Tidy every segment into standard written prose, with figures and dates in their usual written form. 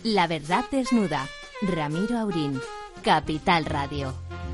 La verdad desnuda. Ramiro Aurín, Capital Radio.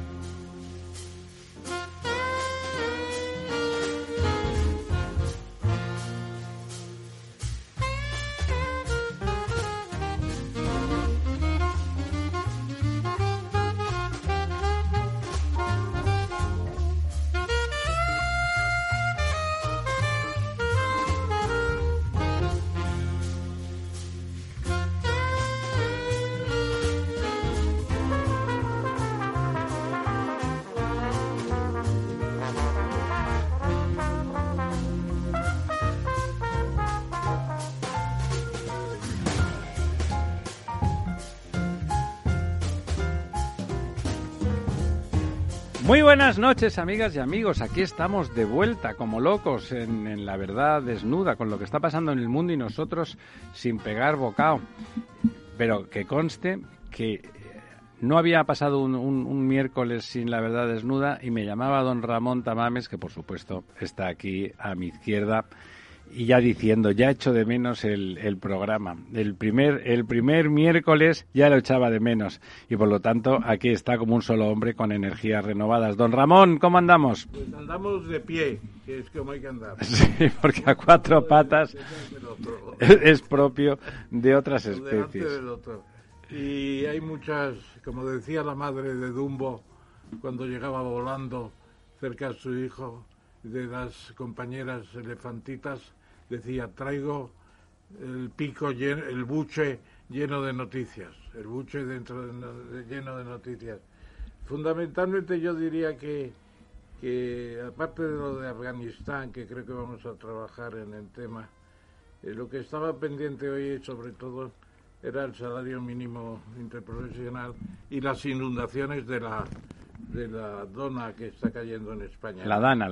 Muy buenas noches, amigas y amigos. Aquí estamos de vuelta como locos en La Verdad Desnuda, con lo que está pasando en el mundo y nosotros sin pegar bocado. Pero que conste que no había pasado un miércoles sin La Verdad Desnuda y me llamaba don Ramón Tamames, que por supuesto está aquí a mi izquierda, y ya diciendo, ya echo de menos el programa. El primer miércoles ya lo echaba de menos y por lo tanto aquí está como un solo hombre con energías renovadas. Don Ramón, ¿cómo andamos? Pues andamos de pie, que es como hay que andar. Sí, porque a cuatro patas es propio de otras especies. Y hay muchas, como decía la madre de Dumbo cuando llegaba volando cerca de su hijo, de las compañeras elefantitas, decía: traigo el pico lleno, el buche lleno de noticias, el buche lleno de noticias. Fundamentalmente yo diría que aparte de lo de Afganistán, que creo que vamos a trabajar en el tema, lo que estaba pendiente hoy sobre todo era el salario mínimo interprofesional y las inundaciones de la dona que está cayendo en España. La dana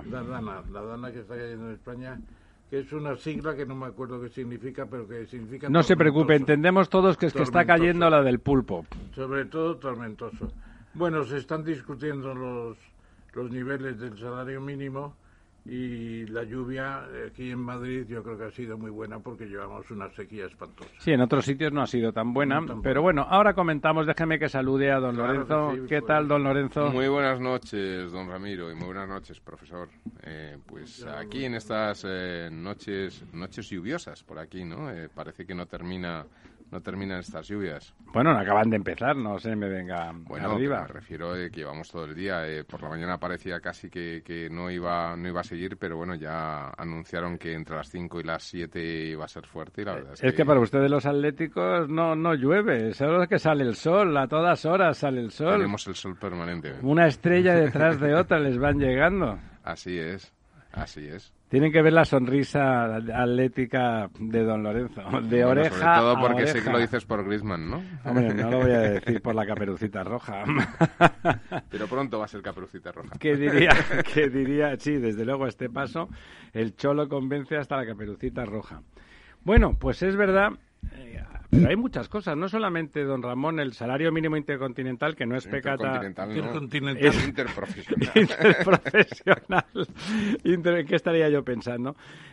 que está cayendo en España, que es una sigla que no me acuerdo qué significa, pero que significa... No se preocupe, entendemos todos que es que está cayendo la del pulpo. Sobre todo tormentoso. Bueno, se están discutiendo los niveles del salario mínimo y la lluvia aquí en Madrid yo creo que ha sido muy buena porque llevamos una sequía espantosa. Sí, en otros sitios no ha sido tan buena, pero bueno, ahora comentamos, déjeme que salude a don Lorenzo. Sí, ¿Qué tal, don Lorenzo? Muy buenas noches, don Ramiro, y muy buenas noches, profesor. Pues aquí en estas noches lluviosas por aquí, ¿no? Parece que no terminan estas lluvias. Bueno, no acaban de empezar, no se me venga arriba. Me refiero a que llevamos todo el día. Por la mañana parecía casi que no iba a seguir, pero bueno, ya anunciaron que entre las 5 y las 7 iba a ser fuerte y la verdad es que para ustedes los atléticos no llueve, es que sale el sol, a todas horas sale el sol. Tenemos el sol permanentemente. Una estrella detrás de otra les van llegando. Así es. Tienen que ver la sonrisa atlética de don Lorenzo, de oreja sobre todo porque a sé oreja. que lo dices por Griezmann, ¿no? Hombre, no lo voy a decir por la Caperucita Roja. Pero pronto va a ser Caperucita Roja. Que diría, sí, desde luego a este paso, el Cholo convence hasta la Caperucita Roja. Bueno, pues es verdad, pero hay muchas cosas, no solamente, don Ramón, el salario mínimo intercontinental, que no es pecata... Intercontinental. Es interprofesional. Interprofesional. ¿Qué estaría yo pensando?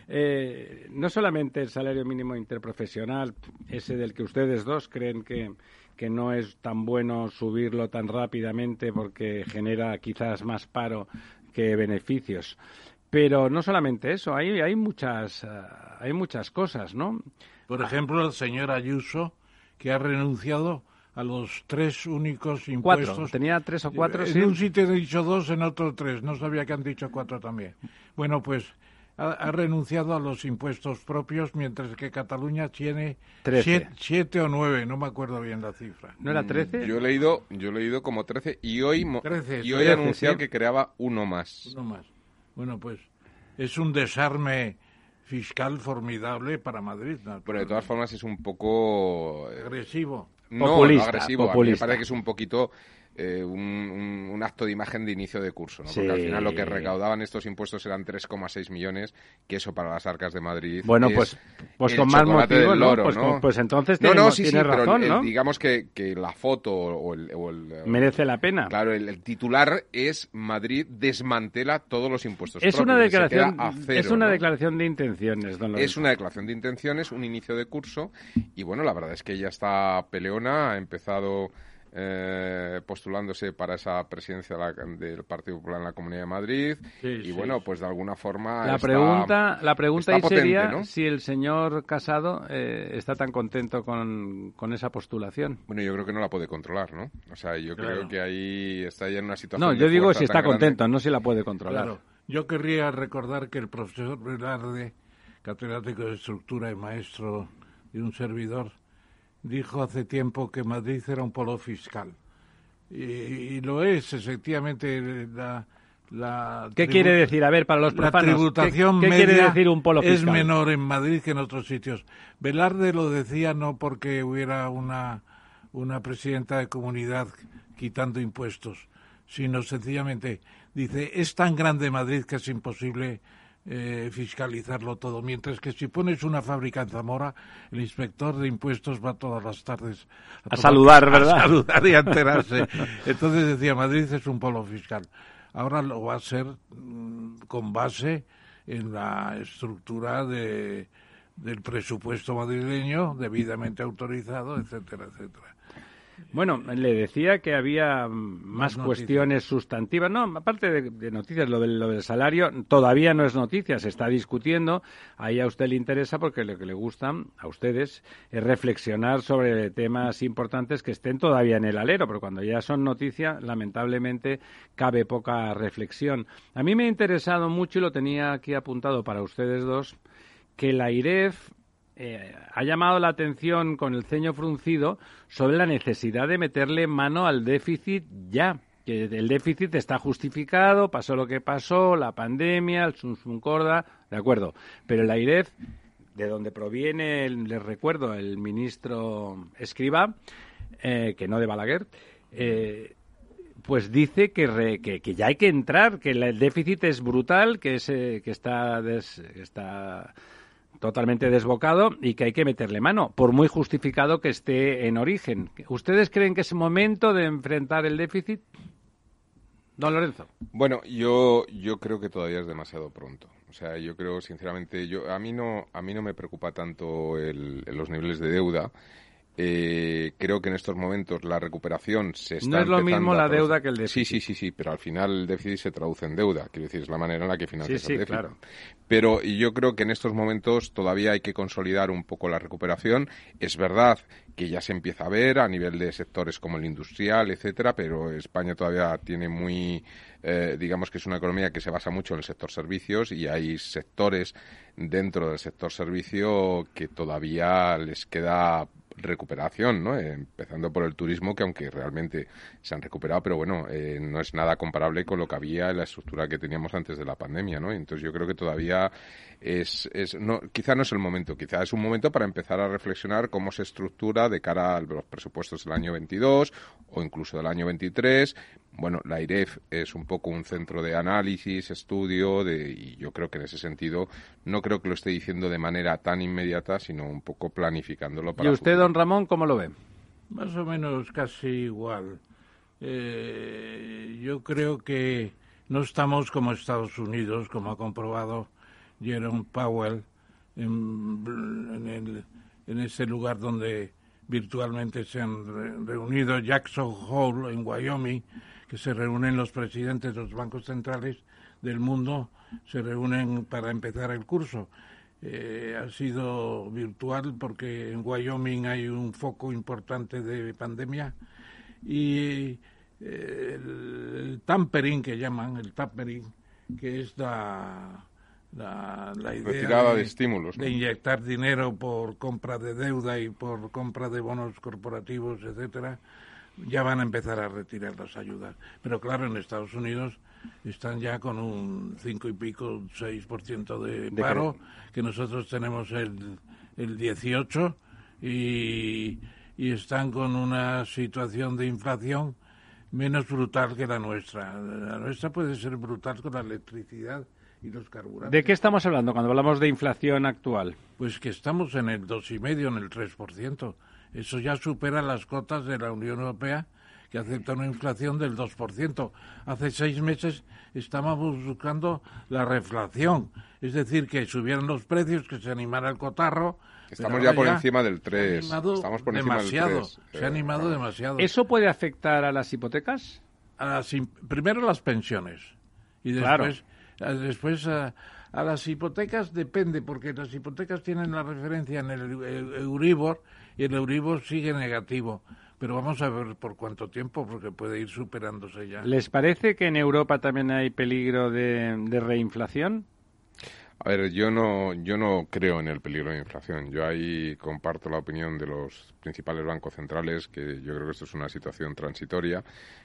No solamente el salario mínimo interprofesional, ese del que ustedes dos creen que no es tan bueno subirlo tan rápidamente porque genera quizás más paro que beneficios. Pero no solamente eso, hay muchas cosas, ¿no? Por ejemplo, el señor Ayuso, que ha renunciado a los 3 únicos impuestos. 4, tenía 3 o 4, sí. En un sitio he dicho 2, en otro 3. No sabía que han dicho 4 también. Bueno, pues ha renunciado a los impuestos propios, mientras que Cataluña tiene 7 o 9, no me acuerdo bien la cifra. ¿No era 13? Yo he leído como 13 y hoy 13, ha anunciado que creaba uno más. Uno más. Bueno, pues es un desarme fiscal formidable para Madrid, ¿no? Pero de todas formas es un poco... agresivo. No, populista, agresivo. populista. A mí me parece que es un poquito un acto de imagen de inicio de curso, ¿no? Porque al final lo que recaudaban estos impuestos eran 3,6 millones, que eso para las arcas de Madrid bueno, es pues con más motivo, loro, ¿no? Pues entonces tiene razón, pero ¿no? digamos que la foto o el merece la pena. Claro, el titular es Madrid desmantela todos los impuestos propios. Es una declaración de intenciones, don Lorenzo. Es una declaración de intenciones, un inicio de curso, y bueno, la verdad es que ella está peleona, ha empezado postulándose para esa presidencia del Partido Popular en la Comunidad de Madrid, bueno, pues de alguna forma la pregunta ahí potente, sería, ¿no? Si el señor Casado está tan contento con esa postulación. Bueno, yo creo que no la puede controlar, ¿no? O sea, yo creo que ahí está ya en una situación No, yo digo si está contento, grande. no si la puede controlar. Claro. Yo querría recordar que el profesor Velarde, catedrático de estructura y maestro de un servidor, dijo hace tiempo que Madrid era un polo fiscal. Y lo es, efectivamente. ¿Qué quiere decir? A ver, para los profanos, la tributación ¿qué media quiere decir un polo fiscal? Es menor en Madrid que en otros sitios. Velarde lo decía no porque hubiera una presidenta de comunidad quitando impuestos, sino sencillamente, dice, es tan grande Madrid que es imposible fiscalizarlo todo, mientras que si pones una fábrica en Zamora, el inspector de impuestos va todas las tardes a saludar, ¿verdad? A saludar y a enterarse. Entonces decía, Madrid es un polo fiscal. Ahora lo va a ser con base en la estructura del presupuesto madrileño, debidamente autorizado, etcétera, etcétera. Bueno, le decía que había más cuestiones sustantivas. No, aparte de noticias, lo del salario todavía no es noticia, se está discutiendo. Ahí a usted le interesa porque lo que le gusta a ustedes es reflexionar sobre temas importantes que estén todavía en el alero, pero cuando ya son noticia, lamentablemente, cabe poca reflexión. A mí me ha interesado mucho, y lo tenía aquí apuntado para ustedes dos, que la AIREF ha llamado la atención con el ceño fruncido sobre la necesidad de meterle mano al déficit ya. Que el déficit está justificado, pasó lo que pasó, la pandemia, el sum corda, de acuerdo. Pero la AIREF, de donde proviene, les recuerdo, el ministro Escrivá, que no de Balaguer, pues dice que ya hay que entrar, que el déficit es brutal, que está totalmente desbocado y que hay que meterle mano, por muy justificado que esté en origen. ¿Ustedes creen que es momento de enfrentar el déficit, don Lorenzo? Bueno, yo creo que todavía es demasiado pronto. O sea, yo creo, sinceramente, a mí no me preocupa tanto los niveles de deuda. Creo que en estos momentos la recuperación se está empezando. No es lo mismo la deuda que el déficit. Sí, pero al final el déficit se traduce en deuda, quiero decir, es la manera en la que financias el déficit. Claro. Pero yo creo que en estos momentos todavía hay que consolidar un poco la recuperación. Es verdad que ya se empieza a ver a nivel de sectores como el industrial, etcétera, pero España todavía tiene digamos que es una economía que se basa mucho en el sector servicios, y hay sectores dentro del sector servicio que todavía les queda recuperación, ¿no? Empezando por el turismo, que aunque realmente se han recuperado, pero bueno, no es nada comparable con lo que había en la estructura que teníamos antes de la pandemia, ¿no? Entonces yo creo que todavía quizá no es el momento, quizá es un momento para empezar a reflexionar cómo se estructura de cara a los presupuestos del año 22 o incluso del año 23. Bueno, la AIREF es un poco un centro de análisis, estudio, y yo creo que en ese sentido no creo que lo esté diciendo de manera tan inmediata, sino un poco planificándolo para ¿Y usted, don Ramón, cómo lo ve? Más o menos casi igual. Yo creo que no estamos como Estados Unidos, como ha comprobado Jerome Powell, en ese lugar donde virtualmente se han reunido, Jackson Hole, en Wyoming, que se reúnen los presidentes de los bancos centrales del mundo, se reúnen para empezar el curso. Ha sido virtual porque en Wyoming hay un foco importante de pandemia, y el tampering que llaman, que es la idea retirada de estímulos, ¿no? De inyectar dinero por compra de deuda y por compra de bonos corporativos, etcétera, ya van a empezar a retirar las ayudas. Pero claro, en Estados Unidos están ya con un 5 y pico, 6% de paro, que nosotros tenemos el 18%, y están con una situación de inflación menos brutal que la nuestra. La nuestra puede ser brutal con la electricidad y los carburantes. ¿De qué estamos hablando cuando hablamos de inflación actual? Pues que estamos en el 2,5%, en el 3%. Eso ya supera las cotas de la Unión Europea, que acepta una inflación del 2%. Hace 6 meses estábamos buscando la reflación, es decir, que subieran los precios, que se animara el cotarro. Estamos ya por encima del 3. Estamos por encima del 3. Se ha animado demasiado. ¿Eso puede afectar a las hipotecas? Primero las pensiones y después a las hipotecas depende, porque las hipotecas tienen la referencia en el Euribor y el Euribor sigue negativo. Pero vamos a ver por cuánto tiempo, porque puede ir superándose ya. ¿Les parece que en Europa también hay peligro de reinflación? A ver, yo no creo en el peligro de inflación. Yo ahí comparto la opinión de los principales bancos centrales, que yo creo que esto es una situación transitoria,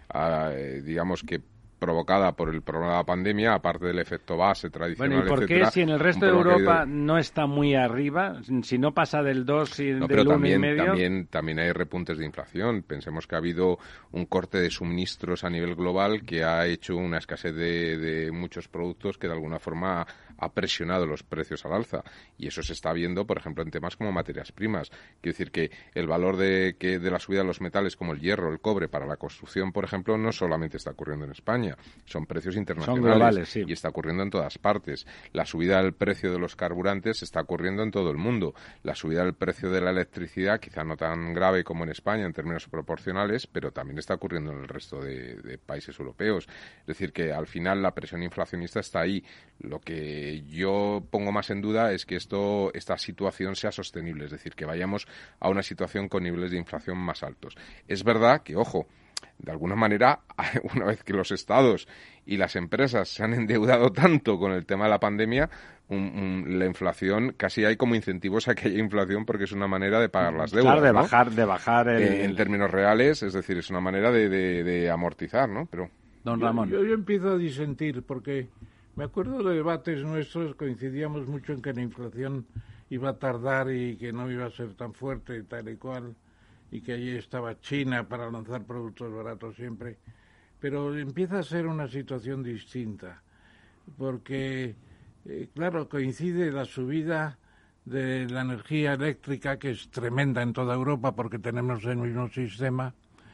digamos que provocada por el problema de la pandemia, aparte del efecto base tradicional, Bueno, ¿y por qué si en el resto de Europa no está muy arriba, si no pasa del 2 y del 1,5? También hay repuntes de inflación. Pensemos que ha habido un corte de suministros a nivel global que ha hecho una escasez de muchos productos que de alguna forma ha presionado los precios al alza. Y eso se está viendo, por ejemplo, en temas como materias primas. Quiero decir que el valor de la subida de los metales como el hierro, el cobre, para la construcción, por ejemplo, no solamente está ocurriendo en España. Son precios internacionales. Son globales, sí. Y está ocurriendo en todas partes. La subida del precio de los carburantes está ocurriendo en todo el mundo. La subida del precio de la electricidad, quizá no tan grave como en España en términos proporcionales, pero también está ocurriendo en el resto de países europeos. Es decir, que al final la presión inflacionista está ahí. Lo que yo pongo más en duda es que esta situación sea sostenible, es decir, que vayamos a una situación con niveles de inflación más altos. Es verdad que, ojo, de alguna manera, una vez que los estados y las empresas se han endeudado tanto con el tema de la pandemia, la inflación, casi hay como incentivos a que haya inflación porque es una manera de pagar las deudas. Claro, de bajar en términos reales, es decir, es una manera de amortizar, ¿no? Pero don Ramón. Yo empiezo a disentir porque me acuerdo de debates nuestros, coincidíamos mucho en que la inflación iba a tardar y que no iba a ser tan fuerte y tal y cual, y que allí estaba China para lanzar productos baratos siempre. Pero empieza a ser una situación distinta, porque, claro, coincide la subida de la energía eléctrica, que es tremenda en toda Europa porque tenemos el mismo sistema.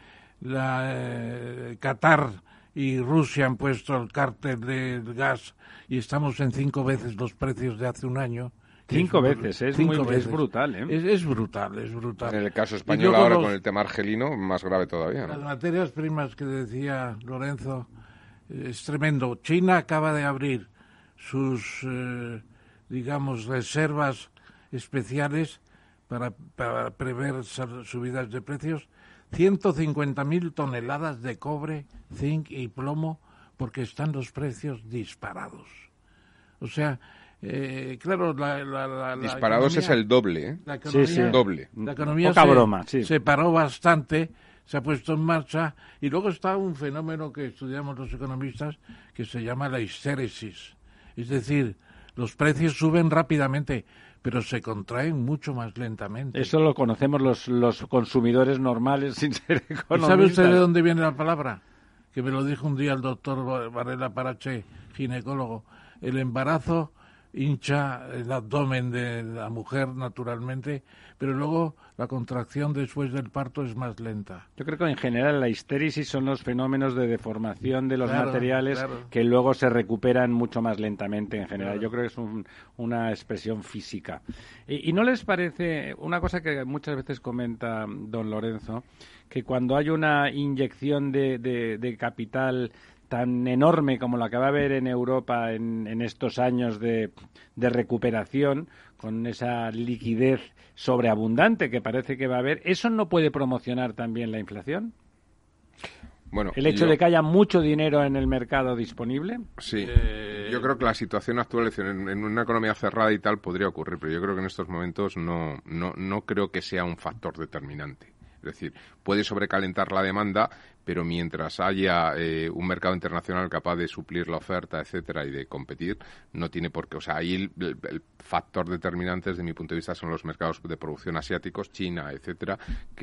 Qatar y Rusia han puesto el cártel del gas y estamos en 5 veces los precios de hace un año. 5 veces, es brutal, ¿eh? Es brutal. En el caso español ahora con el tema argelino, más grave todavía, ¿no? Las materias primas que decía Lorenzo, es tremendo. China acaba de abrir sus, reservas especiales para prever subidas de precios. 150.000 toneladas de cobre, zinc y plomo, porque están los precios disparados. O sea, claro, disparados economía, es el doble, ¿eh? La economía, sí. Doble. La economía Poca broma, sí. se paró bastante, se ha puesto en marcha, y luego está un fenómeno que estudiamos los economistas que se llama la histéresis. Es decir, los precios suben rápidamente, pero se contraen mucho más lentamente. Eso lo conocemos los consumidores normales sin ser economistas. ¿Sabe usted de dónde viene la palabra? Que me lo dijo un día el doctor Varela Parache, ginecólogo. El embarazo hincha el abdomen de la mujer naturalmente, pero luego la contracción después del parto es más lenta. Yo creo que en general la histéresis son los fenómenos de deformación de los materiales claro, que luego se recuperan mucho más lentamente en general. Claro. Yo creo que es una expresión física. ¿Y no les parece una cosa que muchas veces comenta don Lorenzo, que cuando hay una inyección de capital tan enorme como la que va a haber en Europa en estos años de recuperación, con esa liquidez sobreabundante que parece que va a haber, ¿eso no puede promocionar también la inflación? Bueno, ¿El hecho de que haya mucho dinero en el mercado disponible? Sí, yo creo que la situación actual en una economía cerrada y tal podría ocurrir, pero yo creo que en estos momentos no creo que sea un factor determinante. Es decir, puede sobrecalentar la demanda, pero mientras haya un mercado internacional capaz de suplir la oferta, etcétera, y de competir, no tiene por qué. O sea, ahí el factor determinante, desde mi punto de vista, son los mercados de producción asiáticos, China, etcétera, que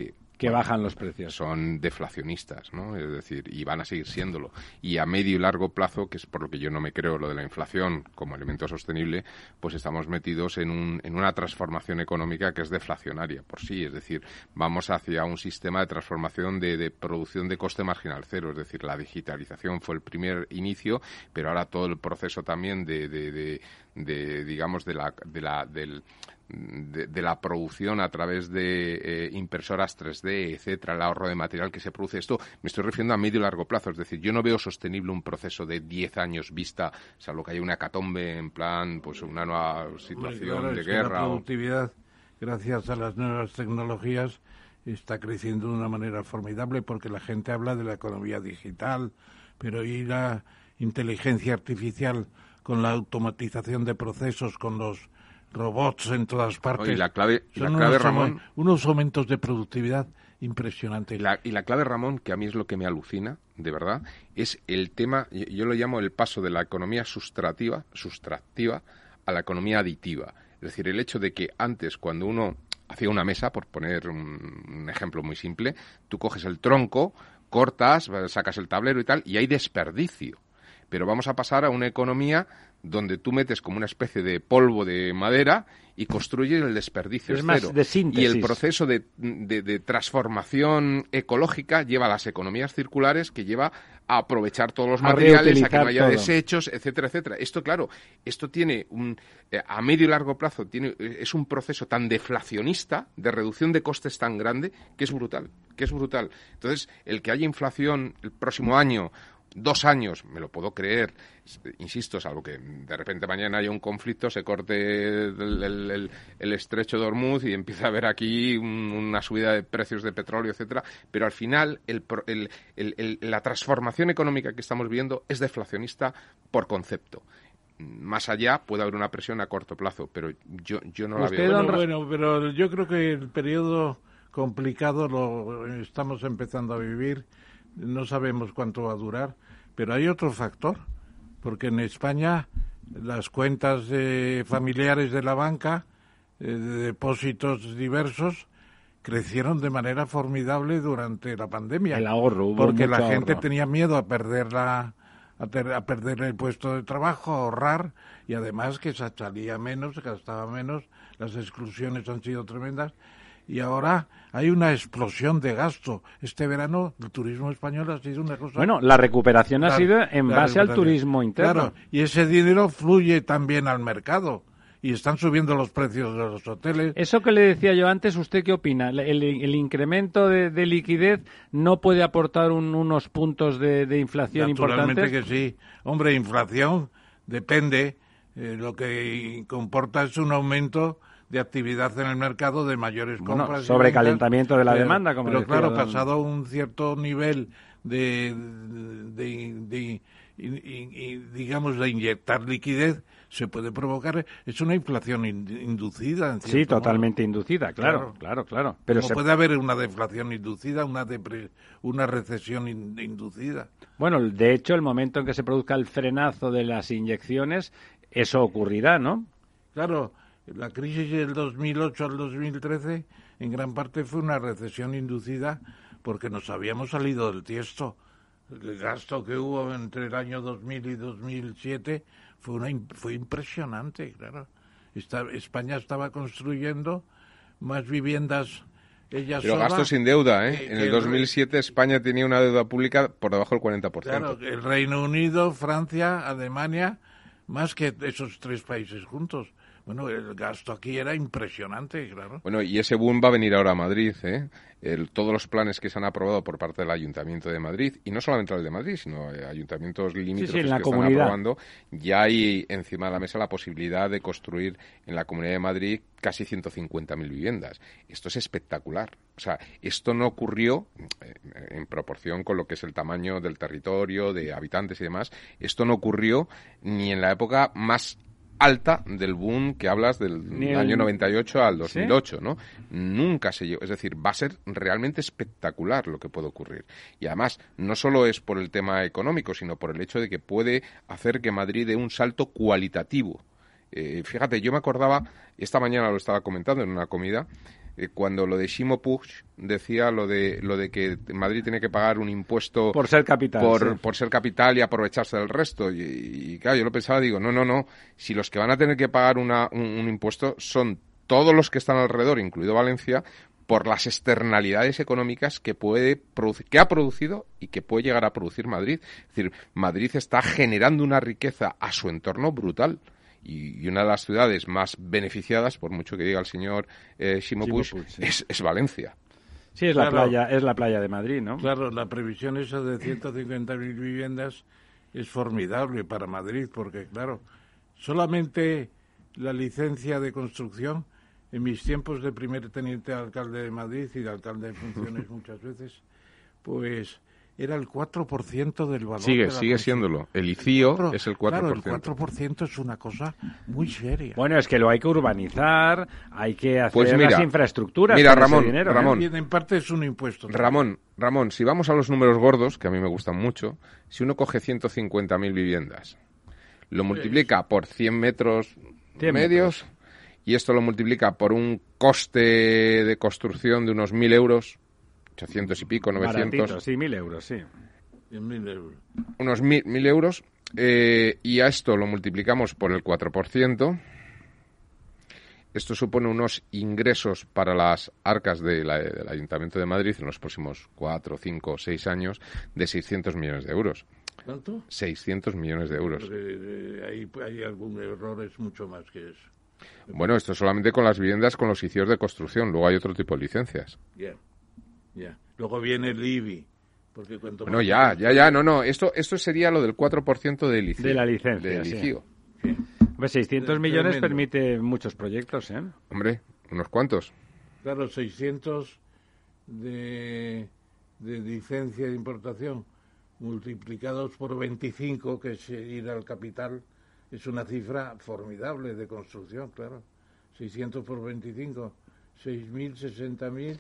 que bajan los precios. Son deflacionistas, ¿no? Es decir, y van a seguir siéndolo. Y a medio y largo plazo, que es por lo que yo no me creo lo de la inflación como elemento sostenible, pues estamos metidos en una transformación económica que es deflacionaria por sí. Es decir, vamos hacia un sistema de transformación de producción de coste marginal cero. Es decir, la digitalización fue el primer inicio, pero ahora todo el proceso también digamos de la producción a través de impresoras 3D, etcétera, el ahorro de material que se produce. Esto me estoy refiriendo a medio y largo plazo. Es decir, yo no veo sostenible un proceso de 10 años vista, salvo que haya una hecatombe en plan, pues una nueva situación de guerra. La productividad, gracias a las nuevas tecnologías, está creciendo de una manera formidable, porque la gente habla de la economía digital, pero y la inteligencia artificial con la automatización de procesos, con los robots en todas partes. Oye, la clave Ramón, unos aumentos de productividad impresionantes. Y la clave, Ramón, que a mí es lo que me alucina, de verdad, es el tema, yo lo llamo el paso de la economía sustractiva a la economía aditiva. Es decir, el hecho de que antes, cuando uno hacía una mesa, por poner un ejemplo muy simple, tú coges el tronco, cortas, sacas el tablero y tal, y hay desperdicio. Pero vamos a pasar a una economía donde tú metes como una especie de polvo de madera y construyes el desperdicio es más cero. De síntesis. Y el proceso de transformación ecológica lleva a las economías circulares, que lleva a aprovechar todos los materiales, a que no haya desechos, etcétera, etcétera. Esto, claro, esto tiene a medio y largo plazo es un proceso tan deflacionista, de reducción de costes tan grande, que es brutal. Entonces, el que haya inflación el próximo año, 2 años, me lo puedo creer, insisto, salvo que de repente mañana haya un conflicto, se corte el estrecho de Hormuz y empieza a haber aquí una subida de precios de petróleo, etcétera, pero al final la transformación económica que estamos viendo es deflacionista por concepto. Más allá puede haber una presión a corto plazo, pero yo no la veo. Bueno, pero yo creo que el periodo complicado lo estamos empezando a vivir. No sabemos cuánto va a durar, pero hay otro factor, porque en España las cuentas familiares de la banca, de depósitos diversos, crecieron de manera formidable durante la pandemia. El ahorro, porque la gente tenía miedo a perder a perder el puesto de trabajo, a ahorrar, y además que se salía menos, se gastaba menos, las exclusiones han sido tremendas. Y ahora hay una explosión de gasto. Este verano el turismo español ha sido una cosa... Bueno, la recuperación ha sido en base al turismo interno. Claro, y ese dinero fluye también al mercado. Y están subiendo los precios de los hoteles. Eso que le decía yo antes, ¿usted qué opina? ¿El incremento de liquidez no puede aportar unos puntos de inflación importantes? Naturalmente que sí. Hombre, inflación depende. Lo que comporta es un aumento de actividad en el mercado, de mayores compras. Sobrecalentamiento de la demanda, como pero decía claro, pasado un cierto nivel digamos, de inyectar liquidez, se puede provocar, es una inflación inducida. Sí, totalmente inducida, claro. Pero puede haber una deflación inducida, una recesión inducida. Bueno, de hecho, el momento en que se produzca el frenazo de las inyecciones, eso ocurrirá, ¿no? Claro. La crisis del 2008 al 2013 en gran parte fue una recesión inducida porque nos habíamos salido del tiesto. El gasto que hubo entre el año 2000 y 2007 fue impresionante, claro. España estaba construyendo más viviendas ella Pero sola. gasto sin deuda, ¿eh? En el 2007 España tenía una deuda pública por debajo del 40%. Claro, el Reino Unido, Francia, Alemania, más que esos 3 países juntos. Bueno, el gasto aquí era impresionante, claro. Bueno, y ese boom va a venir ahora a Madrid, ¿eh? Todos los planes que se han aprobado por parte del Ayuntamiento de Madrid, y no solamente el de Madrid, sino ayuntamientos limítrofes que están aprobando, ya hay encima de la mesa la posibilidad de construir en la Comunidad de Madrid casi 150.000 viviendas. Esto es espectacular. O sea, esto no ocurrió en proporción con lo que es el tamaño del territorio, de habitantes y demás. Esto no ocurrió ni en la época más alta del boom que hablas del año 98 al 2008, ¿sí? ¿No? Nunca se llegó. Es decir, va a ser realmente espectacular lo que puede ocurrir. Y además, no solo es por el tema económico, sino por el hecho de que puede hacer que Madrid dé un salto cualitativo. Fíjate, yo me acordaba, esta mañana lo estaba comentando en una comida, cuando lo de Ximo Puig decía lo de que Madrid tiene que pagar un impuesto por ser capital, por ser capital y aprovecharse del resto. Y claro, yo lo pensaba, digo, no. Si los que van a tener que pagar un impuesto son todos los que están alrededor, incluido Valencia, por las externalidades económicas que ha producido y que puede llegar a producir Madrid. Es decir, Madrid está generando una riqueza a su entorno brutal. Y una de las ciudades más beneficiadas, por mucho que diga el señor Ximo Puig, sí, es Valencia. Sí, es la playa de Madrid, ¿no? Claro, la previsión esa de 150.000 viviendas es formidable para Madrid, porque, claro, solamente la licencia de construcción, en mis tiempos de primer teniente alcalde de Madrid y de alcalde de funciones muchas veces, pues era el 4% del valor. Sigue siéndolo. El ICIO es el 4%. Claro, el 4% es una cosa muy seria. Bueno, es que lo hay que urbanizar, hay que hacer las infraestructuras. Mira, con Ramón, ese dinero, Ramón. Y en parte es un impuesto. Ramón, si vamos a los números gordos, que a mí me gustan mucho, si uno coge 150.000 viviendas, lo multiplica por 100 metros medios y esto lo multiplica por un coste de construcción de unos 1.000 euros, 800 y pico, 900. Baratito, sí, 1.000 euros, sí. 1.000 euros. Unos 1.000 euros, y a esto lo multiplicamos por el 4%. Esto supone unos ingresos para las arcas del Ayuntamiento de Madrid en los próximos 4, 5, 6 años de 600 millones de euros. ¿Cuánto? 600 millones de euros. Hay algún error, es mucho más que eso. Bueno, esto solamente con las viviendas con los ICIOs de construcción. Luego hay otro tipo de licencias. Ya. Luego viene el IBI. Porque bueno, no. Esto sería lo del 4% del ICIO. De la licencia, del ICIO. Sí. Pues 600 millones permite muchos proyectos, ¿eh? Hombre, ¿unos cuantos? Claro, 600 de licencia de importación multiplicados por 25, que es ir al capital, es una cifra formidable de construcción, claro. 600 por 25, 6.000, 60.000,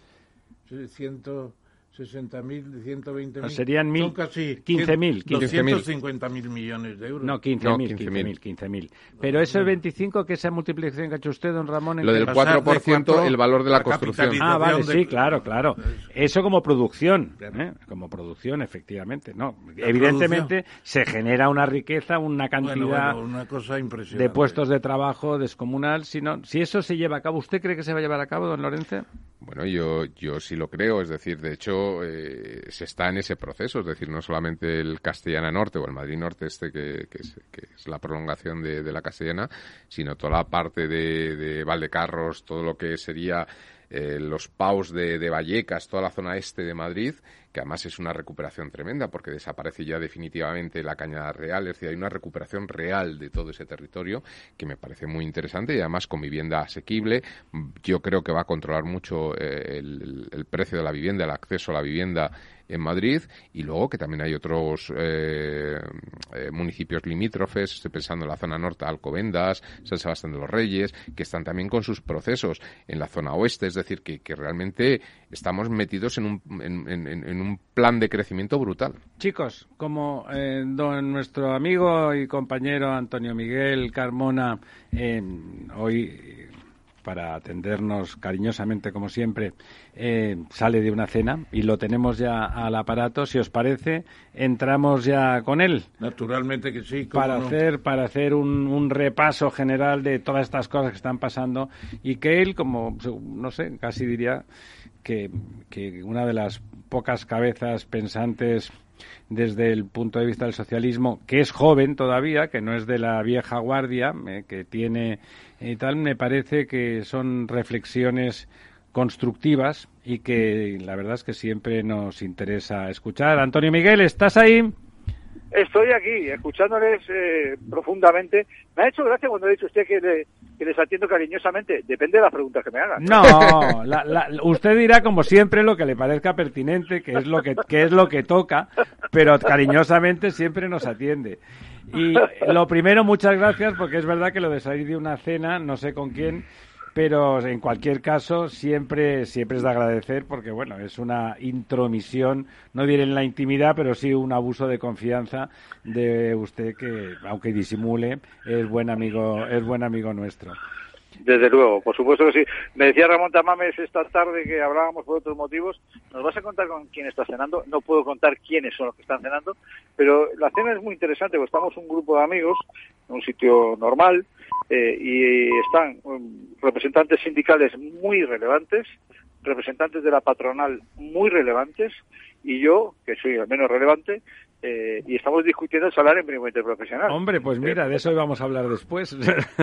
160.000, 120.000. Serían son casi 15.000. 250.000 millones de euros. No, 15.000. Pero eso es 25, que esa multiplicación que ha hecho usted, don Ramón... Lo del 4%, el valor de la construcción. Ah, vale, sí, claro. Eso como producción, como producción, efectivamente. No, evidentemente se genera una riqueza, una cantidad una cosa impresionante de puestos de trabajo descomunal. Si eso se lleva a cabo, ¿usted cree que se va a llevar a cabo, don Lorente? Bueno, yo sí lo creo, es decir, de hecho se está en ese proceso, es decir, no solamente el Castellana Norte o el Madrid Norte que es la prolongación de la Castellana, sino toda la parte de Valdecarros, todo lo que sería los PAUs de Vallecas, toda la zona este de Madrid, que además es una recuperación tremenda porque desaparece ya definitivamente la Cañada Real, es decir, hay una recuperación real de todo ese territorio que me parece muy interesante y además con vivienda asequible. Yo creo que va a controlar mucho el precio de la vivienda, el acceso a la vivienda en Madrid, y luego que también hay otros municipios limítrofes, estoy pensando en la zona norte, Alcobendas, San Sebastián de los Reyes, que están también con sus procesos en la zona oeste, es decir, que realmente estamos metidos en un plan de crecimiento brutal. Chicos, como nuestro amigo y compañero Antonio Miguel Carmona hoy, para atendernos cariñosamente como siempre, sale de una cena y lo tenemos ya al aparato, si os parece, entramos ya con él. Naturalmente que sí. Para hacer un repaso general de todas estas cosas que están pasando y que él, como, no sé, casi diría que una de las pocas cabezas pensantes desde el punto de vista del socialismo, que es joven todavía, que no es de la vieja guardia, que tiene y tal, me parece que son reflexiones constructivas y que la verdad es que siempre nos interesa escuchar. Antonio Miguel, ¿estás ahí? Estoy aquí, escuchándoles profundamente. Me ha hecho gracia cuando ha dicho usted que les atiendo cariñosamente. Depende de las preguntas que me hagan. No, usted dirá como siempre lo que le parezca pertinente, que es lo que toca, pero cariñosamente siempre nos atiende. Y lo primero, muchas gracias, porque es verdad que lo de salir de una cena, no sé con quién, pero en cualquier caso siempre es de agradecer, porque bueno, es una intromisión, no diré en la intimidad, pero sí un abuso de confianza de usted que, aunque disimule, es buen amigo nuestro. Desde luego, por supuesto que sí. Me decía Ramón Tamames esta tarde que hablábamos por otros motivos. ¿Nos vas a contar con quién está cenando? No puedo contar quiénes son los que están cenando, pero la cena es muy interesante, porque estamos un grupo de amigos en un sitio normal y están representantes sindicales muy relevantes, representantes de la patronal muy relevantes, y yo, que soy el menos relevante, y estamos discutiendo el salario mínimo interprofesional. Hombre, pues mira, de eso íbamos a hablar después.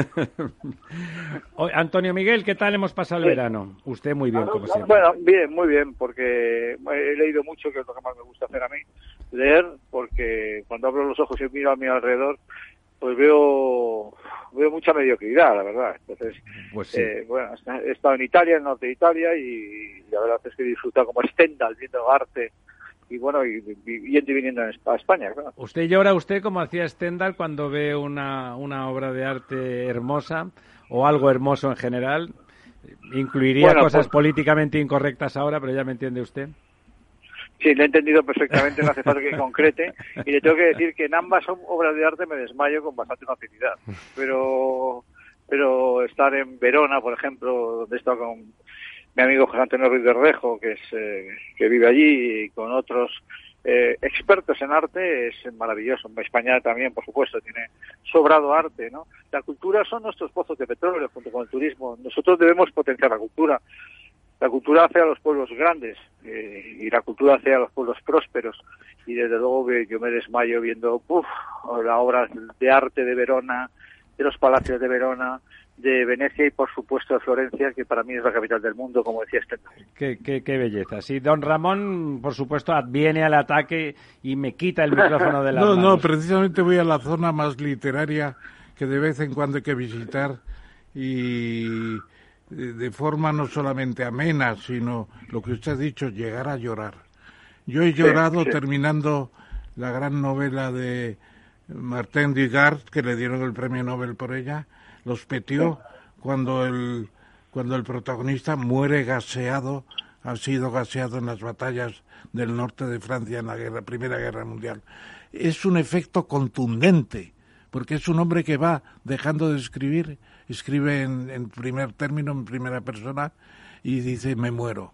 Antonio Miguel, ¿qué tal hemos pasado el verano? Usted muy bien, como siempre. Bueno, bien, muy bien, porque he leído mucho, que es lo que más me gusta hacer a mí, leer, porque cuando abro los ojos y miro a mi alrededor, pues veo mucha mediocridad, la verdad. Entonces, pues sí. Bueno, he estado en Italia, en el norte de Italia, y la verdad es que he disfrutado como Stendhal, viendo arte, y bueno, y yendo y viniendo a España, claro. ¿Usted llora como hacía Stendhal cuando ve una obra de arte hermosa, o algo hermoso en general? Incluiría cosas políticamente incorrectas ahora, pero ya me entiende usted. Sí, lo he entendido perfectamente, no hace falta que concrete, y le tengo que decir que en ambas obras de arte me desmayo con bastante facilidad, pero estar en Verona, por ejemplo, donde he estado con mi amigo José Antonio Ruiz Verdejo, que vive allí, y con otros expertos en arte, es maravilloso. España también, por supuesto, tiene sobrado arte, ¿no? La cultura son nuestros pozos de petróleo junto con el turismo. Nosotros debemos potenciar la cultura. La cultura hace a los pueblos grandes y la cultura hace a los pueblos prósperos. Y desde luego yo me desmayo viendo las obras de arte de Verona, de los palacios de Verona, de Venecia y, por supuesto, de Florencia, que para mí es la capital del mundo, como decía Stendhal. Qué belleza. Sí, don Ramón, por supuesto, adviene al ataque y me quita el micrófono de las manos. No, precisamente voy a la zona más literaria que de vez en cuando hay que visitar, y de forma no solamente amena, sino lo que usted ha dicho, llegar a llorar. Yo he llorado terminando la gran novela de Martin Dugard, que le dieron el premio Nobel por ella, Los Petiot, cuando el protagonista muere gaseado, ha sido gaseado en las batallas del norte de Francia en la Primera Guerra Mundial. Es un efecto contundente, porque es un hombre que va dejando de escribir, escribe en primer término, en primera persona, y dice me muero.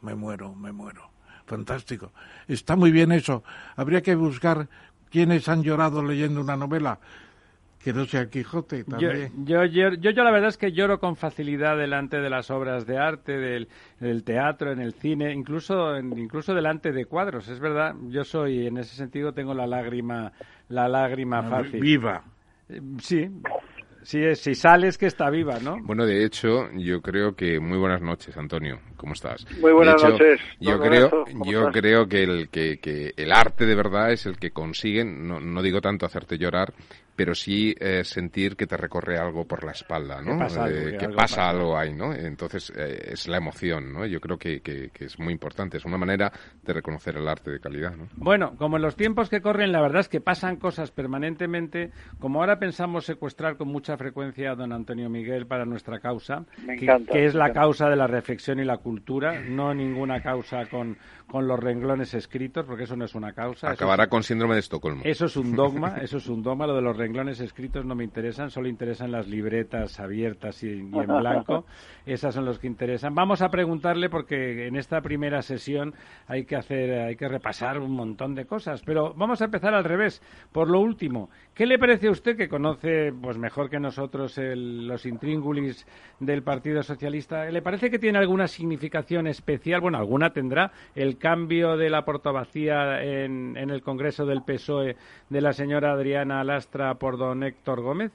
Fantástico. Está muy bien eso. Habría que buscar quiénes han llorado leyendo una novela que no sea Quijote también. Yo la verdad es que lloro con facilidad delante de las obras de arte, del teatro, en el cine, incluso delante de cuadros. Es verdad, yo soy, en ese sentido, tengo la lágrima fácil. Viva. Sí. Si sales que está viva, ¿no? Bueno, de hecho, yo creo que... Muy buenas noches, Antonio. ¿Cómo estás? Muy buenas noches. Yo creo que el arte de verdad es el que consigue, no digo tanto hacerte llorar, pero sí sentir que te recorre algo por la espalda, ¿no? Que pasa algo ahí, ¿no? Entonces, es la emoción, ¿no? Yo creo que es muy importante. Es una manera de reconocer el arte de calidad, ¿no? Bueno, como en los tiempos que corren, la verdad es que pasan cosas permanentemente. Como ahora pensamos secuestrar con mucha frecuencia a don Antonio Miguel para nuestra causa, que es la causa de la reflexión y la cultura, no ninguna causa con los renglones escritos, porque eso no es una causa. Acabará con síndrome de Estocolmo. Eso es un dogma, lo de los renglones escritos no me interesan, solo interesan las libretas abiertas y en blanco, esas son los que interesan. Vamos a preguntarle, porque en esta primera sesión hay que repasar un montón de cosas, pero vamos a empezar al revés, por lo último. ¿Qué le parece a usted, que conoce pues mejor que nosotros los intríngulis del Partido Socialista? ¿Le parece que tiene alguna significación especial? Bueno, alguna tendrá, el cambio de la portavacía en el Congreso del PSOE de la señora Adriana Lastra por don Héctor Gómez.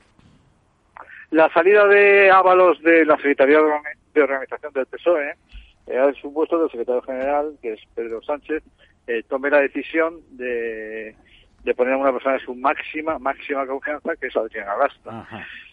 La salida de Ábalos de la Secretaría de Organización del PSOE, al supuesto del secretario general, que es Pedro Sánchez, tome la decisión de poner a una persona de su máxima confianza, que es Adriana Lastra.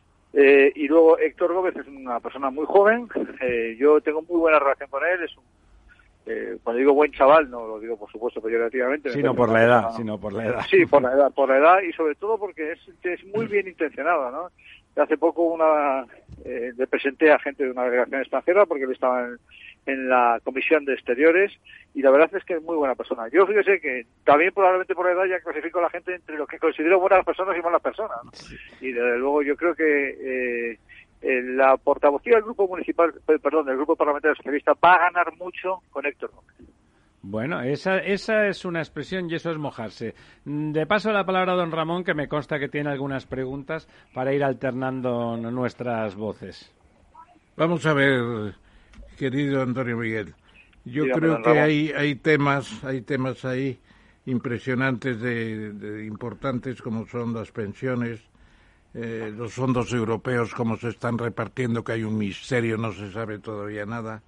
Y luego Héctor Gómez es una persona muy joven, yo tengo muy buena relación con él, es un cuando digo buen chaval, no lo digo por supuesto peyorativamente. Sino por la edad. Sí, por la edad y sobre todo porque es muy bien intencionado, ¿no? Hace poco le presenté a gente de una delegación extranjera porque él estaba en la Comisión de Exteriores y la verdad es que es muy buena persona. Yo fíjese que también probablemente por la edad ya clasifico a la gente entre los que considero buenas personas y malas personas, ¿no? Y desde luego yo creo que la portavocía del grupo del grupo parlamentario socialista va a ganar mucho con Héctor Gómez. Bueno, esa es una expresión y eso es mojarse. De paso la palabra a don Ramón, que me consta que tiene algunas preguntas para ir alternando nuestras voces. Vamos a ver, querido Antonio Miguel. Yo Dígame, creo don que Ramón. hay temas ahí impresionantes, de importantes, como son las pensiones, los fondos europeos, cómo se están repartiendo, que hay un misterio, no se sabe todavía nada.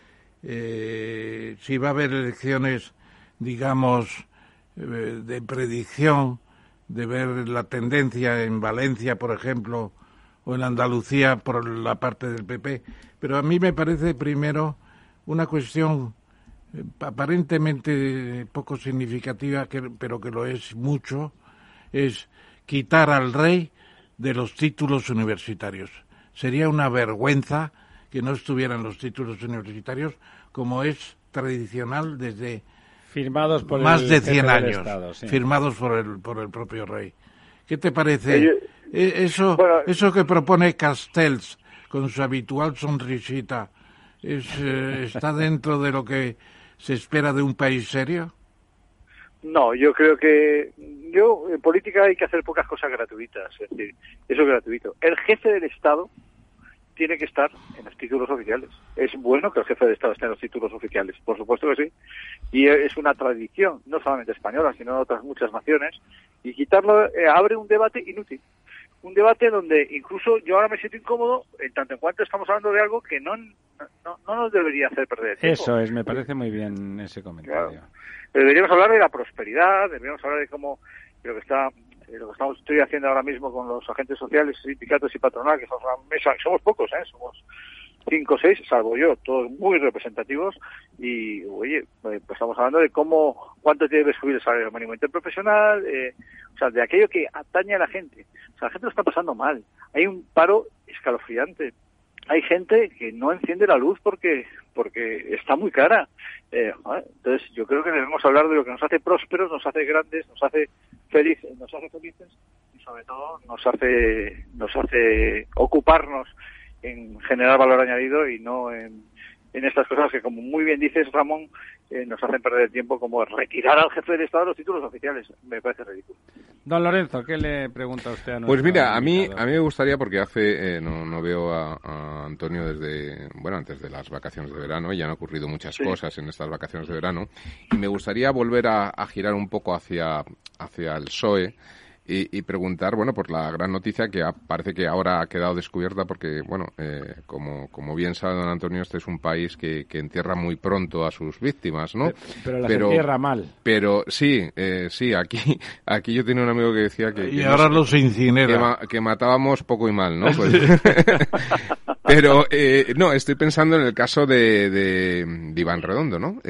Si va a haber elecciones, digamos, de predicción, de ver la tendencia en Valencia, por ejemplo, o en Andalucía por la parte del PP. Pero a mí me parece primero una cuestión aparentemente poco significativa, pero que lo es mucho, es quitar al rey de los títulos universitarios. Sería una vergüenza que no estuvieran los títulos universitarios, como es tradicional desde firmados por más de 100 jefe del años, Estado, sí. firmados por el propio rey. ¿Qué te parece eso que propone Castells con su habitual sonrisita? ¿Está dentro de lo que se espera de un país serio? No, yo creo que en política hay que hacer pocas cosas gratuitas, es decir, eso es gratuito. El jefe del Estado tiene que estar en los títulos oficiales. Es bueno que el jefe de Estado esté en los títulos oficiales, por supuesto que sí. Y es una tradición, no solamente española, sino de otras muchas naciones. Y quitarlo abre un debate inútil. Un debate donde incluso yo ahora me siento incómodo, en tanto en cuanto estamos hablando de algo que no nos debería hacer perder el tiempo. Eso es, me parece muy bien ese comentario. Claro. Deberíamos hablar de la prosperidad, deberíamos hablar de cómo lo que estoy haciendo ahora mismo con los agentes sociales, sindicatos y patronal, que somos una mesa, somos pocos, somos 5 o 6, salvo yo, todos muy representativos, y oye, pues estamos hablando de cuánto debe subir el salario mínimo interprofesional, o sea, de aquello que atañe a la gente. O sea, la gente lo está pasando mal. Hay un paro escalofriante. Hay gente que no enciende la luz porque está muy cara. Entonces, yo creo que debemos hablar de lo que nos hace prósperos, nos hace grandes, nos hace felices y sobre todo nos hace ocuparnos en generar valor añadido y no en estas cosas que, como muy bien dices, Ramón, nos hacen perder el tiempo, como retirar al jefe del Estado los títulos oficiales. Me parece ridículo. Don Lorenzo, ¿qué le pregunta usted a nuestro Pues mira, a mí invitado? me gustaría, porque no veo a Antonio antes de las vacaciones de verano, y han ocurrido muchas cosas en estas vacaciones de verano, y me gustaría volver a girar un poco hacia el PSOE, y preguntar, por la gran noticia que parece que ahora ha quedado descubierta, porque, como bien sabe don Antonio, este es un país que entierra muy pronto a sus víctimas, ¿no? Pero las entierra mal. Pero sí, aquí yo tenía un amigo que decía que... Y ahora los incinera. Que matábamos poco y mal, ¿no? Pues, pero, estoy pensando en el caso de Iván Redondo, ¿no?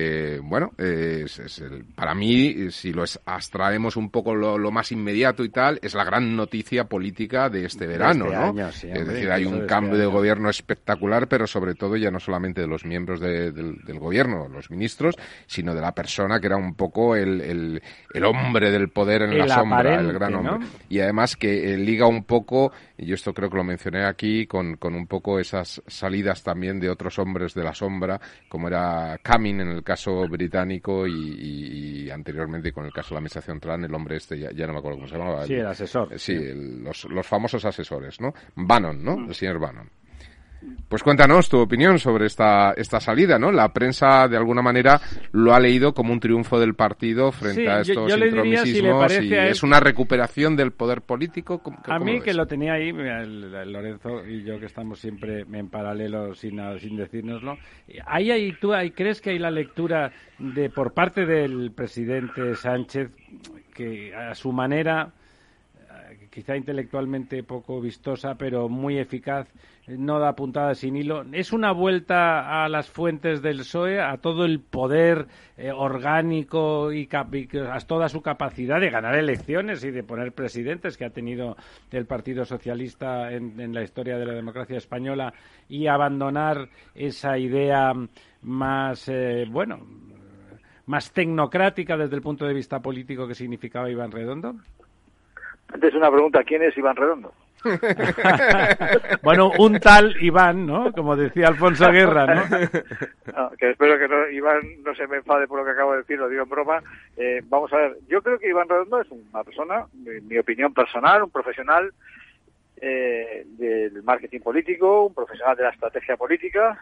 Para mí, si lo abstraemos un poco lo más inmediato y tal, es la gran noticia política de este verano, ¿no? Año, sí, es hombre, decir, hay un cambio de gobierno espectacular, pero sobre todo ya no solamente de los miembros del gobierno, los ministros, sino de la persona que era un poco el hombre del poder en la sombra, el gran hombre. ¿No? Y además que liga un poco, y yo esto creo que lo mencioné aquí, con un poco esas salidas también de otros hombres de la sombra, como era Cumming en el caso británico y anteriormente con el caso de la Administración Trump, el hombre este, ya no me acuerdo cómo se llamaba. Sí, el asesor. Sí, los famosos asesores, ¿no? Bannon, ¿no? El señor Bannon. Pues cuéntanos tu opinión sobre esta salida, ¿no? La prensa, de alguna manera, lo ha leído como un triunfo del partido frente a estos yo le diría, si le intromisismos, parece y a él, es una recuperación del poder político. A mí, lo que ves? lo tenía ahí, Lorenzo y yo, que estamos siempre en paralelo sin decírnoslo, ¿crees que hay la lectura por parte del presidente Sánchez, que a su manera, quizá intelectualmente poco vistosa, pero muy eficaz, no da puntada sin hilo? ¿Es una vuelta a las fuentes del PSOE, a todo el poder orgánico y a toda su capacidad de ganar elecciones y de poner presidentes que ha tenido el Partido Socialista en la historia de la democracia española, y abandonar esa idea más, más tecnocrática desde el punto de vista político que significaba Iván Redondo? Antes una pregunta, ¿quién es Iván Redondo? Bueno, un tal Iván, ¿no? Como decía Alfonso Guerra, ¿no? No, que espero que Iván no se me enfade por lo que acabo de decir, lo digo en broma. Vamos a ver, yo creo que Iván Redondo es una persona, mi opinión personal, un profesional del marketing político, un profesional de la estrategia política,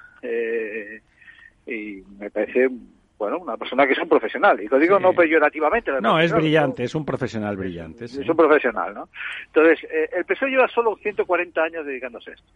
y me parece, bueno, una persona que es un profesional, y lo digo no peyorativamente. No, es brillante, es un profesional brillante. Sí. Es un profesional, ¿no? Entonces, el PSOE lleva solo 140 años dedicándose a esto.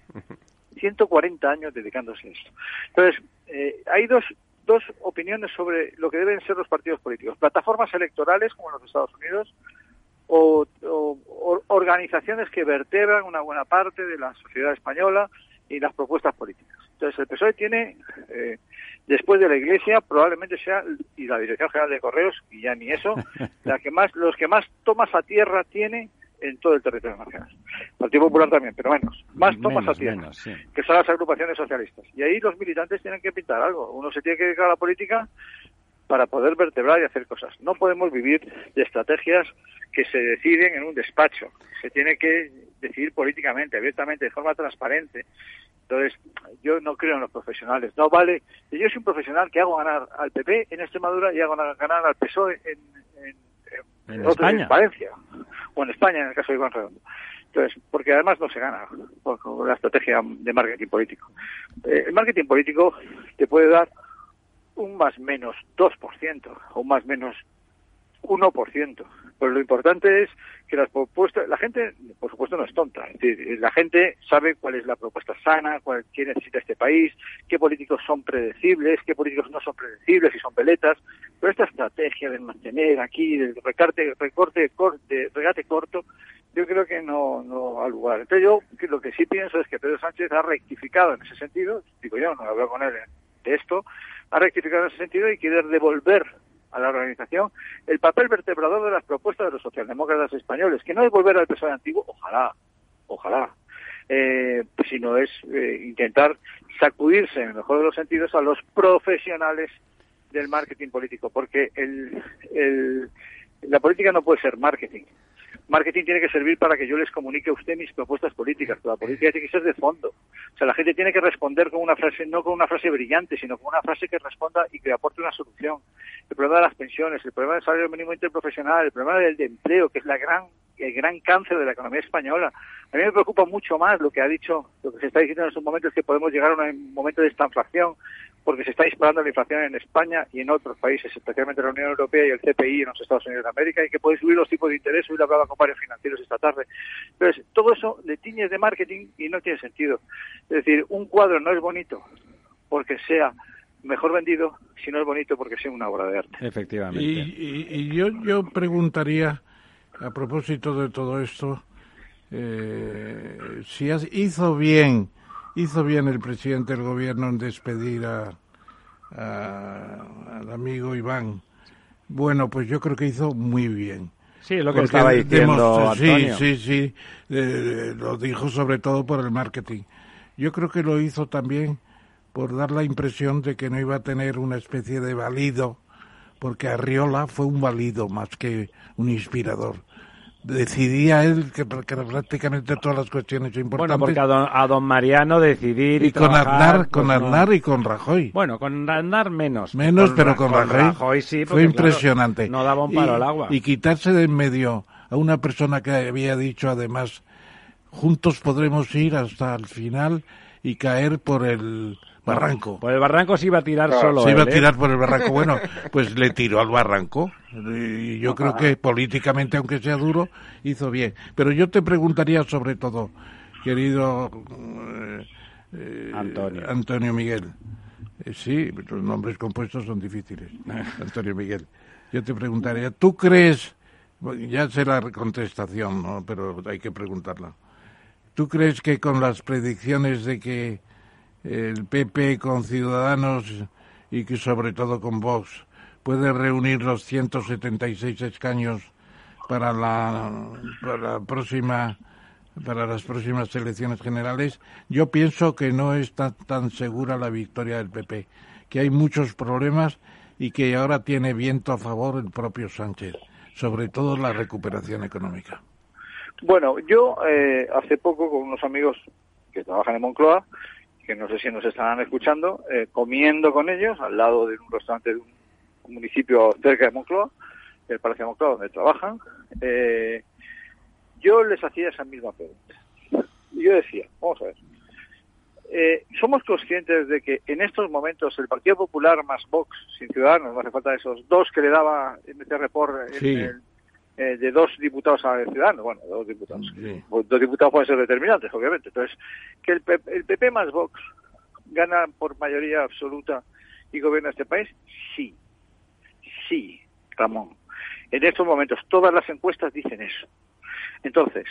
140 años dedicándose a esto. Entonces, hay dos opiniones sobre lo que deben ser los partidos políticos. Plataformas electorales, como en los Estados Unidos, o organizaciones que vertebran una buena parte de la sociedad española y las propuestas políticas. Entonces, el PSOE tiene, después de la Iglesia, probablemente sea, y la Dirección General de Correos, y ya ni eso, los que más tomas a tierra tiene en todo el territorio nacional. El Partido Popular también, pero más tomas a tierra, sí, que son las agrupaciones socialistas. Y ahí los militantes tienen que pintar algo. Uno se tiene que dedicar a la política para poder vertebrar y hacer cosas. No podemos vivir de estrategias que se deciden en un despacho. Se tiene que decidir políticamente, abiertamente, de forma transparente. Entonces, yo no creo en los profesionales. No vale. Yo soy un profesional que hago ganar al PP en Extremadura y hago ganar al PSOE en Valencia, o en España, en el caso de Iván Redondo. Entonces, porque además no se gana con la estrategia de marketing político. El marketing político te puede dar un más menos 2%, o un más menos 1%. Pero lo importante es que las propuestas, la gente, por supuesto, no es tonta. Es decir, la gente sabe cuál es la propuesta sana, qué necesita este país, qué políticos son predecibles, qué políticos no son predecibles y son peletas. Pero esta estrategia de mantener aquí, del regate corto, yo creo que no ha lugar. Entonces yo lo que sí pienso es que Pedro Sánchez ha rectificado en ese sentido, digo yo, no he hablado con él de esto, ha rectificado en ese sentido y quiere devolver a la organización el papel vertebrador de las propuestas de los socialdemócratas españoles, que no es volver al PSOE antiguo, ojalá, sino es intentar sacudirse, en el mejor de los sentidos, a los profesionales del marketing político, porque la política no puede ser marketing. Marketing tiene que servir para que yo les comunique a usted mis propuestas políticas, pero la política tiene que ser de fondo. O sea, la gente tiene que responder con una frase, no con una frase brillante, sino con una frase que responda y que aporte una solución. El problema de las pensiones, el problema del salario mínimo interprofesional, el problema del empleo, que es el gran cáncer de la economía española. A mí me preocupa mucho más lo que se está diciendo en estos momentos, que podemos llegar a un momento de estanflación, porque se está disparando la inflación en España y en otros países, especialmente en la Unión Europea y el CPI en los Estados Unidos de América, y que puede subir los tipos de interés. Hoy lo hablaba con varios financieros esta tarde. Entonces, todo eso le tiñes de marketing y no tiene sentido. Es decir, un cuadro no es bonito porque sea mejor vendido, si no es bonito porque sea una obra de arte. Efectivamente. Y yo preguntaría, a propósito de todo esto, si hizo bien el presidente del gobierno en despedir al amigo Iván. Bueno, pues yo creo que hizo muy bien. Sí, es lo que estaba diciendo Antonio. Sí, lo dijo sobre todo por el marketing. Yo creo que lo hizo también por dar la impresión de que no iba a tener una especie de valido, porque Arriola fue un valido más que un inspirador. Decidía él que prácticamente todas las cuestiones importantes. Bueno, porque a don Mariano decidir y con Aznar, Aznar y con Rajoy. Bueno, con Aznar menos, pero con Rajoy sí, fue impresionante. Claro, no daba un palo al agua. Y quitarse de en medio a una persona que había dicho además, juntos podremos ir hasta el final y caer por el barranco. Por el barranco se iba a tirar solo. Se iba a tirar por el barranco. Bueno, pues le tiró al barranco. Y yo creo que políticamente, aunque sea duro, hizo bien. Pero yo te preguntaría sobre todo, querido Antonio Miguel. Sí, los nombres compuestos son difíciles. Antonio Miguel. Yo te preguntaría, ¿tú crees, ya sé la contestación, ¿no? Pero hay que preguntarla. ¿Tú crees que con las predicciones de que el PP con Ciudadanos y que sobre todo con Vox puede reunir los 176 escaños para las próximas elecciones generales? Yo pienso que no está tan segura la victoria del PP, que hay muchos problemas y que ahora tiene viento a favor el propio Sánchez, sobre todo la recuperación económica. Bueno, yo hace poco con unos amigos que trabajan en Moncloa, que no sé si nos estarán escuchando, comiendo con ellos al lado de un restaurante de un municipio cerca de Moncloa, del Palacio de Moncloa, donde trabajan, yo les hacía esa misma pregunta. Y yo decía, vamos a ver, somos conscientes de que en estos momentos el Partido Popular más Vox, sin Ciudadanos, no hace falta esos dos que le daba MT Report de 2 diputados a Ciudadanos, bueno, 2 diputados. Sí. 2 diputados pueden ser determinantes, obviamente. Entonces, que el PP más Vox gana por mayoría absoluta y gobierna este país, sí, Ramón. En estos momentos todas las encuestas dicen eso. Entonces,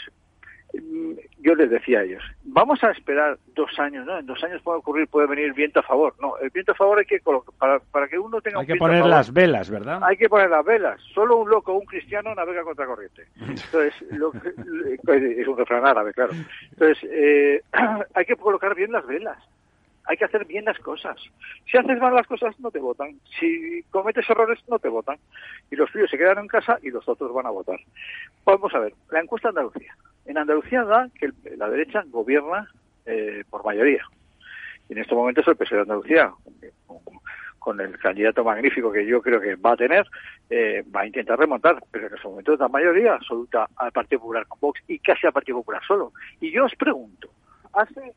yo les decía a ellos, vamos a esperar 2 años, ¿no? En 2 años puede venir viento a favor. No, el viento a favor hay que para que uno tenga hay que poner las velas, ¿verdad? Hay que poner las velas. Solo un loco, un cristiano navega contra corriente. Entonces, es un refrán árabe, claro. Entonces, hay que colocar bien las velas. Hay que hacer bien las cosas. Si haces mal las cosas, no te votan. Si cometes errores, no te votan. Y los tuyos se quedan en casa y los otros van a votar. Vamos a ver, la encuesta de Andalucía. En Andalucía da que la derecha gobierna por mayoría. Y en estos momentos el PSOE de Andalucía, con el candidato magnífico que yo creo que va a tener, va a intentar remontar. Pero en estos momentos da mayoría absoluta al Partido Popular con Vox y casi al Partido Popular solo. Y yo os pregunto, hace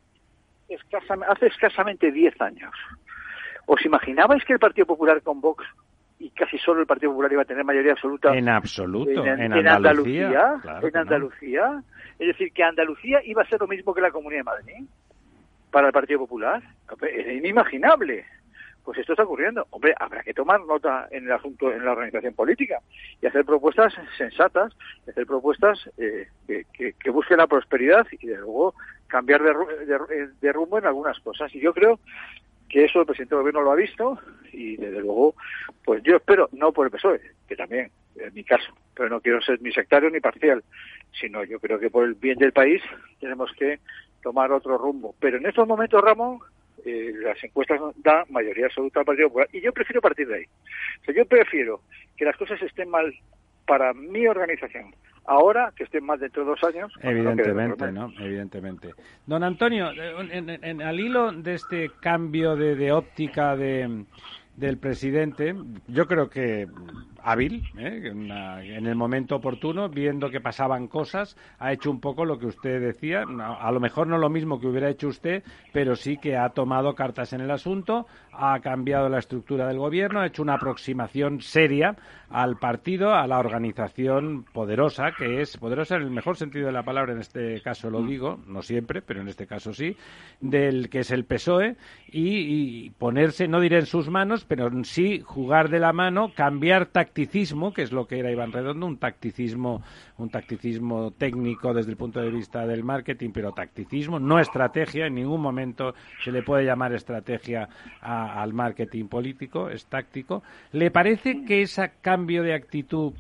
escasamente 10 años, ¿os imaginabais que el Partido Popular con Vox y casi solo el Partido Popular iba a tener mayoría absoluta? En absoluto, en Andalucía. Claro en Andalucía. No. Es decir, que Andalucía iba a ser lo mismo que la Comunidad de Madrid para el Partido Popular. Era inimaginable. Pues esto está ocurriendo. Hombre, habrá que tomar nota en el asunto, en la organización política, y hacer propuestas sensatas, hacer propuestas que busquen la prosperidad y, desde luego, cambiar de rumbo en algunas cosas. Y yo creo que eso el presidente del gobierno lo ha visto y, desde luego, pues yo espero, no por el PSOE, que también, en mi caso, pero no quiero ser ni sectario ni parcial, sino yo creo que por el bien del país tenemos que tomar otro rumbo. Pero en estos momentos, Ramón, las encuestas dan mayoría absoluta al Partido Popular y yo prefiero partir de ahí. O sea, yo prefiero que las cosas estén mal para mi organización ahora que estén mal dentro de 2 años. Evidentemente, ¿no? Evidentemente. Don Antonio, al hilo de este cambio de óptica del presidente, yo creo que hábil, en el momento oportuno, viendo que pasaban cosas, ha hecho un poco lo que usted decía, a lo mejor no lo mismo que hubiera hecho usted, pero sí que ha tomado cartas en el asunto, ha cambiado la estructura del gobierno, ha hecho una aproximación seria al partido, a la organización poderosa, que es poderosa en el mejor sentido de la palabra, en este caso lo digo, no siempre, pero en este caso sí, del que es el PSOE, y ponerse, no diré en sus manos, pero sí jugar de la mano, cambiar tacticismo, que es lo que era Iván Redondo, un tacticismo técnico desde el punto de vista del marketing, pero tacticismo, no estrategia. En ningún momento se le puede llamar estrategia al marketing político, es táctico. ¿Le parece que ese cambio de actitud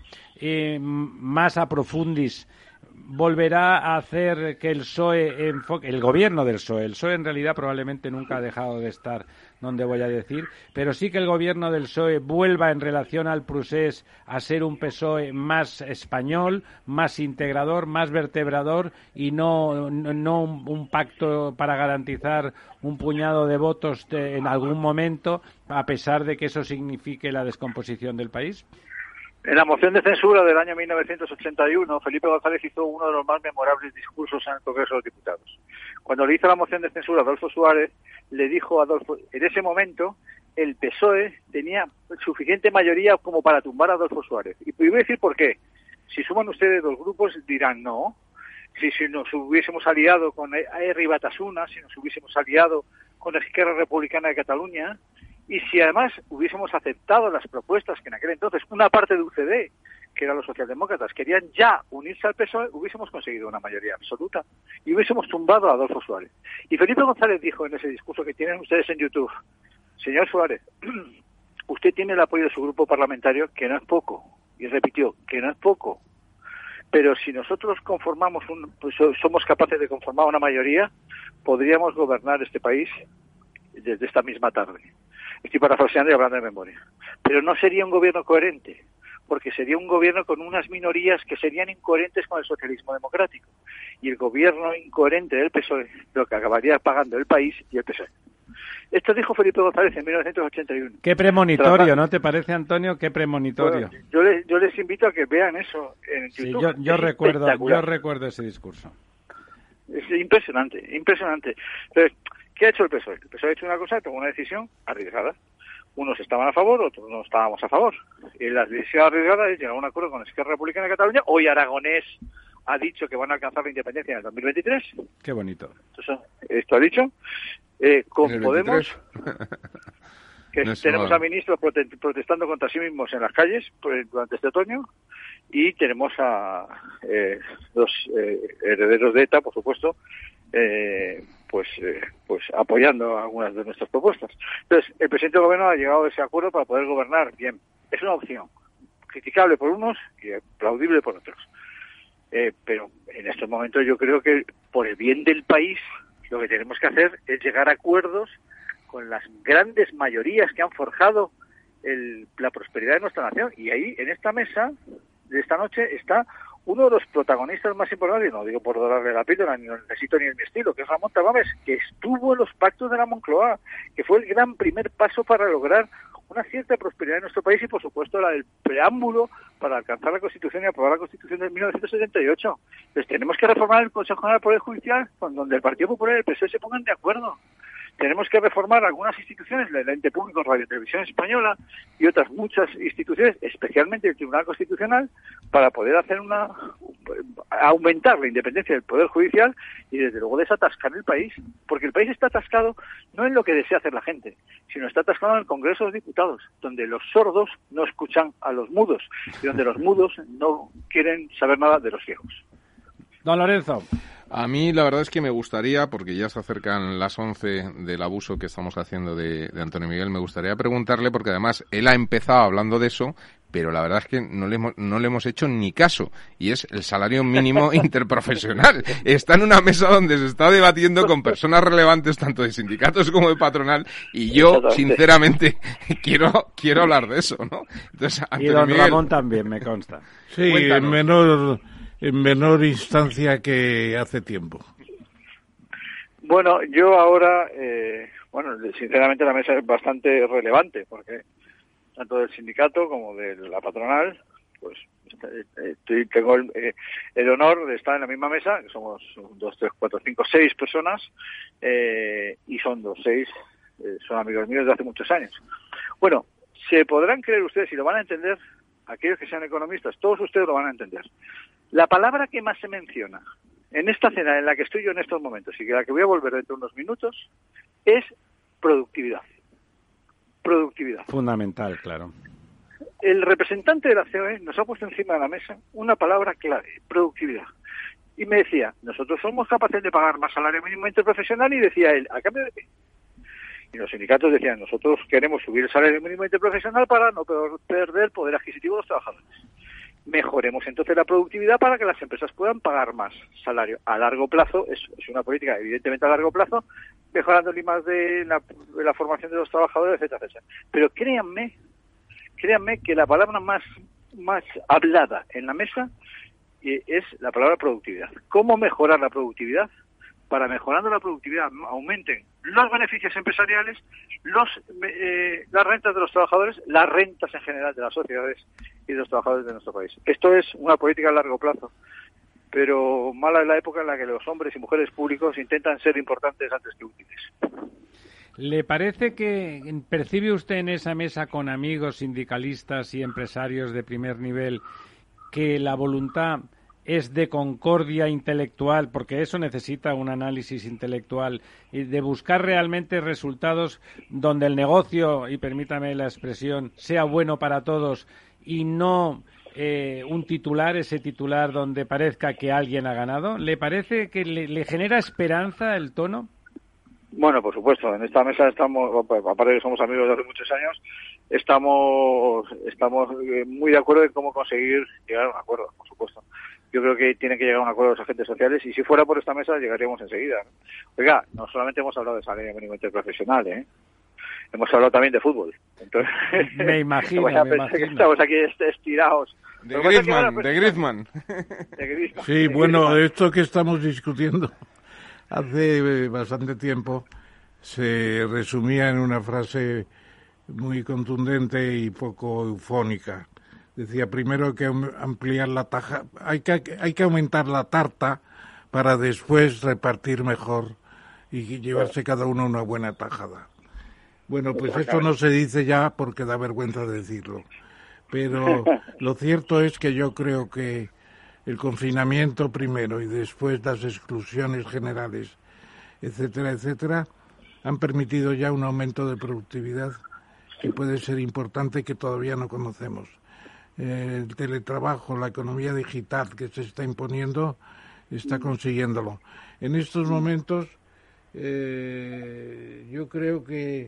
más a profundis volverá a hacer que el PSOE enfoque, el gobierno del PSOE, el PSOE en realidad probablemente nunca ha dejado de estar donde voy a decir, pero sí que el gobierno del PSOE vuelva en relación al procés a ser un PSOE más español, más integrador, más vertebrador y no un pacto para garantizar un puñado de votos en algún momento, a pesar de que eso signifique la descomposición del país? En la moción de censura del año 1981, Felipe González hizo uno de los más memorables discursos en el Congreso de los Diputados. Cuando le hizo la moción de censura a Adolfo Suárez, le dijo a Adolfo, en ese momento el PSOE tenía suficiente mayoría como para tumbar a Adolfo Suárez. Y voy a decir por qué. Si suman ustedes 2 grupos, dirán no. Si nos hubiésemos aliado con AER y Batasuna, si nos hubiésemos aliado con la Esquerra Republicana de Cataluña, y si además hubiésemos aceptado las propuestas que en aquel entonces una parte de UCD, que eran los socialdemócratas, querían ya unirse al PSOE, hubiésemos conseguido una mayoría absoluta y hubiésemos tumbado a Adolfo Suárez. Y Felipe González dijo en ese discurso que tienen ustedes en YouTube, señor Suárez, usted tiene el apoyo de su grupo parlamentario, que no es poco, y repitió, que no es poco, pero si nosotros somos capaces de conformar una mayoría, podríamos gobernar este país desde esta misma tarde. Estoy parafraseando y hablando de memoria. Pero no sería un gobierno coherente, porque sería un gobierno con unas minorías que serían incoherentes con el socialismo democrático. Y el gobierno incoherente del PSOE, lo que acabaría pagando el país y el PSOE. Esto dijo Felipe González en 1981. Qué premonitorio, ¿no te parece, Antonio? Qué premonitorio. Bueno, yo les invito a que vean eso en YouTube. Sí, yo recuerdo ese discurso. Es impresionante. Entonces, ¿qué ha hecho el PSOE? El PSOE ha hecho una cosa, tomó una decisión arriesgada. Unos estaban a favor, otros no estábamos a favor. Y la decisión arriesgada es llegar a un acuerdo con Esquerra Republicana de Cataluña. Hoy Aragonés ha dicho que van a alcanzar la independencia en el 2023. Qué bonito. Entonces, esto ha dicho. Con Podemos, que no tenemos a ministros protestando contra sí mismos en las calles durante este otoño, y tenemos a los herederos de ETA, por supuesto, pues apoyando algunas de nuestras propuestas. Entonces, el presidente del gobierno ha llegado a ese acuerdo para poder gobernar bien. Es una opción criticable por unos y aplaudible por otros. Pero en estos momentos yo creo que por el bien del país lo que tenemos que hacer es llegar a acuerdos con las grandes mayorías que han forjado la prosperidad de nuestra nación. Y ahí, en esta mesa de esta noche, está uno de los protagonistas más importantes, y no digo por dorarle la píldora, ni lo necesito ni en mi estilo, que es Ramón Tamames, que estuvo en los pactos de la Moncloa, que fue el gran primer paso para lograr una cierta prosperidad en nuestro país y, por supuesto, la del preámbulo para alcanzar la Constitución y aprobar la Constitución de 1978. Entonces, tenemos que reformar el Consejo General del Poder Judicial, con donde el Partido Popular y el PSOE se pongan de acuerdo. Tenemos que reformar algunas instituciones, el ente público, Radio y Televisión Española y otras muchas instituciones, especialmente el Tribunal Constitucional, para poder hacer aumentar la independencia del Poder Judicial y, desde luego, desatascar el país. Porque el país está atascado no en lo que desea hacer la gente, sino está atascado en el Congreso de los Diputados, donde los sordos no escuchan a los mudos y donde los mudos no quieren saber nada de los ciegos. Don Lorenzo. A mí la verdad es que me gustaría, porque ya se acercan las 11 del abuso que estamos haciendo de Antonio Miguel, me gustaría preguntarle, porque además él ha empezado hablando de eso, pero la verdad es que no le hemos hecho ni caso, y es el salario mínimo interprofesional. Está en una mesa donde se está debatiendo con personas relevantes tanto de sindicatos como de patronal, y yo sinceramente quiero hablar de eso, ¿no? Entonces, Antonio y don Miguel, Ramón también, me consta. Sí, Cuéntanos. en menor instancia que hace tiempo. Bueno, yo ahora, sinceramente la mesa es bastante relevante, porque tanto del sindicato como de la patronal, pues tengo el honor de estar en la misma mesa, que somos 2, 3, 4, 5, 6 personas, y son 6, son amigos míos de hace muchos años. Bueno, se podrán creer ustedes, y lo van a entender, aquellos que sean economistas, todos ustedes lo van a entender. La palabra que más se menciona en esta cena en la que estoy yo en estos momentos y que la que voy a volver dentro de unos minutos es productividad. Productividad. Fundamental, claro. El representante de la COE nos ha puesto encima de la mesa una palabra clave, productividad. Y me decía, nosotros somos capaces de pagar más salario mínimo interprofesional, y decía él, ¿a cambio de qué? Y los sindicatos decían, nosotros queremos subir el salario mínimo interprofesional para no perder poder adquisitivo de los trabajadores. Mejoremos entonces la productividad para que las empresas puedan pagar más salario. A largo plazo, es una política evidentemente a largo plazo, mejorando el I+D, la formación de los trabajadores, etcétera, etcétera. Pero créanme que la palabra más hablada en la mesa es la palabra productividad. ¿Cómo mejorar la productividad? Para, mejorando la productividad, aumenten los beneficios empresariales, las rentas de los trabajadores, las rentas en general de las sociedades y de los trabajadores de nuestro país. Esto es una política a largo plazo, pero mala es la época en la que los hombres y mujeres públicos intentan ser importantes antes que útiles. ¿Le parece que percibe usted en esa mesa con amigos sindicalistas y empresarios de primer nivel que la voluntad es de concordia intelectual, porque eso necesita un análisis intelectual, y de buscar realmente resultados donde el negocio, y permítame la expresión, sea bueno para todos y no un titular, ese titular donde parezca que alguien ha ganado? ¿Le parece que le genera esperanza el tono? Bueno, por supuesto, en esta mesa estamos, aparte de que somos amigos de hace muchos años, estamos muy de acuerdo en cómo conseguir llegar a un acuerdo, por supuesto. Yo creo que tienen que llegar a un acuerdo los agentes sociales, y si fuera por esta mesa llegaríamos enseguida, ¿no? Oiga, no solamente hemos hablado de salario mínimo interprofesional, hemos hablado también de fútbol. Entonces, me imagino. Que estamos aquí estirados. De Griezmann, de Griezmann. Sí, bueno, esto que estamos discutiendo hace bastante tiempo se resumía en una frase muy contundente y poco eufónica. Decía, primero hay que ampliar la taja, hay que aumentar la tarta para después repartir mejor y llevarse cada uno una buena tajada. Bueno, pues esto no se dice ya porque da vergüenza decirlo. Pero lo cierto es que yo creo que el confinamiento primero y después las exclusiones generales, etcétera, etcétera, han permitido ya un aumento de productividad que puede ser importante y que todavía no conocemos. El teletrabajo, la economía digital que se está imponiendo, está consiguiéndolo. En estos momentos yo creo que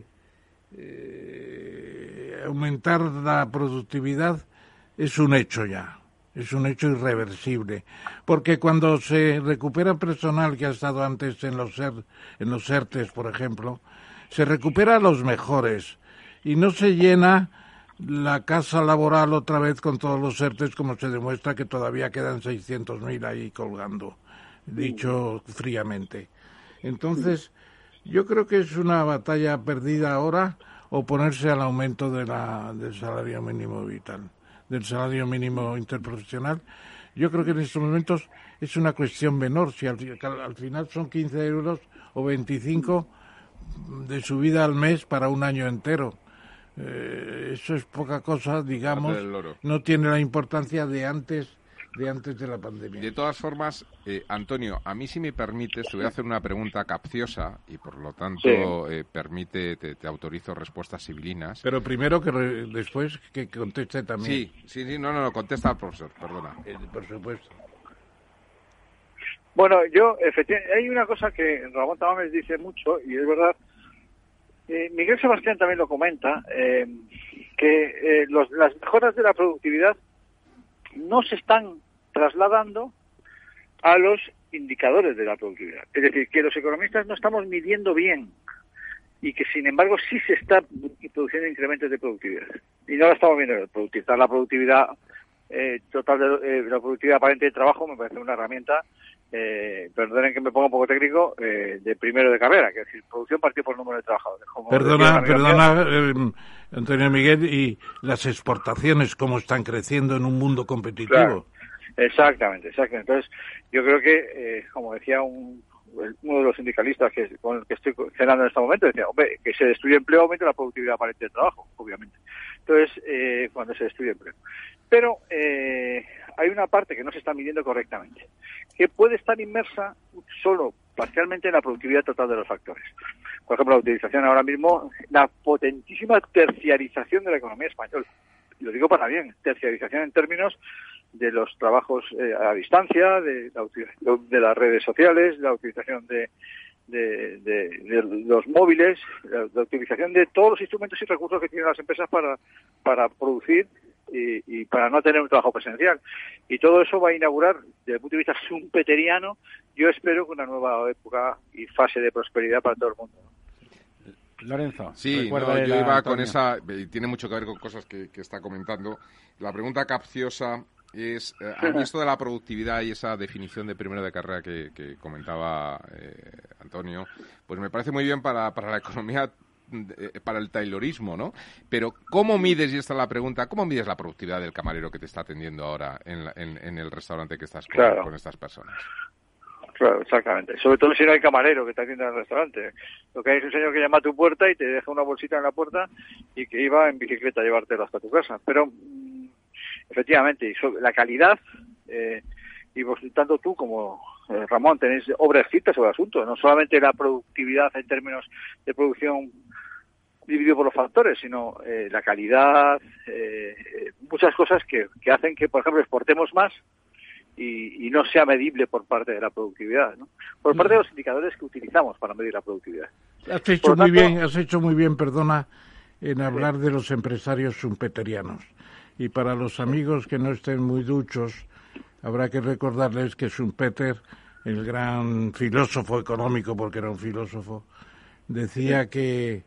aumentar la productividad es un hecho ya, es un hecho irreversible, porque cuando se recupera personal que ha estado antes en los ERTES, por ejemplo, se recupera a los mejores y no se llena la casa laboral otra vez con todos los ERTES, como se demuestra que todavía quedan 600.000 ahí colgando, dicho fríamente. Entonces, yo creo que es una batalla perdida ahora oponerse al aumento del salario mínimo vital, del salario mínimo interprofesional. Yo creo que en estos momentos es una cuestión menor, si al final son 15 euros o 25 de subida al mes para un año entero. Eso es poca cosa, digamos, no tiene la importancia de antes de la pandemia. De todas formas, Antonio, a mí si me permites, te voy a hacer una pregunta capciosa y por lo tanto te autorizo respuestas sibilinas. Pero primero después que conteste también. Sí, no, contesta al profesor, perdona. Por supuesto. Bueno, yo, efectivamente, hay una cosa que Ramón Tamames dice mucho, y es verdad, Miguel Sebastián también lo comenta, que las mejoras de la productividad no se están trasladando a los indicadores de la productividad. Es decir, que los economistas no estamos midiendo bien y que, sin embargo, sí se está produciendo incrementos de productividad. Y no la estamos viendo. La productividad total, la productividad aparente de trabajo me parece una herramienta, perdonen que me ponga un poco técnico, de primero de carrera, que es decir, producción partida por número de trabajadores. Perdona, Antonio Miguel, y las exportaciones, cómo están creciendo en un mundo competitivo. Claro. Exactamente. Entonces, yo creo que, como decía uno de los sindicalistas con el que estoy cenando en este momento, decía, hombre, que se destruye empleo aumenta la productividad aparente de trabajo, obviamente. Entonces, cuando se destruye empleo. Pero hay una parte que no se está midiendo correctamente, que puede estar inmersa solo parcialmente en la productividad total de los factores. Por ejemplo, la utilización ahora mismo, la potentísima terciarización de la economía española. Lo digo para bien, terciarización en términos de los trabajos a distancia, de las redes sociales, la utilización de los móviles, la utilización de todos los instrumentos y recursos que tienen las empresas para producir y para no tener un trabajo presencial. Y todo eso va a inaugurar, desde el punto de vista schumpeteriano, yo espero que una nueva época y fase de prosperidad para todo el mundo. Lorenzo. Sí, yo iba con esa, tiene mucho que ver con cosas que está comentando. La pregunta capciosa es, a mí esto de la productividad y esa definición de primero de carrera que comentaba Antonio, pues me parece muy bien para la economía, para el taylorismo, ¿no? Pero ¿cómo mides, y esta es la pregunta, cómo mides la productividad del camarero que te está atendiendo ahora en el restaurante que estás con estas personas? Claro, exactamente. Sobre todo si no hay camarero que te atienda en el restaurante. Lo que hay es un señor que llama a tu puerta y te deja una bolsita en la puerta y que iba en bicicleta a llevártelo hasta tu casa. Pero, efectivamente, la calidad, y vos, tanto tú como Ramón, tenéis obras escritas sobre el asunto. No solamente la productividad en términos de producción dividido por los factores, sino la calidad, muchas cosas que hacen que, por ejemplo, exportemos más y no sea medible por parte de la productividad, ¿no? Por parte de los indicadores que utilizamos para medir la productividad. Has hecho muy bien, perdona, en hablar de los empresarios schumpeterianos. Y para los amigos que no estén muy duchos, habrá que recordarles que Schumpeter, el gran filósofo económico, porque era un filósofo, decía que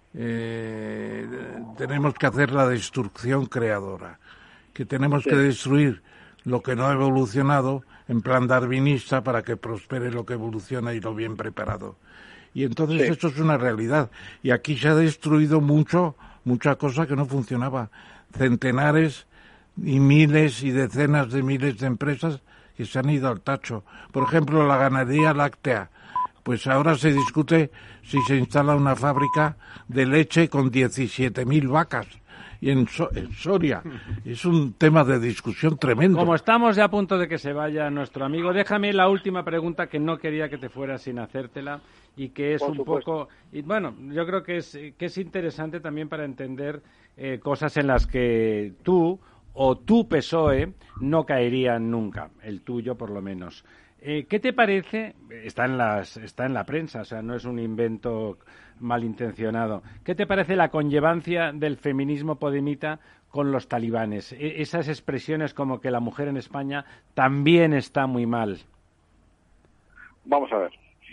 tenemos que hacer la destrucción creadora, que tenemos que destruir lo que no ha evolucionado en plan darwinista para que prospere lo que evoluciona y lo bien preparado. Y entonces esto es una realidad. Y aquí se ha destruido mucha cosa que no funcionaba. Centenares y miles y decenas de miles de empresas que se han ido al tacho. Por ejemplo, la ganadería láctea. Pues ahora se discute si se instala una fábrica de leche con 17.000 vacas. Y en Soria. Es un tema de discusión tremendo. Como estamos ya a punto de que se vaya nuestro amigo, déjame la última pregunta que no quería que te fueras sin hacértela y que es un poco... Y bueno, yo creo que es interesante también para entender cosas en las que tú o tu PSOE no caerían nunca, el tuyo por lo menos. ¿Qué te parece? Está en la prensa, o sea, no es un invento malintencionado. ¿Qué te parece la conllevancia del feminismo podemita con los talibanes? Esas expresiones como que la mujer en España también está muy mal. Vamos a ver.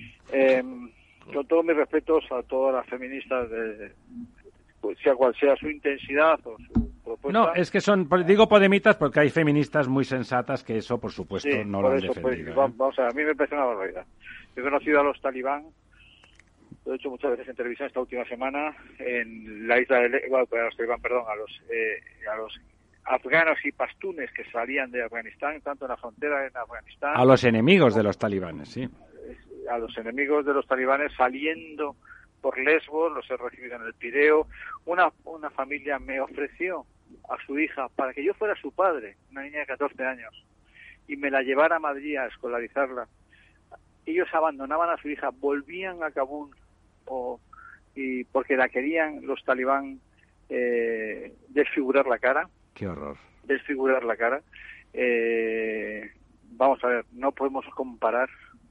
Con todos mis respetos a todas las feministas, pues sea cual sea su intensidad o su propuesta. No, es que digo podemitas porque hay feministas muy sensatas que eso, por supuesto, no lo han defendido. Vamos a ver, a mí me parece una barbaridad. Yo he conocido a los talibán, lo he hecho muchas veces en televisión esta última semana, en la isla de... Bueno, a los talibán, perdón, a los afganos y pastunes que salían de Afganistán, tanto en la frontera en Afganistán... A los enemigos de los talibanes, sí. A los enemigos de los talibanes saliendo por Lesbos, los he recibido en el Pireo. Una familia me ofreció a su hija para que yo fuera su padre, una niña de 14 años, y me la llevara a Madrid a escolarizarla. Ellos abandonaban a su hija, volvían a Kabul y porque la querían los talibán desfigurar la cara. ¡Qué horror! Desfigurar la cara. Vamos a ver, no podemos comparar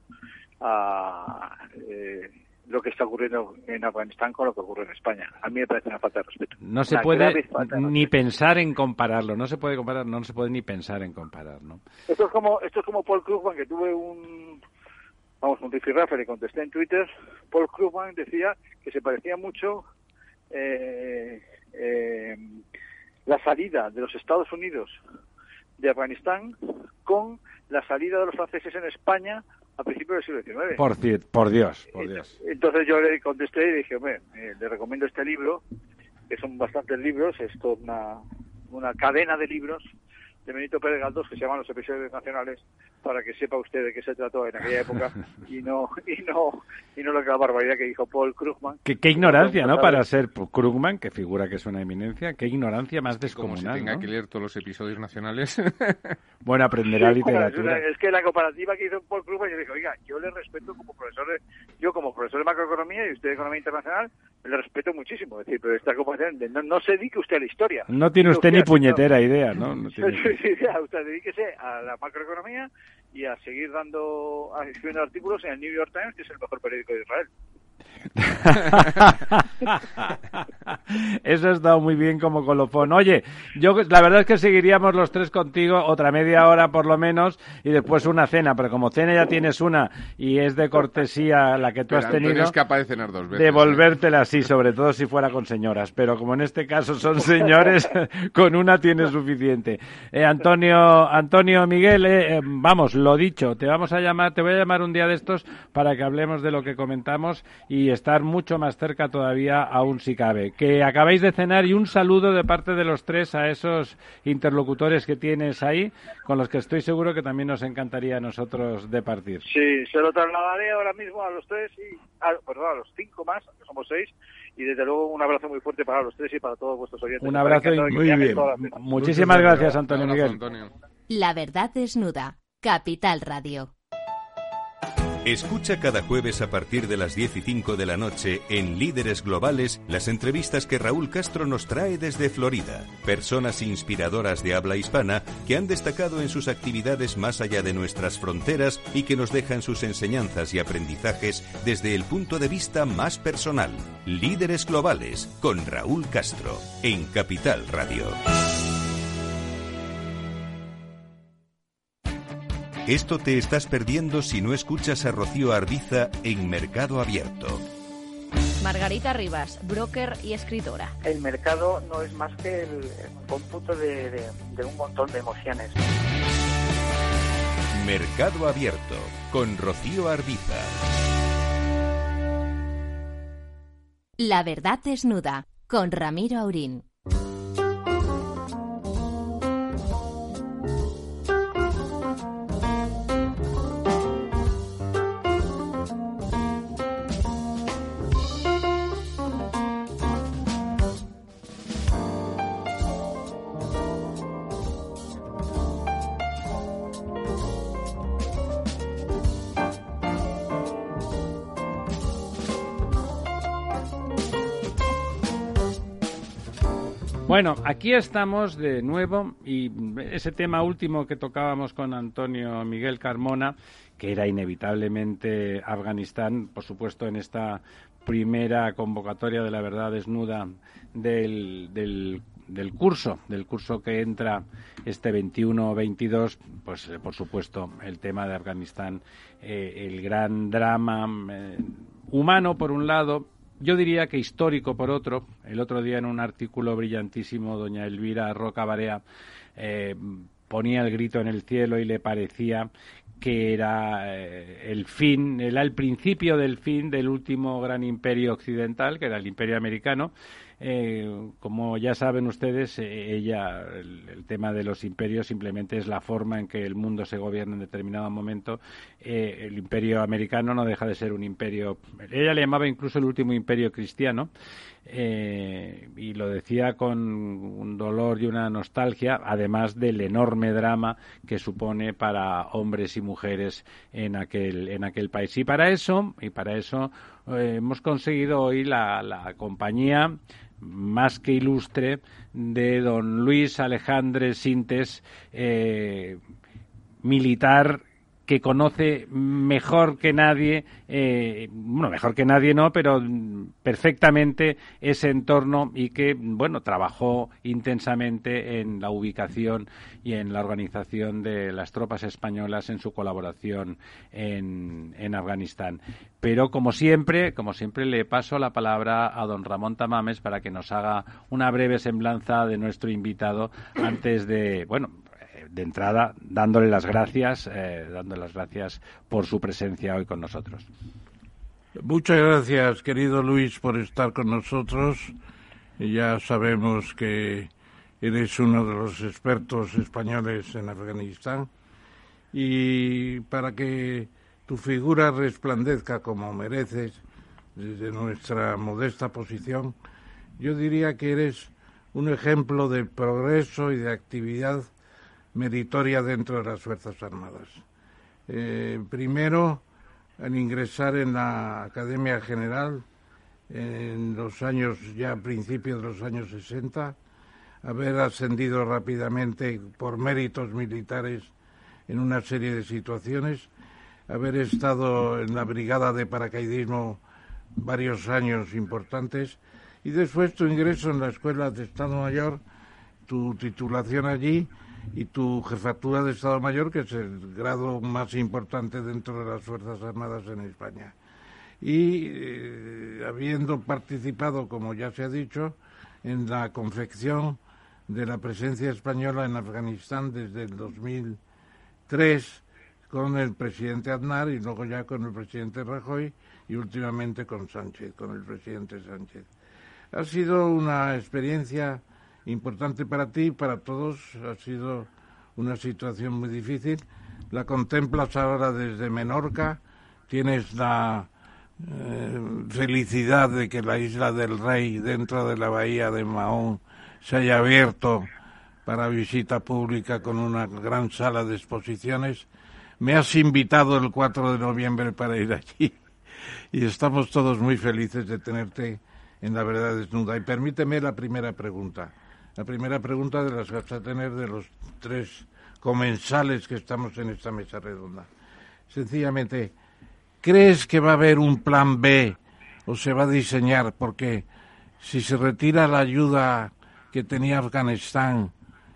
lo que está ocurriendo en Afganistán con lo que ocurre en España. A mí me parece una falta de respeto. No se puede ni pensar en compararlo. No se puede comparar, no se puede ni pensar en comparar, ¿no? Esto es como Paul Krugman, que tuve un rifirrafe, le contesté en Twitter. Paul Krugman decía que se parecía mucho la salida de los Estados Unidos de Afganistán con la salida de los franceses en España a principios del siglo XIX. Por Dios. Entonces yo le contesté y dije, hombre, le recomiendo este libro, que son bastantes libros, es toda una cadena de libros de Benito Pérez Galdós que se llaman Los Episodios Nacionales, para que sepa usted de qué se trató en aquella época y no la barbaridad que dijo Paul Krugman. Qué ignorancia, ¿no? Para ser Krugman, que figura que es una eminencia, qué ignorancia más descomunal. Como si tenga, ¿no?, que leer todos los episodios nacionales. Bueno, aprenderá literatura. Es que la comparativa que hizo Paul Krugman, yo dije, oiga, yo le respeto como profesor de macroeconomía y usted de economía internacional, le respeto muchísimo. Es decir, pero esta comparación no se dedique usted a la historia. No tiene usted ni puñetera idea, ¿no? Usted dedíquese a la macroeconomía y a seguir escribiendo artículos en el New York Times, que es el mejor periódico de Israel. Eso ha estado muy bien como colofón. Oye, la verdad es que seguiríamos los tres contigo otra media hora por lo menos y después una cena, pero como cena ya tienes una y es de cortesía la que tú has tenido, es capaz de cenar 2 veces, devolvértela, sí, sobre todo si fuera con señoras, pero como en este caso son señores, con una tienes suficiente. Antonio Miguel, vamos, lo dicho, te voy a llamar un día de estos para que hablemos de lo que comentamos y estar mucho más cerca todavía, aún si cabe. Que acabáis de cenar y un saludo de parte de los tres a esos interlocutores que tienes ahí, con los que estoy seguro que también nos encantaría a nosotros departir. Sí, se lo trasladaré ahora mismo a los tres a los 5 más, que somos 6, y desde luego un abrazo muy fuerte para los tres y para todos vuestros oyentes. Un abrazo y muy bien. Muchísimas gracias, Antonio Miguel. Antonio. La verdad desnuda. Capital Radio. Escucha cada jueves a partir de las 10:05 de la noche en Líderes Globales las entrevistas que Raúl Castro nos trae desde Florida. Personas inspiradoras de habla hispana que han destacado en sus actividades más allá de nuestras fronteras y que nos dejan sus enseñanzas y aprendizajes desde el punto de vista más personal. Líderes Globales con Raúl Castro en Capital Radio. Esto te estás perdiendo si no escuchas a Rocío Arbiza en Mercado Abierto. Margarita Rivas, broker y escritora. El mercado no es más que el cómputo de un montón de emociones. Mercado Abierto, con Rocío Arbiza. La verdad desnuda, con Ramiro Aurín. Bueno, aquí estamos de nuevo y ese tema último que tocábamos con Antonio Miguel Carmona, que era inevitablemente Afganistán, por supuesto en esta primera convocatoria de la verdad desnuda del curso que entra este 21-22, pues por supuesto el tema de Afganistán, el gran drama humano por un lado, yo diría que histórico por otro. El otro día en un artículo brillantísimo doña Elvira Roca Barea ponía el grito en el cielo y le parecía que era el principio del fin del último gran imperio occidental, que era el imperio americano. Como ya saben ustedes, el tema de los imperios simplemente es la forma en que el mundo se gobierna en determinado momento. El imperio americano no deja de ser un imperio, ella le llamaba incluso el último imperio cristiano, y lo decía con un dolor y una nostalgia, además del enorme drama que supone para hombres y mujeres en aquel país. Y para eso hemos conseguido hoy la compañía más que ilustre de don Luis Alejandre Sintes, militar que conoce mejor que nadie, mejor que nadie no, pero perfectamente ese entorno y que, trabajó intensamente en la ubicación y en la organización de las tropas españolas en su colaboración en Afganistán. Pero como siempre le paso la palabra a don Ramón Tamames para que nos haga una breve semblanza de nuestro invitado antes de entrada, dándole las gracias por su presencia hoy con nosotros. Muchas gracias, querido Luis, por estar con nosotros. Ya sabemos que eres uno de los expertos españoles en Afganistán y para que tu figura resplandezca como mereces desde nuestra modesta posición, yo diría que eres un ejemplo de progreso y de actividad meritoria dentro de las Fuerzas Armadas. Primero, al ingresar en la Academia General en los años, ya a principios de los años 60, haber ascendido rápidamente por méritos militares en una serie de situaciones, haber estado en la brigada de paracaidismo varios años importantes y después tu ingreso en la Escuela de Estado Mayor, tu titulación allí y tu jefatura de Estado Mayor, que es el grado más importante dentro de las Fuerzas Armadas en España. Y habiendo participado, como ya se ha dicho, en la confección de la presencia española en Afganistán desde el 2003 con el presidente Aznar y luego ya con el presidente Rajoy y últimamente con el presidente Sánchez. Ha sido una experiencia importante para ti y para todos. Ha sido una situación muy difícil. La contemplas ahora desde Menorca. Tienes la felicidad de que la Isla del Rey, dentro de la bahía de Mahón, se haya abierto para visita pública con una gran sala de exposiciones. Me has invitado el 4 de noviembre para ir allí y estamos todos muy felices de tenerte en La Verdad Desnuda. Y permíteme la primera pregunta de las que vas a tener de los 3 comensales que estamos en esta mesa redonda. Sencillamente, ¿crees que va a haber un plan B o se va a diseñar? Porque si se retira la ayuda que tenía Afganistán,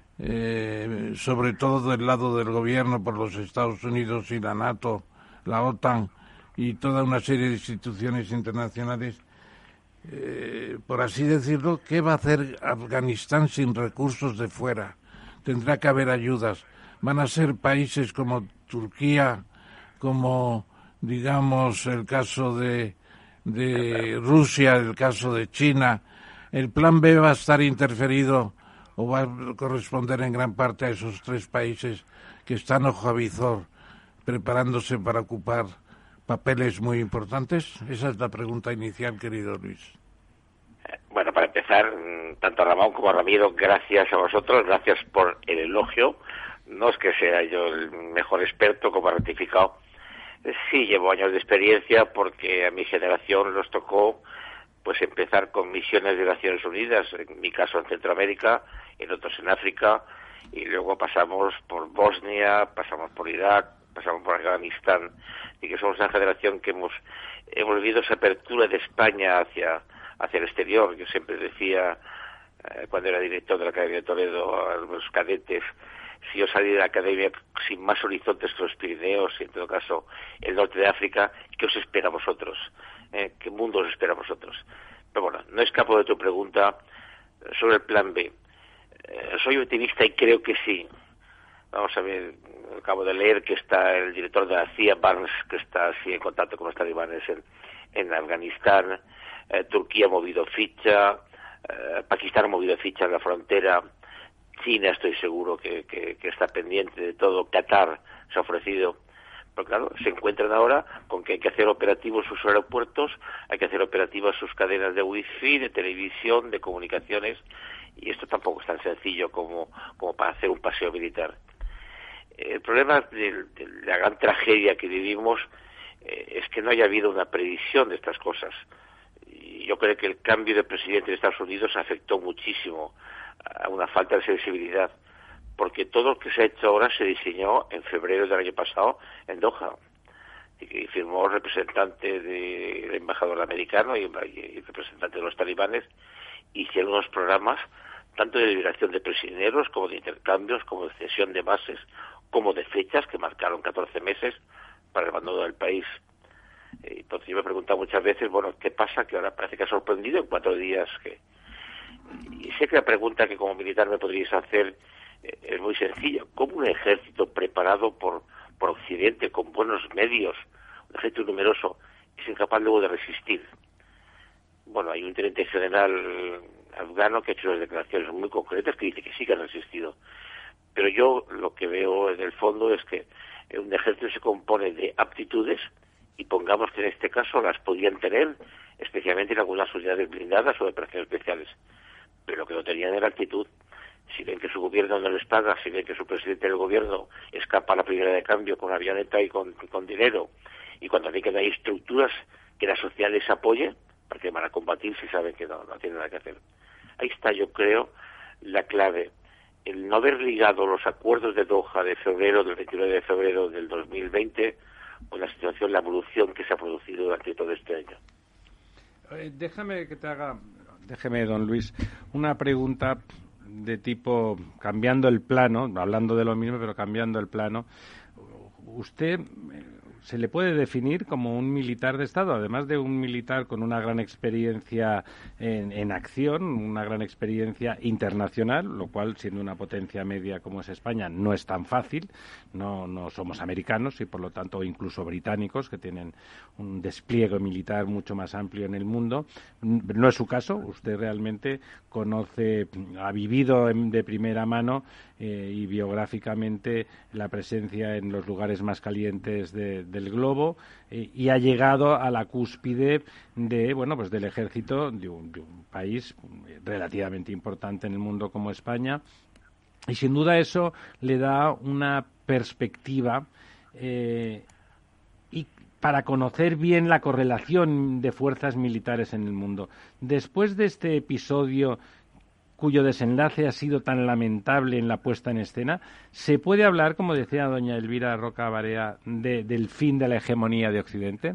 sobre todo del lado del gobierno por los Estados Unidos y la NATO, la OTAN y toda una serie de instituciones internacionales, por así decirlo, ¿qué va a hacer Afganistán sin recursos de fuera? Tendrá que haber ayudas. Van a ser países como Turquía, como, digamos, el caso de Rusia, el caso de China. ¿El plan B va a estar interferido o va a corresponder en gran parte a esos 3 países que están ojo a visor preparándose para ocupar papeles muy importantes? Esa es la pregunta inicial, querido Luis. Bueno, para empezar, tanto a Ramón como a Ramiro, gracias a vosotros, gracias por el elogio. No es que sea yo el mejor experto, como ha ratificado. Sí, llevo años de experiencia porque a mi generación nos tocó pues empezar con misiones de Naciones Unidas, en mi caso en Centroamérica, en otros en África, y luego pasamos por Bosnia, pasamos por Irak, pasamos por Afganistán, y que somos una generación que hemos vivido esa apertura de España hacia el exterior. Yo siempre decía, cuando era director de la Academia de Toledo, a los cadetes, si yo salí de la Academia sin más horizontes que los Pirineos, y en todo caso el norte de África, ¿qué os espera a vosotros? ¿Qué mundo os espera a vosotros? Pero bueno, no escapo de tu pregunta sobre el plan B. Soy optimista y creo que sí. Vamos a ver, acabo de leer que está el director de la CIA, Barnes, que está así en contacto con los talibanes en Afganistán. Turquía ha movido ficha, Pakistán ha movido ficha en la frontera, China estoy seguro que está pendiente de todo, Qatar se ha ofrecido. Pero claro, se encuentran ahora con que hay que hacer operativos sus aeropuertos, hay que hacer operativas sus cadenas de wifi, de televisión, de comunicaciones, y esto tampoco es tan sencillo como para hacer un paseo militar. El problema de la gran tragedia que vivimos es que no haya habido una previsión de estas cosas. Y yo creo que el cambio de presidente de Estados Unidos afectó muchísimo a una falta de sensibilidad, porque todo lo que se ha hecho ahora se diseñó en febrero del año pasado en Doha, y firmó el representante del embajador americano y el representante de los talibanes. Hicieron unos programas tanto de liberación de prisioneros como de intercambios, como de cesión de bases, como de fechas que marcaron 14 meses para el abandono del país. Entonces yo me he preguntado muchas veces, bueno, ¿qué pasa? Que ahora parece que ha sorprendido en 4 días Y sé que la pregunta que como militar me podríais hacer es muy sencilla. ¿Cómo un ejército preparado por Occidente, con buenos medios, un ejército numeroso, es incapaz luego de resistir? Bueno, hay un teniente general afgano que ha hecho unas declaraciones muy concretas que dice que sí que han resistido. Pero yo lo que veo en el fondo es que un ejército se compone de aptitudes, y pongamos que en este caso las podían tener, especialmente en algunas unidades blindadas o de operaciones especiales, pero lo que no tenían era actitud. Si ven que su gobierno no les paga, si ven que su presidente del gobierno escapa a la primera de cambio con avioneta y con dinero, y cuando hay que dar estructuras que la sociedad les apoye, para que van a combatir si saben que no tienen nada que hacer. Ahí está, yo creo, la clave. El no haber ligado los acuerdos de Doha del 29 de febrero del 2020, con la situación, la evolución que se ha producido durante todo este año. Déjeme, don Luis, una pregunta de tipo, cambiando el plano, hablando de lo mismo, pero cambiando el plano. ¿Usted se le puede definir como un militar de Estado, además de un militar con una gran experiencia en acción, una gran experiencia internacional, lo cual, siendo una potencia media como es España, no es tan fácil? No somos americanos y, por lo tanto, incluso británicos, que tienen un despliegue militar mucho más amplio en el mundo. No es su caso. Usted realmente ha vivido de primera mano y biográficamente la presencia en los lugares más calientes del globo, y ha llegado a la cúspide del ejército de un país relativamente importante en el mundo como España, y sin duda eso le da una perspectiva y para conocer bien la correlación de fuerzas militares en el mundo. Después de este episodio, cuyo desenlace ha sido tan lamentable en la puesta en escena, ¿se puede hablar, como decía doña Elvira Roca Barea, del fin de la hegemonía de Occidente?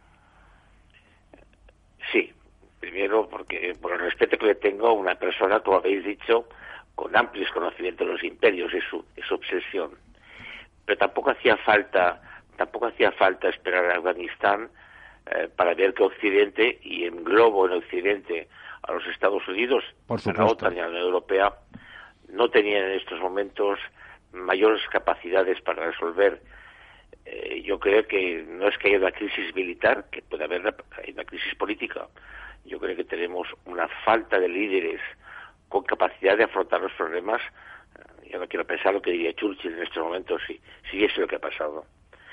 Sí, primero porque por el respeto que le tengo a una persona, como habéis dicho, con amplios conocimientos de los imperios, es su obsesión. Pero tampoco hacía falta esperar a Afganistán para ver que Occidente, y englobo en Occidente a los Estados Unidos, a la OTAN y a la Unión Europea, no tenían en estos momentos mayores capacidades para resolver. Yo creo que no es que haya una crisis militar, que puede haber una crisis política. Yo creo que tenemos una falta de líderes con capacidad de afrontar los problemas. Yo no quiero pensar lo que diría Churchill en estos momentos si eso es lo que ha pasado.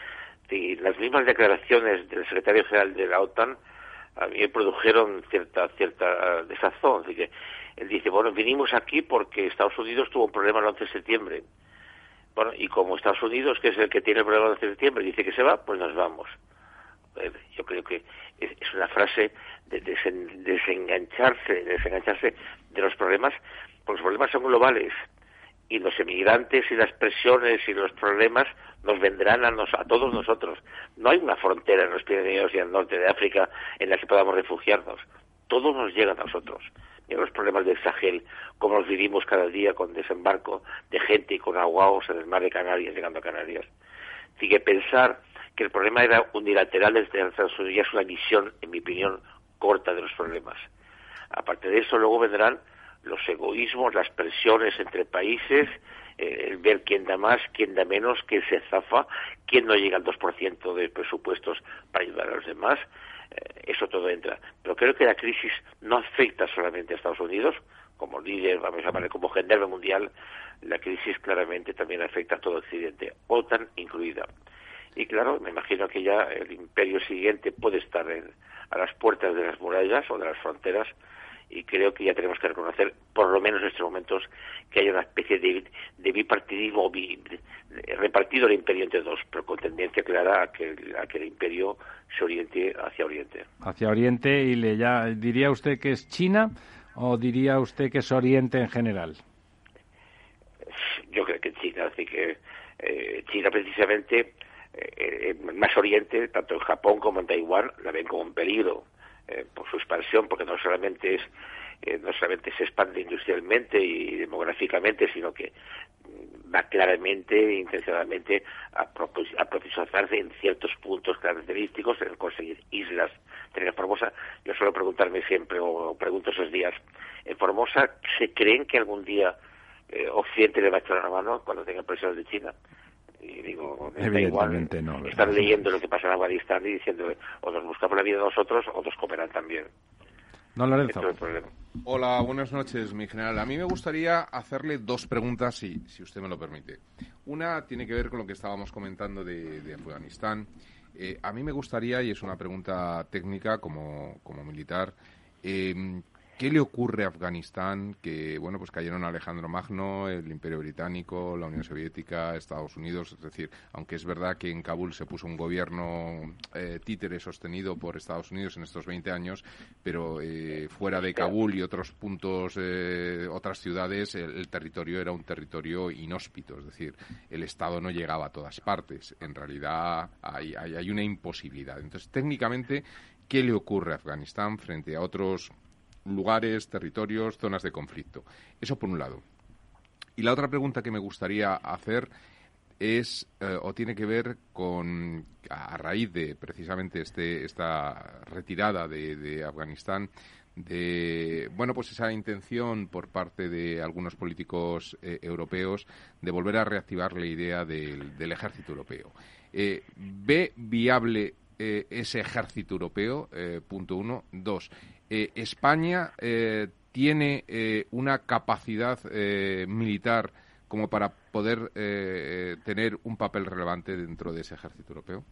Y las mismas declaraciones del secretario general de la OTAN a mí me produjeron cierta desazón. Así que él dice, bueno, vinimos aquí porque Estados Unidos tuvo un problema el 11 de septiembre. Bueno, y como Estados Unidos, que es el que tiene el problema el 11 de septiembre, dice que se va, pues nos vamos. Yo creo que es una frase de desengancharse de los problemas, porque los problemas son globales. Y los emigrantes y las presiones y los problemas nos vendrán a todos nosotros. No hay una frontera en los Pirineos y al norte de África en la que podamos refugiarnos. Todos nos llegan a nosotros. Mira los problemas del Sahel, cómo los vivimos cada día con desembarco de gente y con ahogados en el mar de Canarias, llegando a Canarias. Así que pensar que el problema era unilateral desde Estados Unidos ya es una visión, en mi opinión, corta de los problemas. Aparte de eso, luego vendrán los egoísmos, las presiones entre países, el ver quién da más, quién da menos, quién se zafa, quién no llega al 2% de presupuestos para ayudar a los demás. Eso todo entra. Pero creo que la crisis no afecta solamente a Estados Unidos, como líder, vamos a llamarle como gendarme mundial. La crisis claramente también afecta a todo Occidente, OTAN incluida. Y claro, me imagino que ya el imperio siguiente puede estar a las puertas de las murallas o de las fronteras, y creo que ya tenemos que reconocer, por lo menos en estos momentos, que hay una especie de bipartidismo repartido el imperio entre dos, pero con tendencia clara a que el imperio se oriente hacia Oriente. Hacia Oriente, y ¿diría usted que es China o diría usted que es Oriente en general? Yo creo que China, así que China precisamente, más Oriente, tanto en Japón como en Taiwán, la ven como un peligro. Por su expansión, porque no solamente se expande industrialmente y demográficamente, sino que va claramente, intencionadamente, a profundizarse en ciertos puntos característicos, en conseguir islas. En Formosa, yo suelo preguntarme siempre, o pregunto esos días, en Formosa, ¿se creen que algún día Occidente le va a echar una mano cuando tenga presiones de China? Y digo, evidentemente igual, no. Están leyendo lo que pasa en Afganistán y diciéndole, o nos buscamos la vida nosotros o nos comerán también. Don Lorenzo. Este es el problema. Hola, buenas noches, mi general. A mí me gustaría hacerle dos preguntas, si usted me lo permite. Una tiene que ver con lo que estábamos comentando de Afganistán. A mí me gustaría, y es una pregunta técnica como militar, ¿qué le ocurre a Afganistán? Que, bueno, pues cayeron Alejandro Magno, el Imperio Británico, la Unión Soviética, Estados Unidos. Es decir, aunque es verdad que en Kabul se puso un gobierno títere sostenido por Estados Unidos en estos 20 años, pero fuera de Kabul y otros puntos, otras ciudades, el territorio era un territorio inhóspito. Es decir, el Estado no llegaba a todas partes. En realidad hay una imposibilidad. Entonces, técnicamente, ¿qué le ocurre a Afganistán frente a otros lugares, territorios, zonas de conflicto? Eso por un lado. Y la otra pregunta que me gustaría hacer es, o tiene que ver con, a raíz de precisamente esta retirada de Afganistán, de, bueno, pues esa intención por parte de algunos políticos europeos de volver a reactivar la idea del ejército europeo. ¿Ve viable ese ejército europeo? Punto uno. Dos, ¿España tiene una capacidad militar como para poder tener un papel relevante dentro de ese ejército europeo?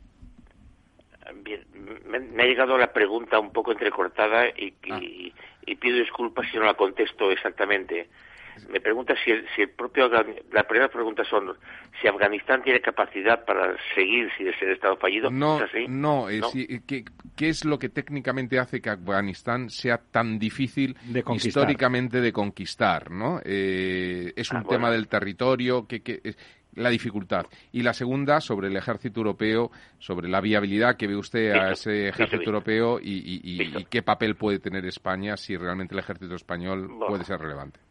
Bien, me ha llegado la pregunta un poco entrecortada y pido disculpas si no la contesto exactamente. Me pregunta si el propio... La primera pregunta son si Afganistán tiene capacidad para seguir sin ser Estado fallido. No, ¿es así? ¿no? ¿Qué es lo que técnicamente hace que Afganistán sea tan difícil históricamente de conquistar, ¿no? Es un tema del territorio, la dificultad. Y la segunda, sobre el ejército europeo, sobre la viabilidad que ve usted a ese ejército europeo y qué papel puede tener España si realmente el ejército español puede ser relevante.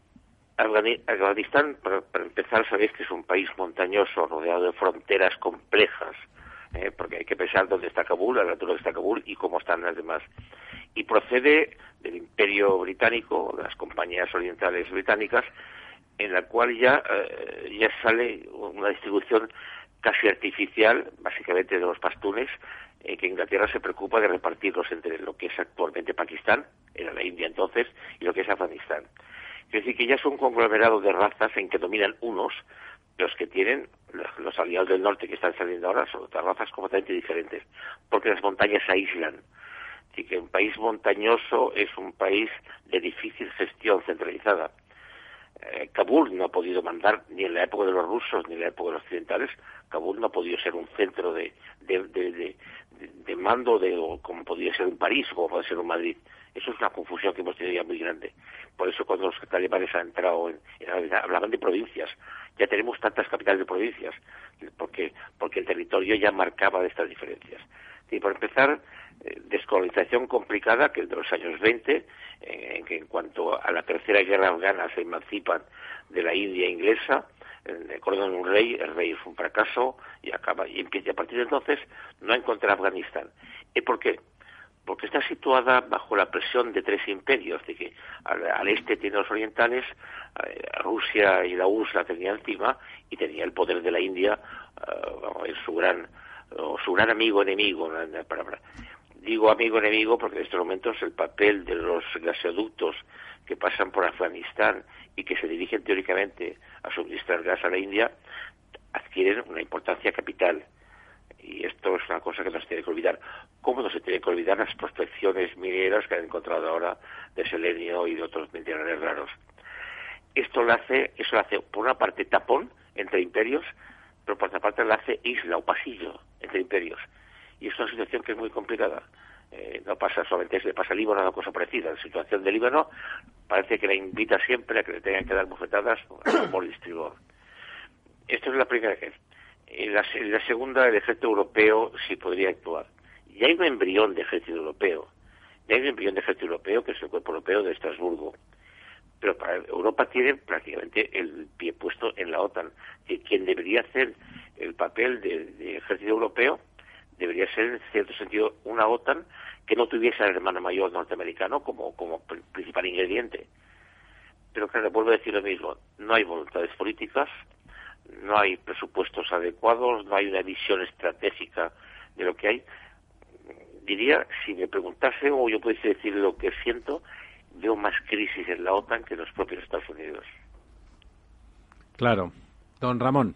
Afganistán, para empezar, sabéis que es un país montañoso, rodeado de fronteras complejas, porque hay que pensar dónde está Kabul, a la altura de está Kabul y cómo están las demás. Y procede del Imperio Británico, de las compañías orientales británicas, en la cual ya sale una distribución casi artificial, básicamente de los pastunes, que Inglaterra se preocupa de repartirlos entre lo que es actualmente Pakistán, era la India entonces, y lo que es Afganistán. Es decir, que ya es un conglomerado de razas en que dominan unos, los que tienen los aliados del norte que están saliendo ahora son otras razas completamente diferentes, porque las montañas se aíslan. Así que un país montañoso es un país de difícil gestión centralizada. Kabul no ha podido mandar ni en la época de los rusos ni en la época de los occidentales. Kabul no ha podido ser un centro de mando como podría ser un París o como puede ser un Madrid. Eso es una confusión que hemos tenido ya muy grande. Por eso cuando los talibanes han entrado hablaban de provincias. Ya tenemos tantas capitales de provincias porque el territorio ya marcaba de estas diferencias. Y por empezar, descolonización complicada que de los años 20, en que en cuanto a la tercera guerra afgana se emancipan de la India inglesa, coronan un rey, el rey es un fracaso y empieza a partir de entonces no encontrar Afganistán. ¿Y por qué? Porque está situada bajo la presión de tres imperios, de que al este tiene los orientales, Rusia y la URSS la tenía encima y tenía el poder de la India, su gran amigo enemigo, la palabra. Digo amigo-enemigo porque en estos momentos el papel de los gasoductos que pasan por Afganistán y que se dirigen teóricamente a suministrar gas a la India adquieren una importancia capital. Y esto es una cosa que no se tiene que olvidar. ¿Cómo no se tiene que olvidar las prospecciones mineras que han encontrado ahora de selenio y de otros minerales raros? Eso lo hace por una parte tapón entre imperios, pero por otra parte lo hace isla o pasillo entre imperios. Y es una situación que es muy complicada. No pasa solamente, le pasa a Líbano una cosa parecida. La situación de Líbano parece que la invita siempre a que le tengan que dar bofetadas por el distribuidor. Esto es la primera vez. En la segunda, el ejército europeo sí podría actuar. Ya hay un embrión de ejército europeo. Ya hay un embrión de ejército europeo, que es el Cuerpo Europeo de Estrasburgo. Pero para Europa tiene prácticamente el pie puesto en la OTAN. Quien debería hacer el papel de ejército europeo debería ser, en cierto sentido, una OTAN que no tuviese al hermano mayor norteamericano como principal ingrediente. Pero claro, vuelvo a decir lo mismo, no hay voluntades políticas, no hay presupuestos adecuados, no hay una visión estratégica de lo que hay. Diría, si me preguntase o yo pudiese decir lo que siento, veo más crisis en la OTAN que en los propios Estados Unidos. Claro. Don Ramón.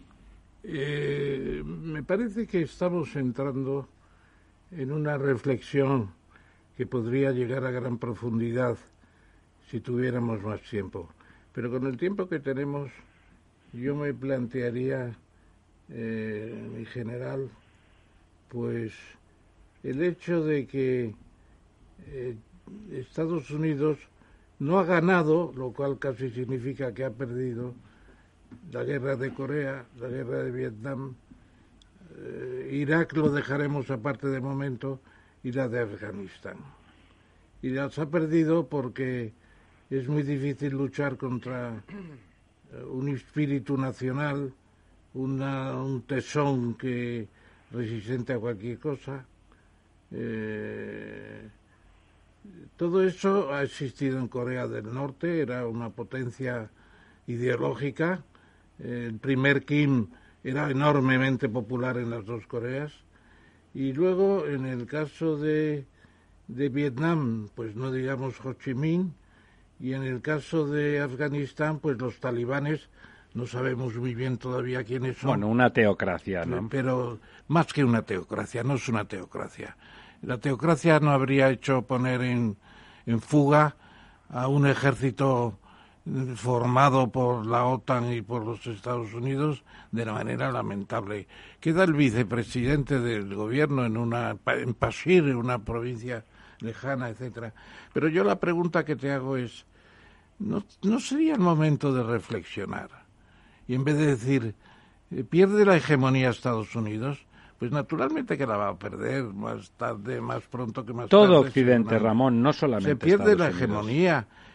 Me parece que estamos entrando en una reflexión que podría llegar a gran profundidad si tuviéramos más tiempo. Pero con el tiempo que tenemos, yo me plantearía, en general, pues el hecho de que Estados Unidos no ha ganado, lo cual casi significa que ha perdido, la guerra de Corea, la guerra de Vietnam, Irak lo dejaremos aparte de momento, y la de Afganistán. Y las ha perdido porque es muy difícil luchar contra un espíritu nacional, un tesón que resistente a cualquier cosa. Todo eso ha existido en Corea del Norte, era una potencia ideológica. El primer Kim era enormemente popular en las dos Coreas. Y luego, en el caso de Vietnam, pues no digamos Ho Chi Minh, y en el caso de Afganistán, pues los talibanes, no sabemos muy bien todavía quiénes son. Bueno, una teocracia, ¿no? Pero más que una teocracia, no es una teocracia. La teocracia no habría hecho poner en fuga a un ejército formado por la OTAN y por los Estados Unidos de una manera lamentable. Queda el vicepresidente del gobierno en Pashir, en una provincia lejana, etcétera. Pero yo la pregunta que te hago es, ¿no sería el momento de reflexionar? Y en vez de decir, ¿pierde la hegemonía Estados Unidos? Pues naturalmente que la va a perder más tarde, más pronto que más tarde. Todo Occidente, Ramón, no solamente se pierde Estados la Unidos. hegemonía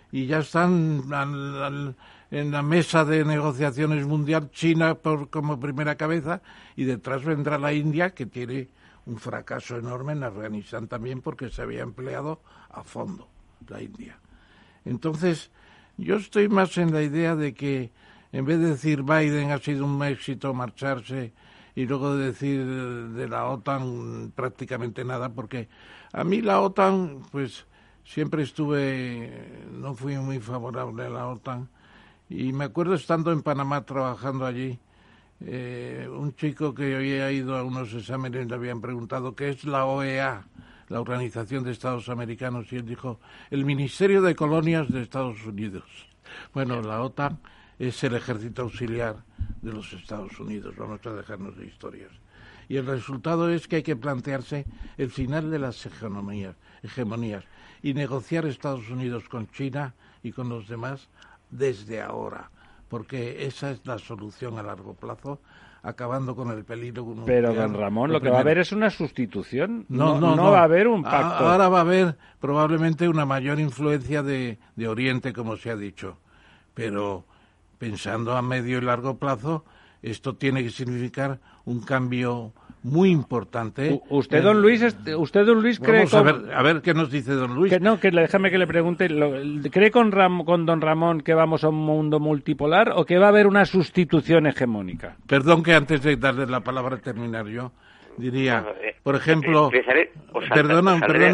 y ya están en la mesa de negociaciones mundial China como primera cabeza, y detrás vendrá la India, que tiene un fracaso enorme en Afganistán también, porque se había empleado a fondo la India. Entonces, yo estoy más en la idea de que, en vez de decir Biden ha sido un éxito marcharse, y luego decir de la OTAN prácticamente nada, porque a mí la OTAN, pues siempre no fui muy favorable a la OTAN, y me acuerdo estando en Panamá trabajando allí, un chico que había ido a unos exámenes le habían preguntado qué es la OEA, la Organización de Estados Americanos, y él dijo, el Ministerio de Colonias de Estados Unidos. Bueno, la OTAN es el ejército auxiliar de los Estados Unidos, vamos a dejarnos de historias. Y el resultado es que hay que plantearse el final de las hegemonías y negociar Estados Unidos con China y con los demás desde ahora, porque esa es la solución a largo plazo, acabando con el peligro nuclear. Pero, don Ramón, lo que va a haber es una sustitución. No No va a haber un pacto. Ahora va a haber probablemente una mayor influencia de Oriente, como se ha dicho. Pero pensando a medio y largo plazo, esto tiene que significar un cambio muy importante. Usted, don Luis, cree... A ver qué nos dice don Luis. Déjame que le pregunte. ¿Cree con don Ramón que vamos a un mundo multipolar o que va a haber una sustitución hegemónica? Perdón, que antes de darle la palabra a terminar yo, diría, por ejemplo... Perdona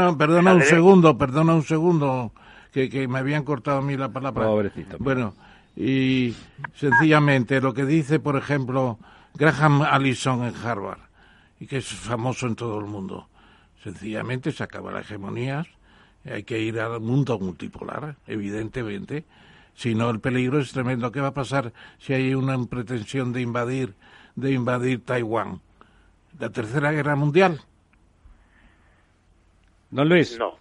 un segundo, que me habían cortado a mí la palabra. Pobrecito. Bueno, y sencillamente lo que dice, por ejemplo, Graham Allison en Harvard, y que es famoso en todo el mundo. Sencillamente se acaba las hegemonías, hay que ir al mundo multipolar, evidentemente. Si no, el peligro es tremendo. ¿Qué va a pasar si hay una pretensión de invadir Taiwán? ¿La Tercera Guerra Mundial? Don Luis. No.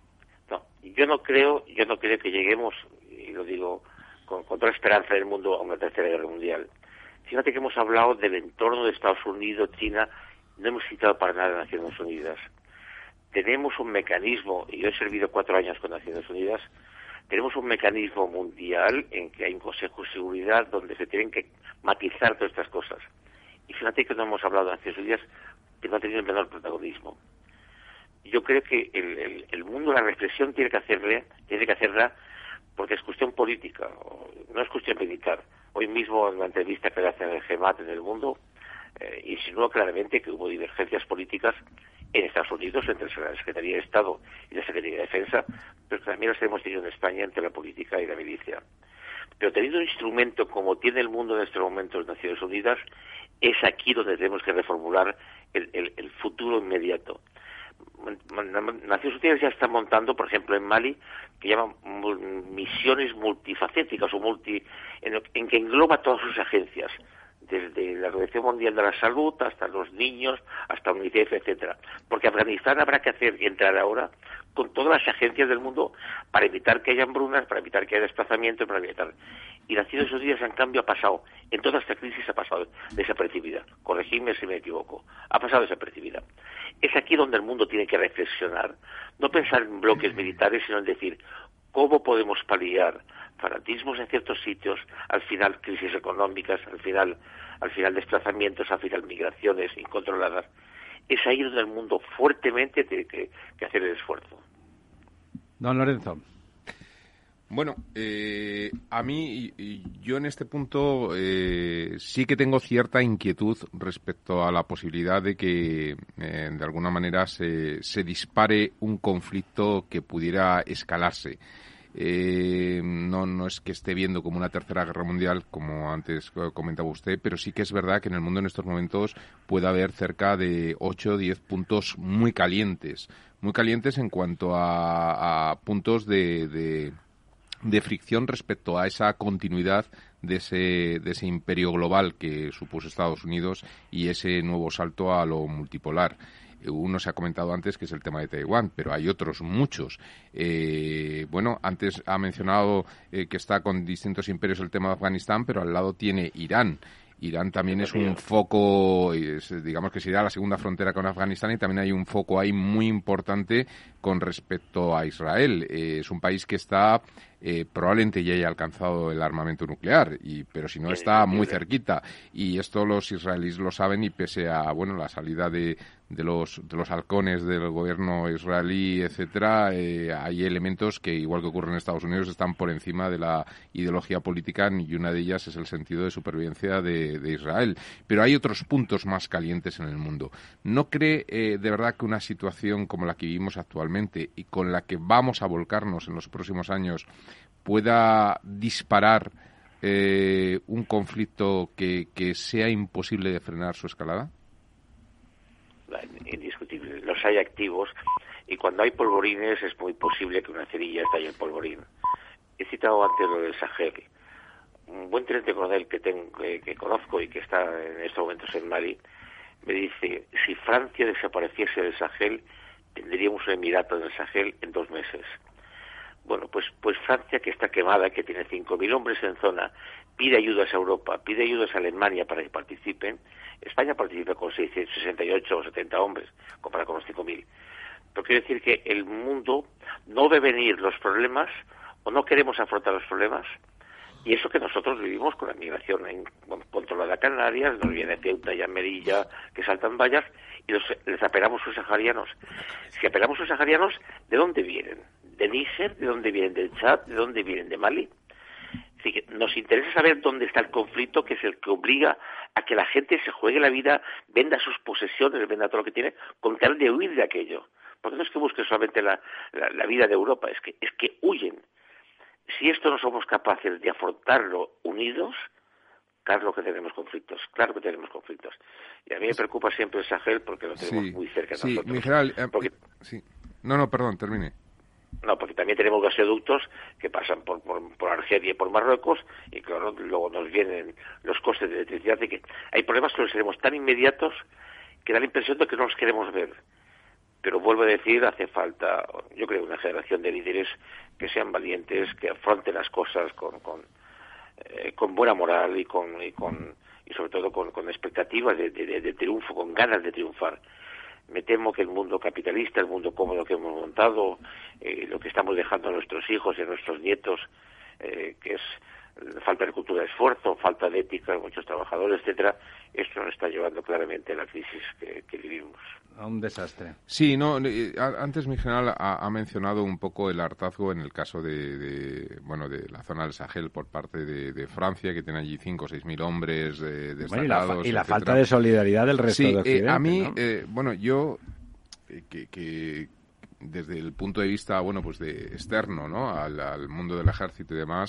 Yo no creo que lleguemos, y lo digo con toda esperanza del mundo, a una Tercera Guerra Mundial. Fíjate que hemos hablado del entorno de Estados Unidos, China. No hemos citado para nada a Naciones Unidas. Tenemos un mecanismo, y yo he servido 4 años con Naciones Unidas, tenemos un mecanismo mundial en que hay un Consejo de Seguridad donde se tienen que matizar todas estas cosas. Y fíjate que no hemos hablado de Naciones Unidas, que no ha tenido el menor protagonismo. Yo creo que el mundo, la reflexión tiene que hacerla porque es cuestión política, no es cuestión militar. Hoy mismo, en una entrevista que le hacen en el GEMAT en El Mundo, insinuó claramente que hubo divergencias políticas en Estados Unidos entre la Secretaría de Estado y la Secretaría de Defensa, pero que también las hemos tenido en España entre la política y la milicia. Pero teniendo un instrumento como tiene el mundo en estos momentos, Naciones Unidas, es aquí donde tenemos que reformular el futuro inmediato. Naciones Unidas ya está montando, por ejemplo, en Mali, que llaman misiones multifacéticas en que engloba todas sus agencias, desde la Organización Mundial de la Salud hasta los niños, hasta UNICEF, etcétera. Porque Afganistán habrá que hacer y entrar ahora con todas las agencias del mundo para evitar que haya hambrunas, para evitar que haya desplazamientos, para evitar... Y Naciones Unidas, en cambio, ha pasado, en toda esta crisis ha pasado desapercibida. Corregidme si me equivoco. Ha pasado desapercibida. Es aquí donde el mundo tiene que reflexionar. No pensar en bloques militares, sino en decir cómo podemos paliar fanatismos en ciertos sitios, al final crisis económicas, al final desplazamientos, al final migraciones incontroladas. Es ahí donde el mundo fuertemente tiene que hacer el esfuerzo. Don Lorenzo. Bueno, a mí, yo en este punto sí que tengo cierta inquietud respecto a la posibilidad de que de alguna manera se dispare un conflicto que pudiera escalarse. No es que esté viendo como una tercera guerra mundial, como antes comentaba usted, pero sí que es verdad que en el mundo en estos momentos puede haber cerca de 8 o 10 puntos muy calientes en cuanto a puntos de fricción respecto a esa continuidad de ese imperio global que supuso Estados Unidos y ese nuevo salto a lo multipolar. Uno se ha comentado antes que es el tema de Taiwán, pero hay otros muchos. Antes ha mencionado que está con distintos imperios el tema de Afganistán, pero al lado tiene Irán. Irán también es un foco, digamos que sería la segunda frontera con Afganistán, y también hay un foco ahí muy importante con respecto a Israel. Es un país que está probablemente ya haya alcanzado el armamento nuclear, pero si no está muy cerquita. Y esto los israelíes lo saben, y pese a la salida de los halcones del gobierno israelí, etcétera, hay elementos que, igual que ocurre en Estados Unidos, están por encima de la ideología política, y una de ellas es el sentido de supervivencia de Israel. Pero hay otros puntos más calientes en el mundo. ¿No cree de verdad que una situación como la que vivimos actualmente y con la que vamos a volcarnos en los próximos años pueda disparar un conflicto que sea imposible de frenar su escalada? Indiscutible. Los hay activos, y cuando hay polvorines es muy posible que una cerilla estalle en polvorín. He citado antes lo del Sahel. Un buen teniente coronel que conozco y que está en estos momentos en Mali me dice: si Francia desapareciese del Sahel, tendríamos un emirato en el Sahel en 2 meses. Bueno, pues Francia, que está quemada, que tiene 5.000 hombres en zona, pide ayudas a Europa, pide ayudas a Alemania para que participen. España participa con 668 o 70 hombres, comparado con los 5.000. Pero quiero decir que el mundo no ve venir los problemas, o no queremos afrontar los problemas, y eso que nosotros vivimos con la migración controlada a Canarias, nos viene Ceuta y Melilla, que saltan vallas, y les apelamos a los saharianos. Si apelamos a los saharianos, ¿de dónde vienen? ¿De Níger? ¿De dónde vienen? ¿Del Chad? ¿De dónde vienen? ¿De Mali? Así que nos interesa saber dónde está el conflicto, que es el que obliga a que la gente se juegue la vida, venda sus posesiones, venda todo lo que tiene, con tal de huir de aquello. Porque no es que busquen solamente la vida de Europa, es que huyen. Si esto no somos capaces de afrontarlo unidos, claro que tenemos conflictos. Y a mí me preocupa siempre el Sahel, porque lo tenemos muy cerca de nosotros. Mi general, No, perdón, termine. No, porque también tenemos gasoductos que pasan por Argelia y por Marruecos, y claro, luego nos vienen los costes de electricidad, y que hay problemas que los tenemos tan inmediatos que da la impresión de que no los queremos ver. Pero vuelvo a decir, hace falta, yo creo, una generación de líderes que sean valientes, que afronten las cosas con buena moral y sobre todo con expectativas de triunfo, con ganas de triunfar. Me temo que el mundo capitalista, el mundo cómodo que hemos montado, lo que estamos dejando a nuestros hijos y a nuestros nietos, que es falta de cultura de esfuerzo, falta de ética de muchos trabajadores, etcétera, esto nos está llevando claramente a la crisis que vivimos. A un desastre. Sí, antes mi general ha mencionado un poco el hartazgo en el caso de la zona del Sahel por parte de Francia, que tiene allí 5 o 6.000 hombres destacados. Y la falta de solidaridad del resto de Occidente. A mí, ¿no? Yo que desde el punto de vista, de externo, ¿no?, al mundo del ejército y demás,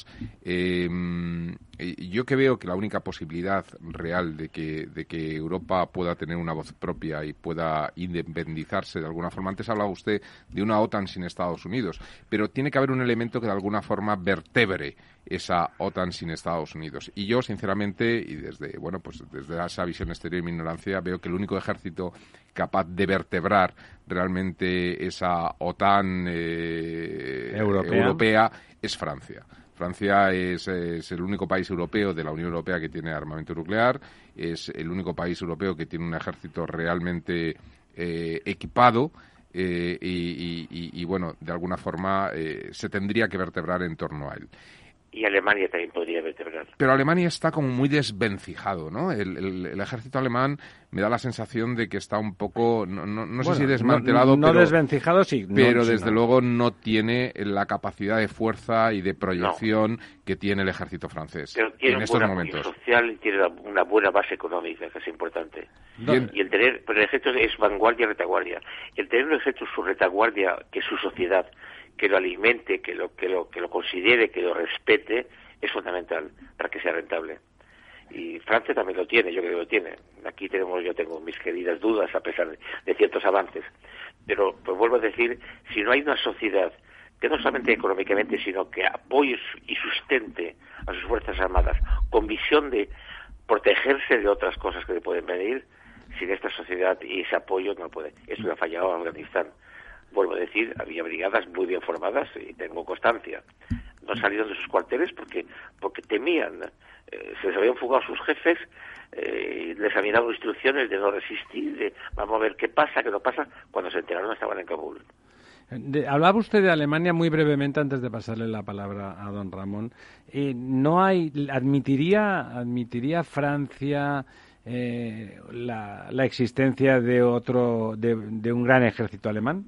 yo que veo que la única posibilidad real de que Europa pueda tener una voz propia y pueda independizarse de alguna forma, antes hablaba usted de una OTAN sin Estados Unidos, pero tiene que haber un elemento que de alguna forma vertebre esa OTAN sin Estados Unidos. Y yo, sinceramente, y desde esa visión exterior y mi ignorancia, veo que el único ejército capaz de vertebrar realmente esa OTAN europea es Francia. Francia es el único país europeo de la Unión Europea que tiene armamento nuclear, es el único país europeo que tiene un ejército realmente equipado, y de alguna forma se tendría que vertebrar en torno a él. Y Alemania también podría vertebrar. Pero Alemania está como muy desvencijado, ¿no? El ejército alemán me da la sensación de que está un poco, no sé si desmantelado, no pero desvencijado, sí. Pero desde luego no tiene la capacidad de fuerza y de proyección que tiene el ejército francés pero tiene en estos un momentos. Apoyo social y tiene una buena base económica, que es importante. Bien. Y pero el ejército es vanguardia y retaguardia. El tener un ejército su retaguardia, que es su sociedad, que lo alimente, que lo considere, que lo respete, es fundamental para que sea rentable. Y Francia también lo tiene, yo creo que lo tiene. Aquí yo tengo mis queridas dudas a pesar de ciertos avances. Pero pues vuelvo a decir, si no hay una sociedad que no solamente económicamente, sino que apoye y sustente a sus Fuerzas Armadas con visión de protegerse de otras cosas que le pueden venir, sin esta sociedad y ese apoyo no puede. Eso le ha fallado a Afganistán. Vuelvo a decir, había brigadas muy bien formadas y tengo constancia. No salieron de sus cuarteles porque temían, se les habían fugado sus jefes, les habían dado instrucciones de no resistir, de vamos a ver qué pasa, qué no pasa. Cuando se enteraron estaban en Kabul. Hablaba usted de Alemania muy brevemente antes de pasarle la palabra a don Ramón. ¿No hay, admitiría Francia la existencia de un gran ejército alemán?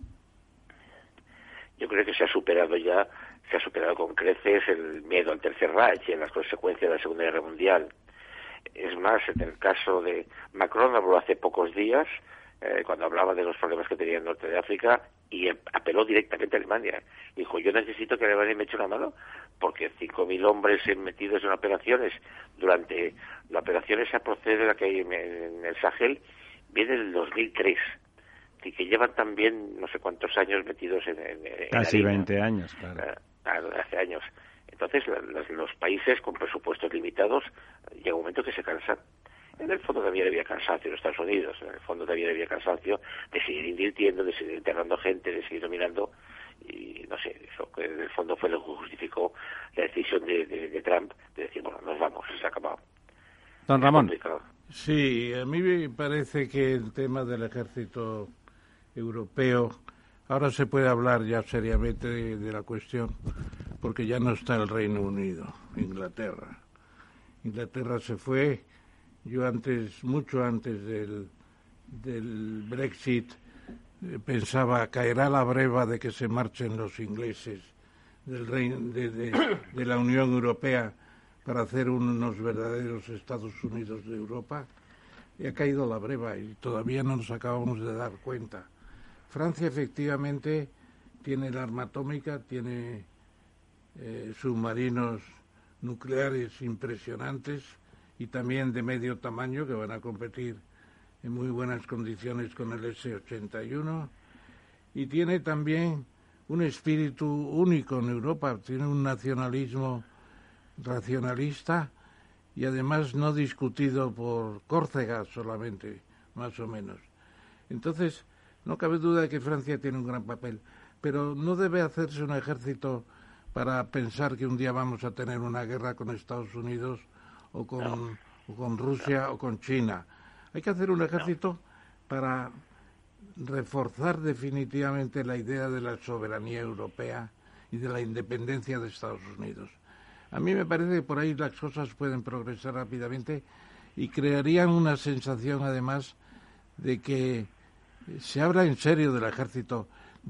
Yo creo que se ha superado con creces el miedo al Tercer Reich y en las consecuencias de la Segunda Guerra Mundial. Es más, en el caso de Macron habló hace pocos días, cuando hablaba de los problemas que tenía el norte de África, y apeló directamente a Alemania. Dijo, yo necesito que Alemania me eche una mano, porque 5.000 hombres metidos en operaciones, durante la operación esa procede la que hay en el Sahel, viene del 2003, y que llevan también no sé cuántos años metidos en casi 20 años, claro. Hace años. Entonces, los países con presupuestos limitados, llega un momento que se cansan. En el fondo también había cansancio en Estados Unidos, en el fondo también había cansancio de seguir invirtiendo, de seguir enterrando gente, de seguir dominando, y no sé, eso que en el fondo fue lo que justificó la decisión de Trump de decir, bueno, nos vamos, se ha acabado. Don Ramón. Sí, a mí me parece que el tema del ejército europeo, ahora se puede hablar ya seriamente de la cuestión, porque ya no está el Reino Unido, Inglaterra. Inglaterra se fue. Yo mucho antes del Brexit, pensaba, caerá la breva de que se marchen los ingleses de la Unión Europea para hacer unos verdaderos Estados Unidos de Europa. Y ha caído la breva y todavía no nos acabamos de dar cuenta. Francia efectivamente tiene el arma atómica, tiene submarinos nucleares impresionantes, y también de medio tamaño, que van a competir en muy buenas condiciones con el S-81, y tiene también un espíritu único en Europa, tiene un nacionalismo racionalista y además no discutido por Córcega solamente, más o menos. Entonces, no cabe duda de que Francia tiene un gran papel, pero no debe hacerse un ejército para pensar que un día vamos a tener una guerra con Estados Unidos o con Rusia o con China. Hay que hacer un ejército para reforzar definitivamente la idea de la soberanía europea y de la independencia de Estados Unidos. A mí me parece que por ahí las cosas pueden progresar rápidamente y crearían una sensación además de que se habla en serio del ejército.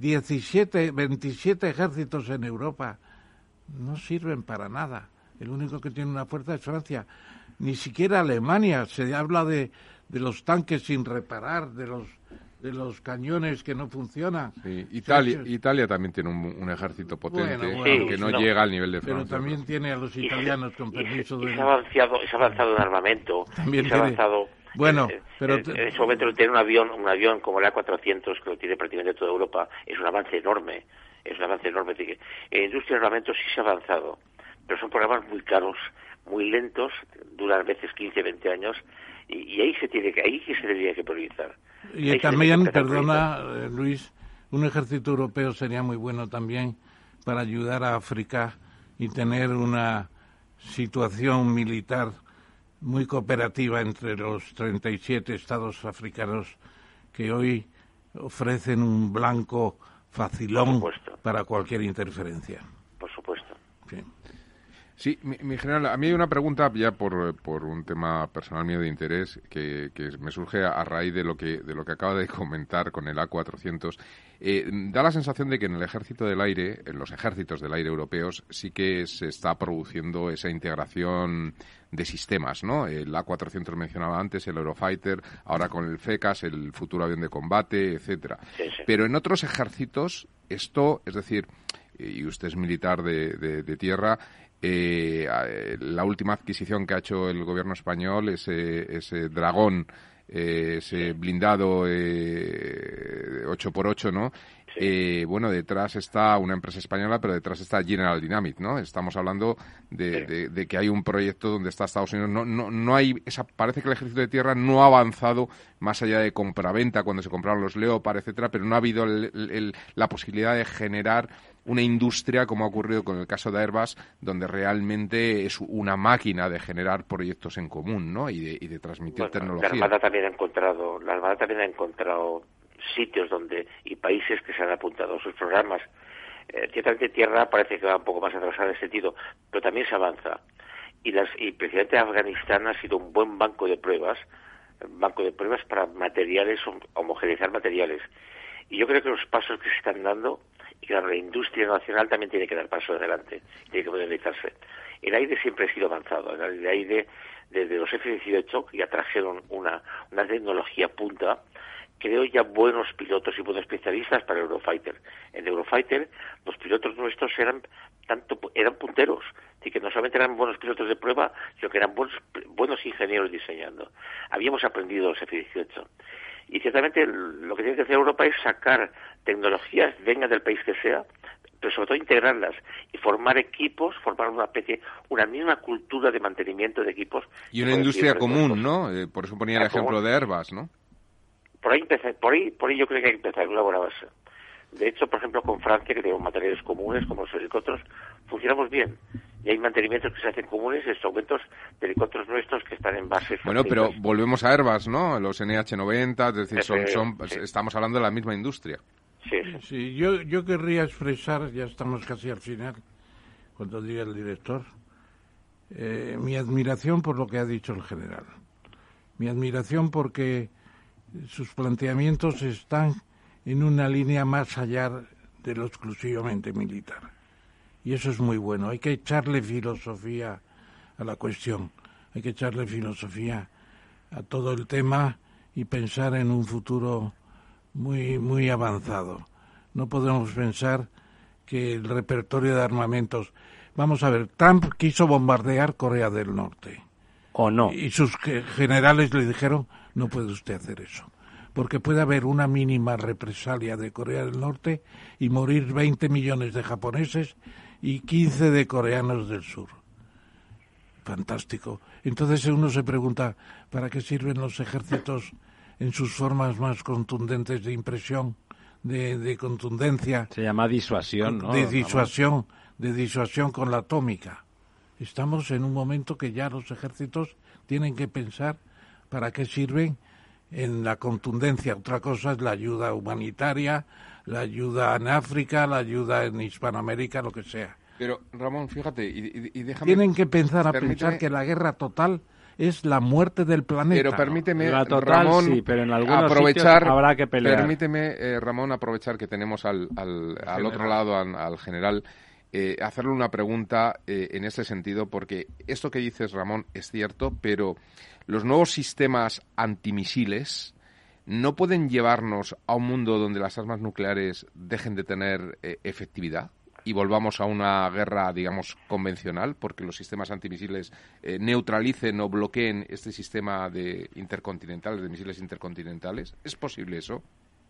27 ejércitos en Europa no sirven para nada. El único que tiene una fuerza es Francia. Ni siquiera Alemania. Se habla de los tanques sin reparar, de los cañones que no funcionan. Sí, Italia también tiene un ejército potente, que no llega al nivel de Francia. Pero también tiene a los italianos con permiso de... Se ha avanzado en armamento. También se ha avanzado... Bueno, pero... En ese momento tener un avión como el A400, que lo tiene prácticamente toda Europa, es un avance enorme. Es un avance enorme. En industria de armamento sí se ha avanzado, pero son programas muy caros, muy lentos, duran a veces 15, 20 años, y ahí se tendría que priorizar. Y también, perdona, Luis, un ejército europeo sería muy bueno también para ayudar a África y tener una situación militar muy cooperativa entre los 37 estados africanos que hoy ofrecen un blanco facilón para cualquier interferencia. Por supuesto. Sí. Sí, mi general, a mí hay una pregunta ya por un tema personal mío de interés que me surge a raíz de lo que acaba de comentar con el A400. Da la sensación de que en el ejército del aire, en los ejércitos del aire europeos, sí que se está produciendo esa integración de sistemas, ¿no? El A400 mencionaba antes, el Eurofighter, ahora con el FECAS, el futuro avión de combate, etcétera. Sí, sí. Pero en otros ejércitos, esto, es decir, y usted es militar de tierra, la última adquisición que ha hecho el gobierno español, ese Dragón, ese blindado 8x8, ¿no? Sí. Bueno, detrás está una empresa española, pero detrás está General Dynamics, ¿no? Estamos hablando de que hay un proyecto donde está Estados Unidos. No hay parece que el ejército de tierra no ha avanzado más allá de compraventa cuando se compraron los Leopard, etcétera, pero no ha habido la posibilidad de generar una industria como ha ocurrido con el caso de Airbus, donde realmente es una máquina de generar proyectos en común, ¿no? Y de transmitir tecnología. La Armada también ha encontrado sitios y países que se han apuntado a sus programas. Ciertamente Tierra parece que va un poco más atrasada en ese sentido, pero también se avanza. Y precisamente Afganistán ha sido un buen banco de pruebas para materiales, homogeneizar materiales. Y yo creo que los pasos que se están dando, y claro, la industria nacional también tiene que dar pasos adelante, tiene que modernizarse. El aire siempre ha sido avanzado, el aire desde los F-18 ya trajeron una tecnología punta, creo ya buenos pilotos y buenos especialistas para Eurofighter. En Eurofighter los pilotos nuestros eran punteros, así que no solamente eran buenos pilotos de prueba, sino que eran buenos ingenieros diseñando. Habíamos aprendido los F-18. Y ciertamente lo que tiene que hacer Europa es sacar tecnologías, vengan del país que sea, pero sobre todo integrarlas y formar equipos, formar una misma cultura de mantenimiento de equipos. Y una industria común, ¿no? Por eso ponía el ejemplo de Airbus, ¿no? Por ahí yo creo que hay que empezar una buena base. De hecho, por ejemplo, con Francia, que tenemos materiales comunes como los helicópteros, funcionamos bien. Y hay mantenimientos que se hacen comunes, instrumentos de helicópteros nuestros que están en bases. Bueno, pero volvemos a Airbus, ¿no? Los NH90, es decir, sí. Estamos hablando de la misma industria. Sí, yo querría expresar, ya estamos casi al final, cuando diga el director, mi admiración por lo que ha dicho el general. Mi admiración porque sus planteamientos están en una línea más allá de lo exclusivamente militar. Y eso es muy bueno. Hay que echarle filosofía a la cuestión. Hay que echarle filosofía a todo el tema y pensar en un futuro muy, muy avanzado. No podemos pensar que el repertorio de armamentos... Vamos a ver, Trump quiso bombardear Corea del Norte. ¿O no? Y sus generales le dijeron, no puede usted hacer eso, porque puede haber una mínima represalia de Corea del Norte y morir 20 millones de japoneses y 15 de coreanos del sur. Fantástico. Entonces uno se pregunta, ¿para qué sirven los ejércitos en sus formas más contundentes de impresión, de contundencia? Se llama disuasión, ¿no? De disuasión con la atómica. Estamos en un momento que ya los ejércitos tienen que pensar para qué sirven en la contundencia. Otra cosa es la ayuda humanitaria, la ayuda en África, la ayuda en Hispanoamérica, lo que sea. Pero, Ramón, fíjate, y déjame... Tienen que pensar que la guerra total es la muerte del planeta. Pero permíteme, la total, Ramón, sí, pero en algunos aprovechar, sitios habrá que pelear. Permíteme, Ramón, aprovechar que tenemos al otro lado, al general, hacerle una pregunta en ese sentido, porque esto que dices, Ramón, es cierto, pero los nuevos sistemas antimisiles no pueden llevarnos a un mundo donde las armas nucleares dejen de tener efectividad y volvamos a una guerra, digamos, convencional, porque los sistemas antimisiles neutralicen o bloqueen este sistema de misiles intercontinentales. ¿Es posible eso?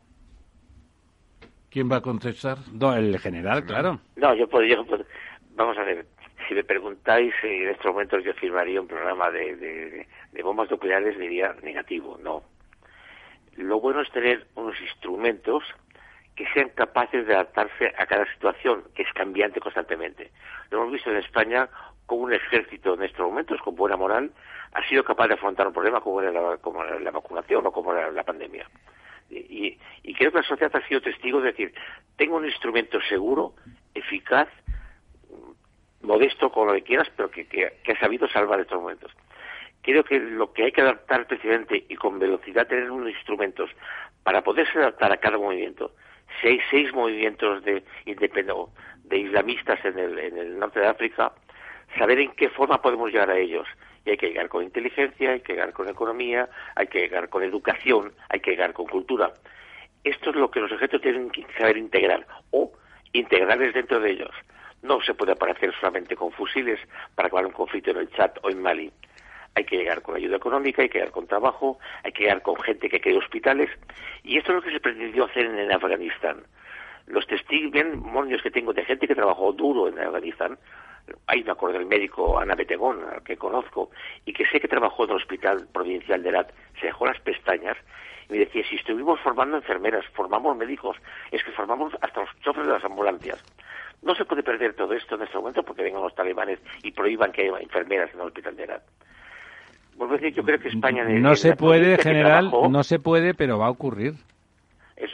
¿Quién va a contestar? No, el general, claro. No, yo puedo. Vamos a ver, si me preguntáis, en estos momentos yo firmaría un programa de bombas nucleares, diría negativo, no. Lo bueno es tener unos instrumentos que sean capaces de adaptarse a cada situación, que es cambiante constantemente. Lo hemos visto en España, como un ejército en estos momentos, con buena moral, ha sido capaz de afrontar un problema como era la vacunación o como era la pandemia. Y creo que la sociedad ha sido testigo de decir, tengo un instrumento seguro, eficaz, modesto, con lo que quieras, pero que ha sabido salvar estos momentos. Creo que lo que hay que adaptar precisamente y con velocidad, tener unos instrumentos para poderse adaptar a cada movimiento. Si hay 6 movimientos de islamistas en el norte de África, saber en qué forma podemos llegar a ellos. Y hay que llegar con inteligencia, hay que llegar con economía, hay que llegar con educación, hay que llegar con cultura. Esto es lo que los ejércitos tienen que saber integrar, o integrarles dentro de ellos. No se puede aparecer solamente con fusiles para acabar un conflicto en el Chad o en Mali. Hay que llegar con ayuda económica, hay que llegar con trabajo, hay que llegar con gente que cree hospitales. Y esto es lo que se pretendió hacer en Afganistán. Los testimonios que tengo de gente que trabajó duro en Afganistán, ahí me acuerdo del médico Ana Betegón, al que conozco, y que sé que trabajó en el Hospital Provincial de Herat, se dejó las pestañas y me decía, si estuvimos formando enfermeras, formamos médicos, es que formamos hasta los choferes de las ambulancias. No se puede perder todo esto en este momento porque vengan los talibanes y prohíban que haya enfermeras en el Hospital de Herat. Vuelvo a decir, yo creo que España... No se puede, general, no se puede, pero va a ocurrir.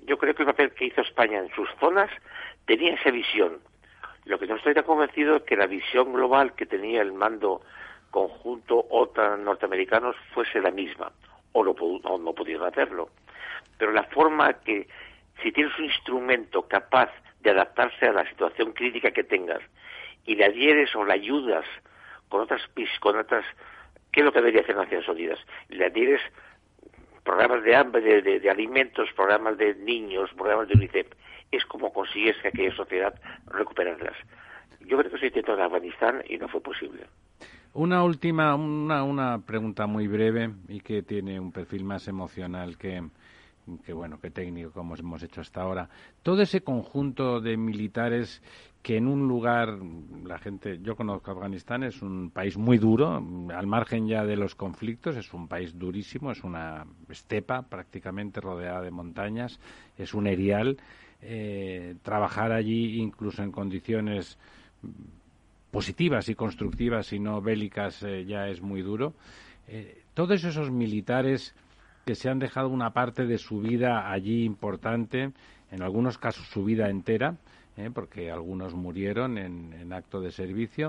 yo creo que el papel que hizo España en sus zonas tenía esa visión. Lo que no estoy tan convencido es que la visión global que tenía el mando conjunto OTAN norteamericanos fuese la misma, o no pudieron hacerlo. Pero la forma que, si tienes un instrumento capaz de adaptarse a la situación crítica que tengas y le adhieres o le ayudas con otras, ¿qué es lo que debería hacer Naciones Unidas? Le adhieres programas de hambre, de alimentos, programas de niños, programas de UNICEF. Es como consigues que aquella sociedad recuperarlas. Yo creo que se intentó en Afganistán y no fue posible. Una última, una pregunta muy breve y que tiene un perfil más emocional que técnico, como hemos hecho hasta ahora. Todo ese conjunto de militares que en un lugar, yo conozco Afganistán, es un país muy duro, al margen ya de los conflictos, es un país durísimo, es una estepa prácticamente rodeada de montañas, es un erial. Trabajar allí incluso en condiciones positivas y constructivas y no bélicas ya es muy duro. Todos esos militares que se han dejado una parte de su vida allí importante, en algunos casos su vida entera, porque algunos murieron en acto de servicio.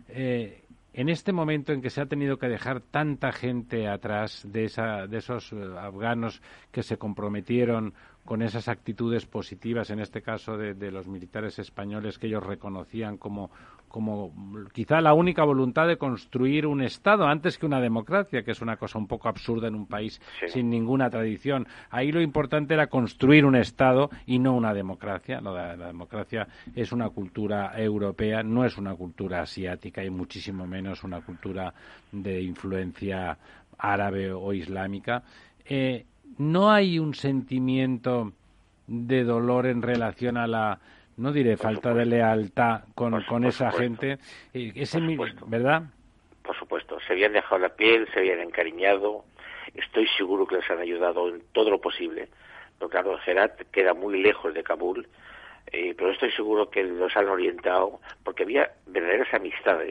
En este momento en que se ha tenido que dejar tanta gente atrás de esos afganos que se comprometieron con esas actitudes positivas, en este caso de los militares españoles, que ellos reconocían como quizá la única voluntad de construir un Estado antes que una democracia, que es una cosa un poco absurda en un país sin ninguna tradición. Ahí lo importante era construir un Estado y no una democracia. La democracia es una cultura europea, no es una cultura asiática y muchísimo menos una cultura de influencia árabe o islámica. ¿No hay un sentimiento de dolor en relación a la, no diré falta de lealtad con esa gente? ¿Verdad? Por supuesto, se habían dejado la piel, se habían encariñado. Estoy seguro que les han ayudado en todo lo posible. Pero claro, Herat queda muy lejos de Kabul, pero estoy seguro que los han orientado, porque había verdaderas amistades.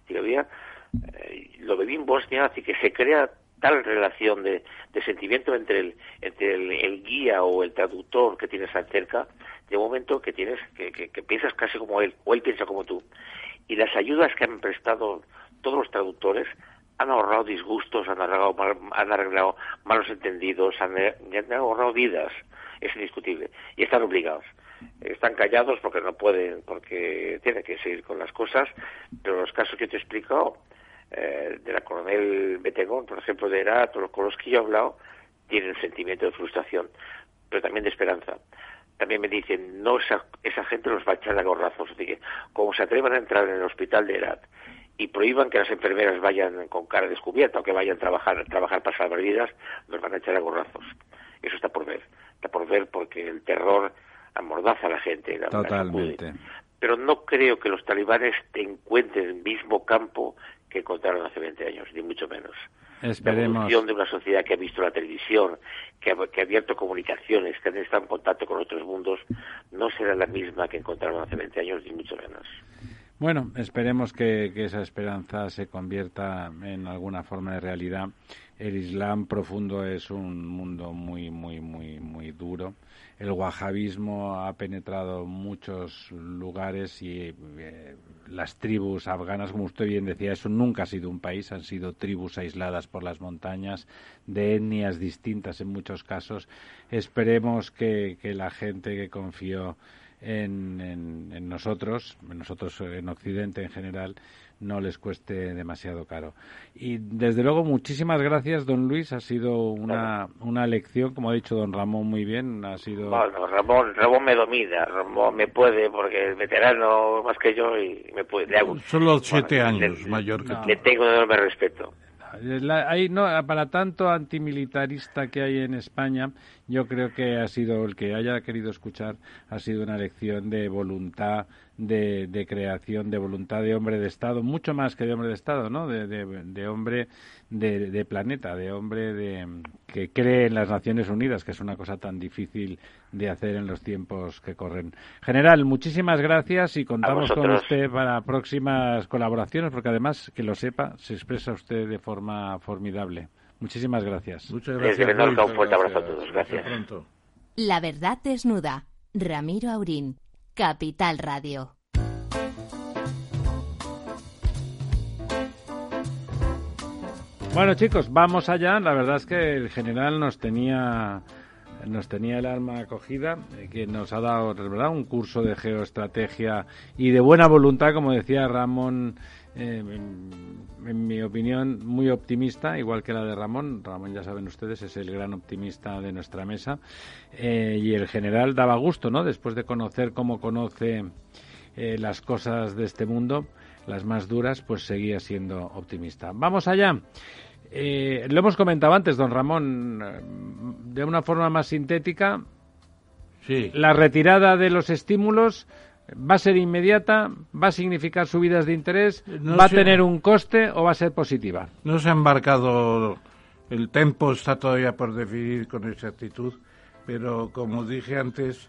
Lo viví en Bosnia, así que se crea tal relación de sentimiento entre el guía o el traductor que tienes tan cerca, de un momento que tienes que piensas casi como él, o él piensa como tú. Y las ayudas que han prestado todos los traductores han ahorrado disgustos, han arreglado malos entendidos, han ahorrado vidas, es indiscutible. Y están obligados. Están callados porque no pueden, porque tienen que seguir con las cosas, pero los casos que te he explicado, de la coronel Betegón, por ejemplo, de Herat, con los que yo he hablado, tienen sentimiento de frustración, pero también de esperanza. También me dicen, no, esa gente los va a echar a gorrazos. Así que, como se atrevan a entrar en el hospital de Herat y prohíban que las enfermeras vayan con cara descubierta o que vayan a trabajar para salvar vidas, los van a echar a gorrazos. Eso está por ver porque el terror amordaza a la gente. Totalmente. Pero no creo que los talibanes te encuentren en el mismo campo que encontraron hace 20 años, ni mucho menos. Esperemos. La evolución de una sociedad que ha visto la televisión, que ha abierto comunicaciones, que han estado en contacto con otros mundos, no será la misma que encontraron hace 20 años, ni mucho menos. Bueno, esperemos que esa esperanza se convierta en alguna forma de realidad. El Islam profundo es un mundo muy, muy, muy, muy duro. El wahabismo ha penetrado muchos lugares y las tribus afganas, como usted bien decía, eso nunca ha sido un país, han sido tribus aisladas por las montañas, de etnias distintas en muchos casos. Esperemos que la gente que confió en nosotros en Occidente en general, no les cueste demasiado caro. Y desde luego muchísimas gracias, don Luis, ha sido una lección, como ha dicho don Ramón muy bien, ha sido... Bueno, Ramón me domina, Ramón me puede, porque es veterano más que yo y me puede... Solo 7 años mayor que tú. Le tengo un enorme respeto. Para tanto antimilitarista que hay en España, yo creo que ha sido, el que haya querido escuchar, ha sido una lección de voluntad, de creación, de voluntad de hombre de Estado, mucho más que de hombre de Estado, ¿no? De hombre de planeta, de hombre que cree en las Naciones Unidas, que es una cosa tan difícil de hacer en los tiempos que corren. General, muchísimas gracias y contamos con usted para próximas colaboraciones, porque además, que lo sepa, se expresa usted de forma formidable. Muchísimas gracias. Muchas gracias. Un fuerte abrazo a todos. Gracias. Hasta pronto. La verdad desnuda. Ramiro Aurín, Capital Radio. Bueno, chicos, vamos allá. La verdad es que el general nos tenía el alma acogida, que nos ha dado, ¿verdad?, un curso de geoestrategia y de buena voluntad, como decía Ramón, en mi opinión, muy optimista, igual que la de Ramón. Ramón, ya saben ustedes, es el gran optimista de nuestra mesa. Y el general daba gusto, ¿no?, después de conocer cómo conoce las cosas de este mundo, las más duras, pues seguía siendo optimista. Vamos allá. Lo hemos comentado antes, don Ramón, de una forma más sintética. Sí. La retirada de los estímulos va a ser inmediata, va a significar subidas de interés, va a tener un coste o va a ser positiva. No se ha embarcado, el tempo está todavía por definir con exactitud, pero como dije antes,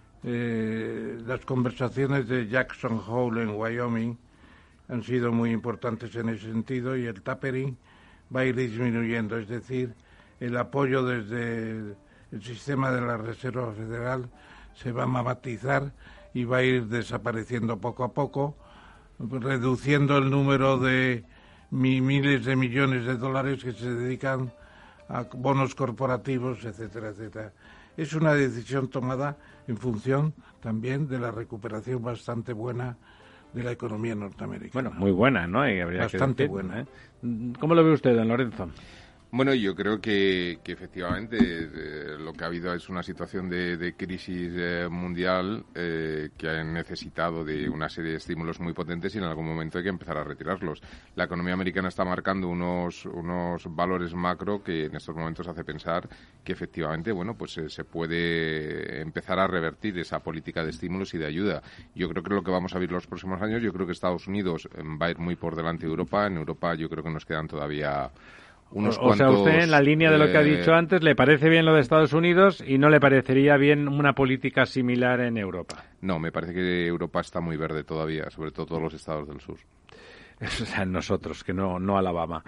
las conversaciones de Jackson Hole en Wyoming han sido muy importantes en ese sentido, y el tapering va a ir disminuyendo, es decir, el apoyo desde el sistema de la Reserva Federal se va a matizar y va a ir desapareciendo poco a poco, reduciendo el número de miles de millones de dólares que se dedican a bonos corporativos, etcétera, etcétera. Es una decisión tomada en función también de la recuperación bastante buena de la economía norteamericana. Bueno, muy buena, ¿no? Y habría bastante que decir, buena. ¿eh? ¿Cómo lo ve usted, don Lorenzo? Bueno, yo creo que efectivamente lo que ha habido es una situación de crisis mundial que ha necesitado de una serie de estímulos muy potentes, y en algún momento hay que empezar a retirarlos. La economía americana está marcando unos valores macro que en estos momentos hace pensar que efectivamente, bueno, pues se puede empezar a revertir esa política de estímulos y de ayuda. Yo creo que lo que vamos a ver los próximos años, yo creo que Estados Unidos va a ir muy por delante de Europa. En Europa yo creo que nos quedan todavía unos cuantos... O sea, usted, en la línea de lo que ha dicho antes, ¿le parece bien lo de Estados Unidos y no le parecería bien una política similar en Europa? No, me parece que Europa está muy verde todavía, sobre todo todos los estados del sur. O sea, nosotros, que no Alabama.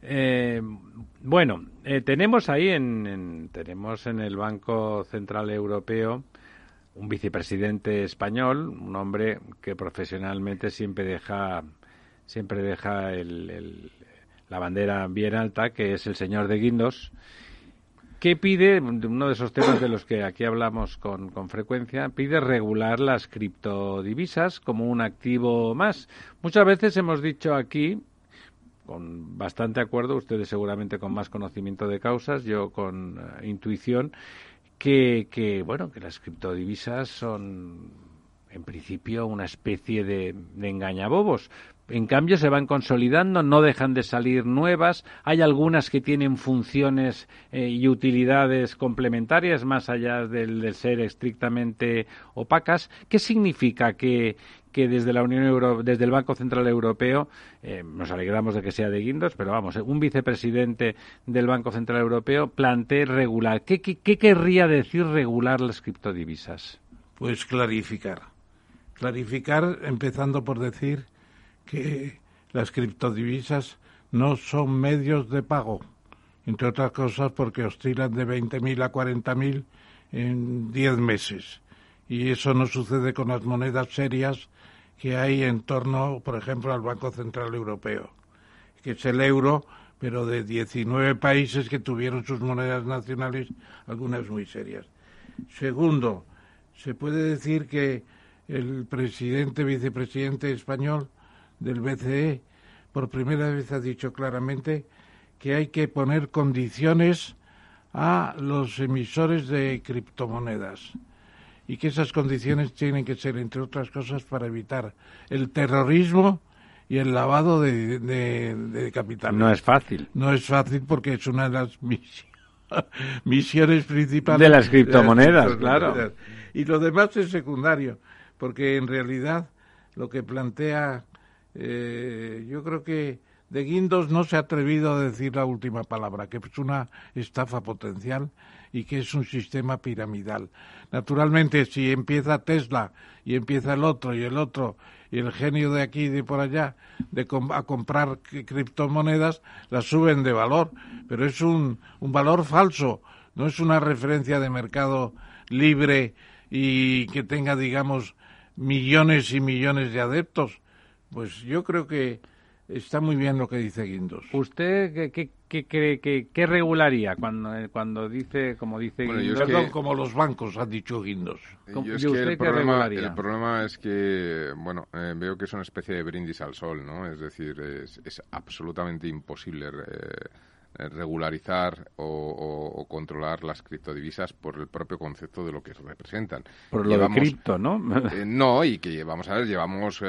Bueno, tenemos ahí tenemos en el Banco Central Europeo un vicepresidente español, un hombre que profesionalmente siempre deja la bandera bien alta, que es el señor de Guindos, que pide, uno de esos temas de los que aquí hablamos con frecuencia, pide regular las criptodivisas como un activo más. Muchas veces hemos dicho aquí, con bastante acuerdo, ustedes seguramente con más conocimiento de causas, yo con intuición, que las criptodivisas son, en principio, una especie de engañabobos. En cambio, se van consolidando, no dejan de salir nuevas. Hay algunas que tienen funciones y utilidades complementarias, más allá del ser estrictamente opacas. ¿Qué significa que desde la desde el Banco Central Europeo, nos alegramos de que sea de Guindos, pero vamos, un vicepresidente del Banco Central Europeo plantee regular? ¿Qué querría decir regular las criptodivisas? Pues clarificar. Clarificar, empezando por decir que las criptodivisas no son medios de pago, entre otras cosas porque oscilan de 20.000 a 40.000 en 10 meses. Y eso no sucede con las monedas serias que hay en torno, por ejemplo, al Banco Central Europeo, que es el euro, pero de 19 países que tuvieron sus monedas nacionales, algunas muy serias. Segundo, se puede decir que el vicepresidente español del BCE, por primera vez ha dicho claramente que hay que poner condiciones a los emisores de criptomonedas y que esas condiciones tienen que ser, entre otras cosas, para evitar el terrorismo y el lavado de capitales. No es fácil. No es fácil porque es una de las misiones principales de las criptomonedas, claro. Y lo demás es secundario, porque en realidad lo que plantea... yo creo que de Guindos no se ha atrevido a decir la última palabra, que es una estafa potencial y que es un sistema piramidal. Naturalmente, si empieza Tesla y empieza el otro y el genio de aquí y de por allá a comprar criptomonedas, las suben de valor, pero es un valor falso, no es una referencia de mercado libre y que tenga, digamos, millones y millones de adeptos, pues yo creo que está muy bien lo que dice Guindos. ¿Usted qué cree que regularía cuando dice, como dice Guindos? Perdón, como los bancos, ha dicho Guindos. Yo es que el problema es que, bueno, veo que es una especie de brindis al sol, ¿no? Es decir, es absolutamente imposible regularizar o controlar las criptodivisas por el propio concepto de lo que representan. Por lo de cripto, ¿no? No, y que llevamos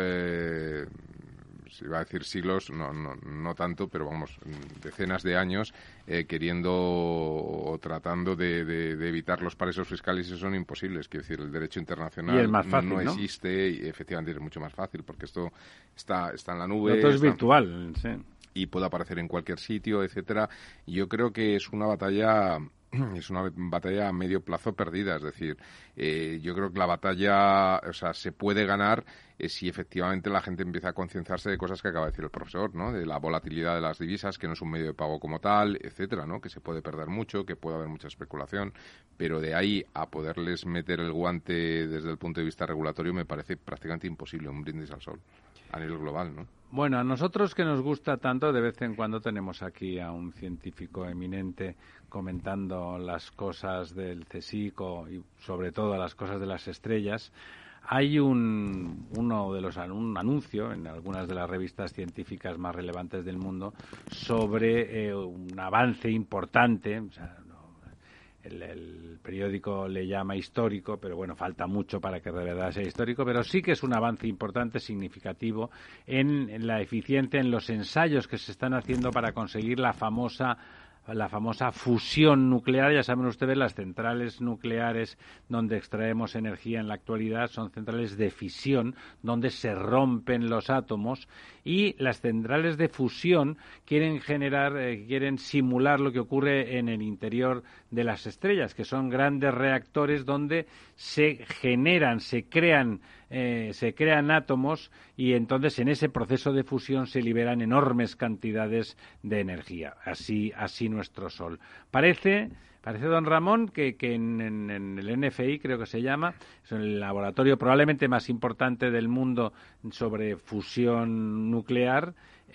iba a decir siglos, no tanto, pero vamos, decenas de años queriendo o tratando de evitar los paraísos fiscales, y eso son imposibles. Quiero decir, el derecho internacional y es más fácil, no existe, y efectivamente es mucho más fácil porque esto está en la nube. Esto es virtual, sí. Y puede aparecer en cualquier sitio, etcétera. Yo creo que es una batalla a medio plazo perdida. Es decir, yo creo que la batalla, o sea, se puede ganar si efectivamente la gente empieza a concienciarse de cosas que acaba de decir el profesor, ¿no? De la volatilidad de las divisas, que no es un medio de pago como tal, etcétera, ¿no? Que se puede perder mucho, que puede haber mucha especulación, pero de ahí a poderles meter el guante desde el punto de vista regulatorio me parece prácticamente imposible, un brindis al sol a nivel global, ¿no? Bueno, a nosotros que nos gusta tanto, de vez en cuando tenemos aquí a un científico eminente comentando las cosas del CSIC y sobre todo las cosas de las estrellas. Hay un anuncio en algunas de las revistas científicas más relevantes del mundo sobre un avance importante. O sea, el periódico le llama histórico, pero bueno, falta mucho para que de verdad sea histórico, pero sí que es un avance importante, significativo, en la eficiencia, en los ensayos que se están haciendo para conseguir la famosa fusión nuclear. Ya saben ustedes, las centrales nucleares donde extraemos energía en la actualidad son centrales de fisión, donde se rompen los átomos, y las centrales de fusión quieren simular lo que ocurre en el interior de las estrellas, que son grandes reactores donde se crean átomos, y entonces en ese proceso de fusión se liberan enormes cantidades de energía. Así nuestro Sol. Parece, don Ramón, que en el NFI, creo que se llama, es el laboratorio probablemente más importante del mundo sobre fusión nuclear,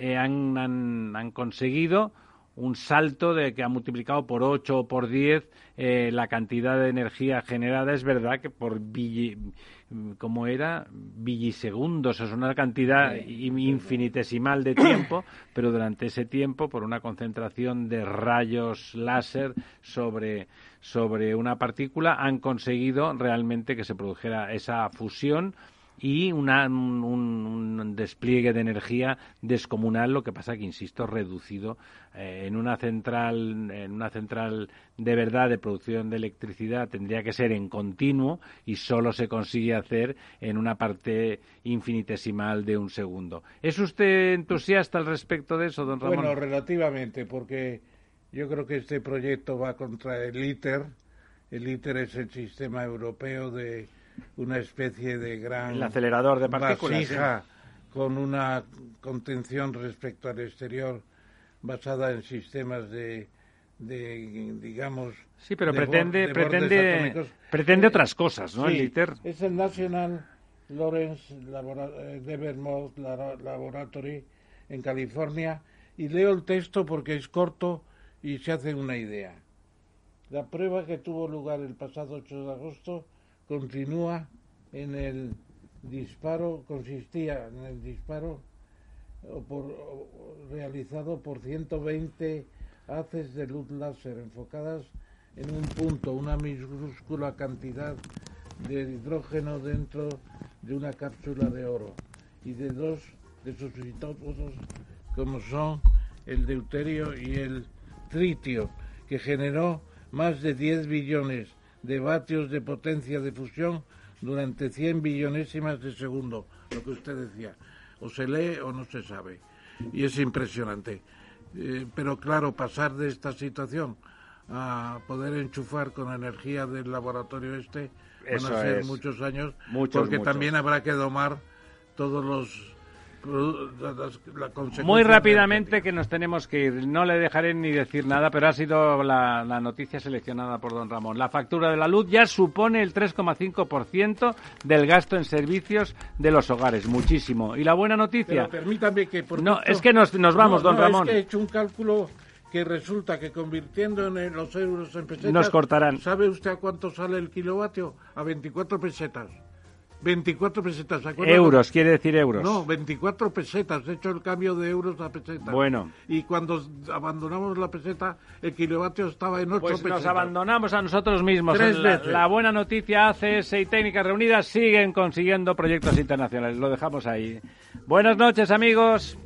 han conseguido un salto que ha multiplicado por 8 o por 10 la cantidad de energía generada. Es verdad que por bilisegundos, es una cantidad infinitesimal de tiempo, pero durante ese tiempo, por una concentración de rayos láser sobre una partícula, han conseguido realmente que se produjera esa fusión y un despliegue de energía descomunal. Lo que pasa que, insisto, reducido en una central de verdad de producción de electricidad tendría que ser en continuo, y solo se consigue hacer en una parte infinitesimal de un segundo. ¿Es usted entusiasta al respecto de eso, don Ramón? Bueno, relativamente, porque yo creo que este proyecto va contra el ITER. El ITER es el sistema europeo de una especie de gran el acelerador de partículas, vasija, sí, con una contención respecto al exterior basada en sistemas de digamos, sí, pero pretende otras cosas, ¿no? Sí, el ITER es el National Lawrence Livermore Laboratory en California, y leo el texto porque es corto y se hace una idea. La prueba que tuvo lugar el pasado 8 de agosto consistía en el disparo realizado por 120 haces de luz láser enfocadas en un punto, una minúscula cantidad de hidrógeno dentro de una cápsula de oro, y de dos de sus isótopos, como son el deuterio y el tritio, que generó más de 10 billones de vatios de potencia de fusión durante 100 billonésimas de segundo. Lo que usted decía, o se lee o no se sabe, y es impresionante. Pero claro, pasar de esta situación a poder enchufar con energía del laboratorio van a ser muchos años, porque también habrá que domar todos la consecuencia. Muy rápidamente, que nos tenemos que ir. No le dejaré ni decir nada, pero ha sido la noticia seleccionada por don Ramón. La factura de la luz ya supone el 3,5% del gasto en servicios de los hogares. Muchísimo. Y la buena noticia... Pero permítame que... es que nos vamos, don Ramón. Es que he hecho un cálculo que resulta que convirtiendo los euros en pesetas... Nos cortarán. ¿Sabe usted a cuánto sale el kilovatio? A 24 pesetas. 24 pesetas, ¿se acuerda? Euros, quiere decir euros. No, 24 pesetas, he hecho el cambio de euros a pesetas. Bueno. Y cuando abandonamos la peseta, el kilovatio estaba en 8 pues pesetas. Nos abandonamos a nosotros mismos. 3 veces. La buena noticia, ACS y Técnicas Reunidas siguen consiguiendo proyectos internacionales. Lo dejamos ahí. Buenas noches, amigos.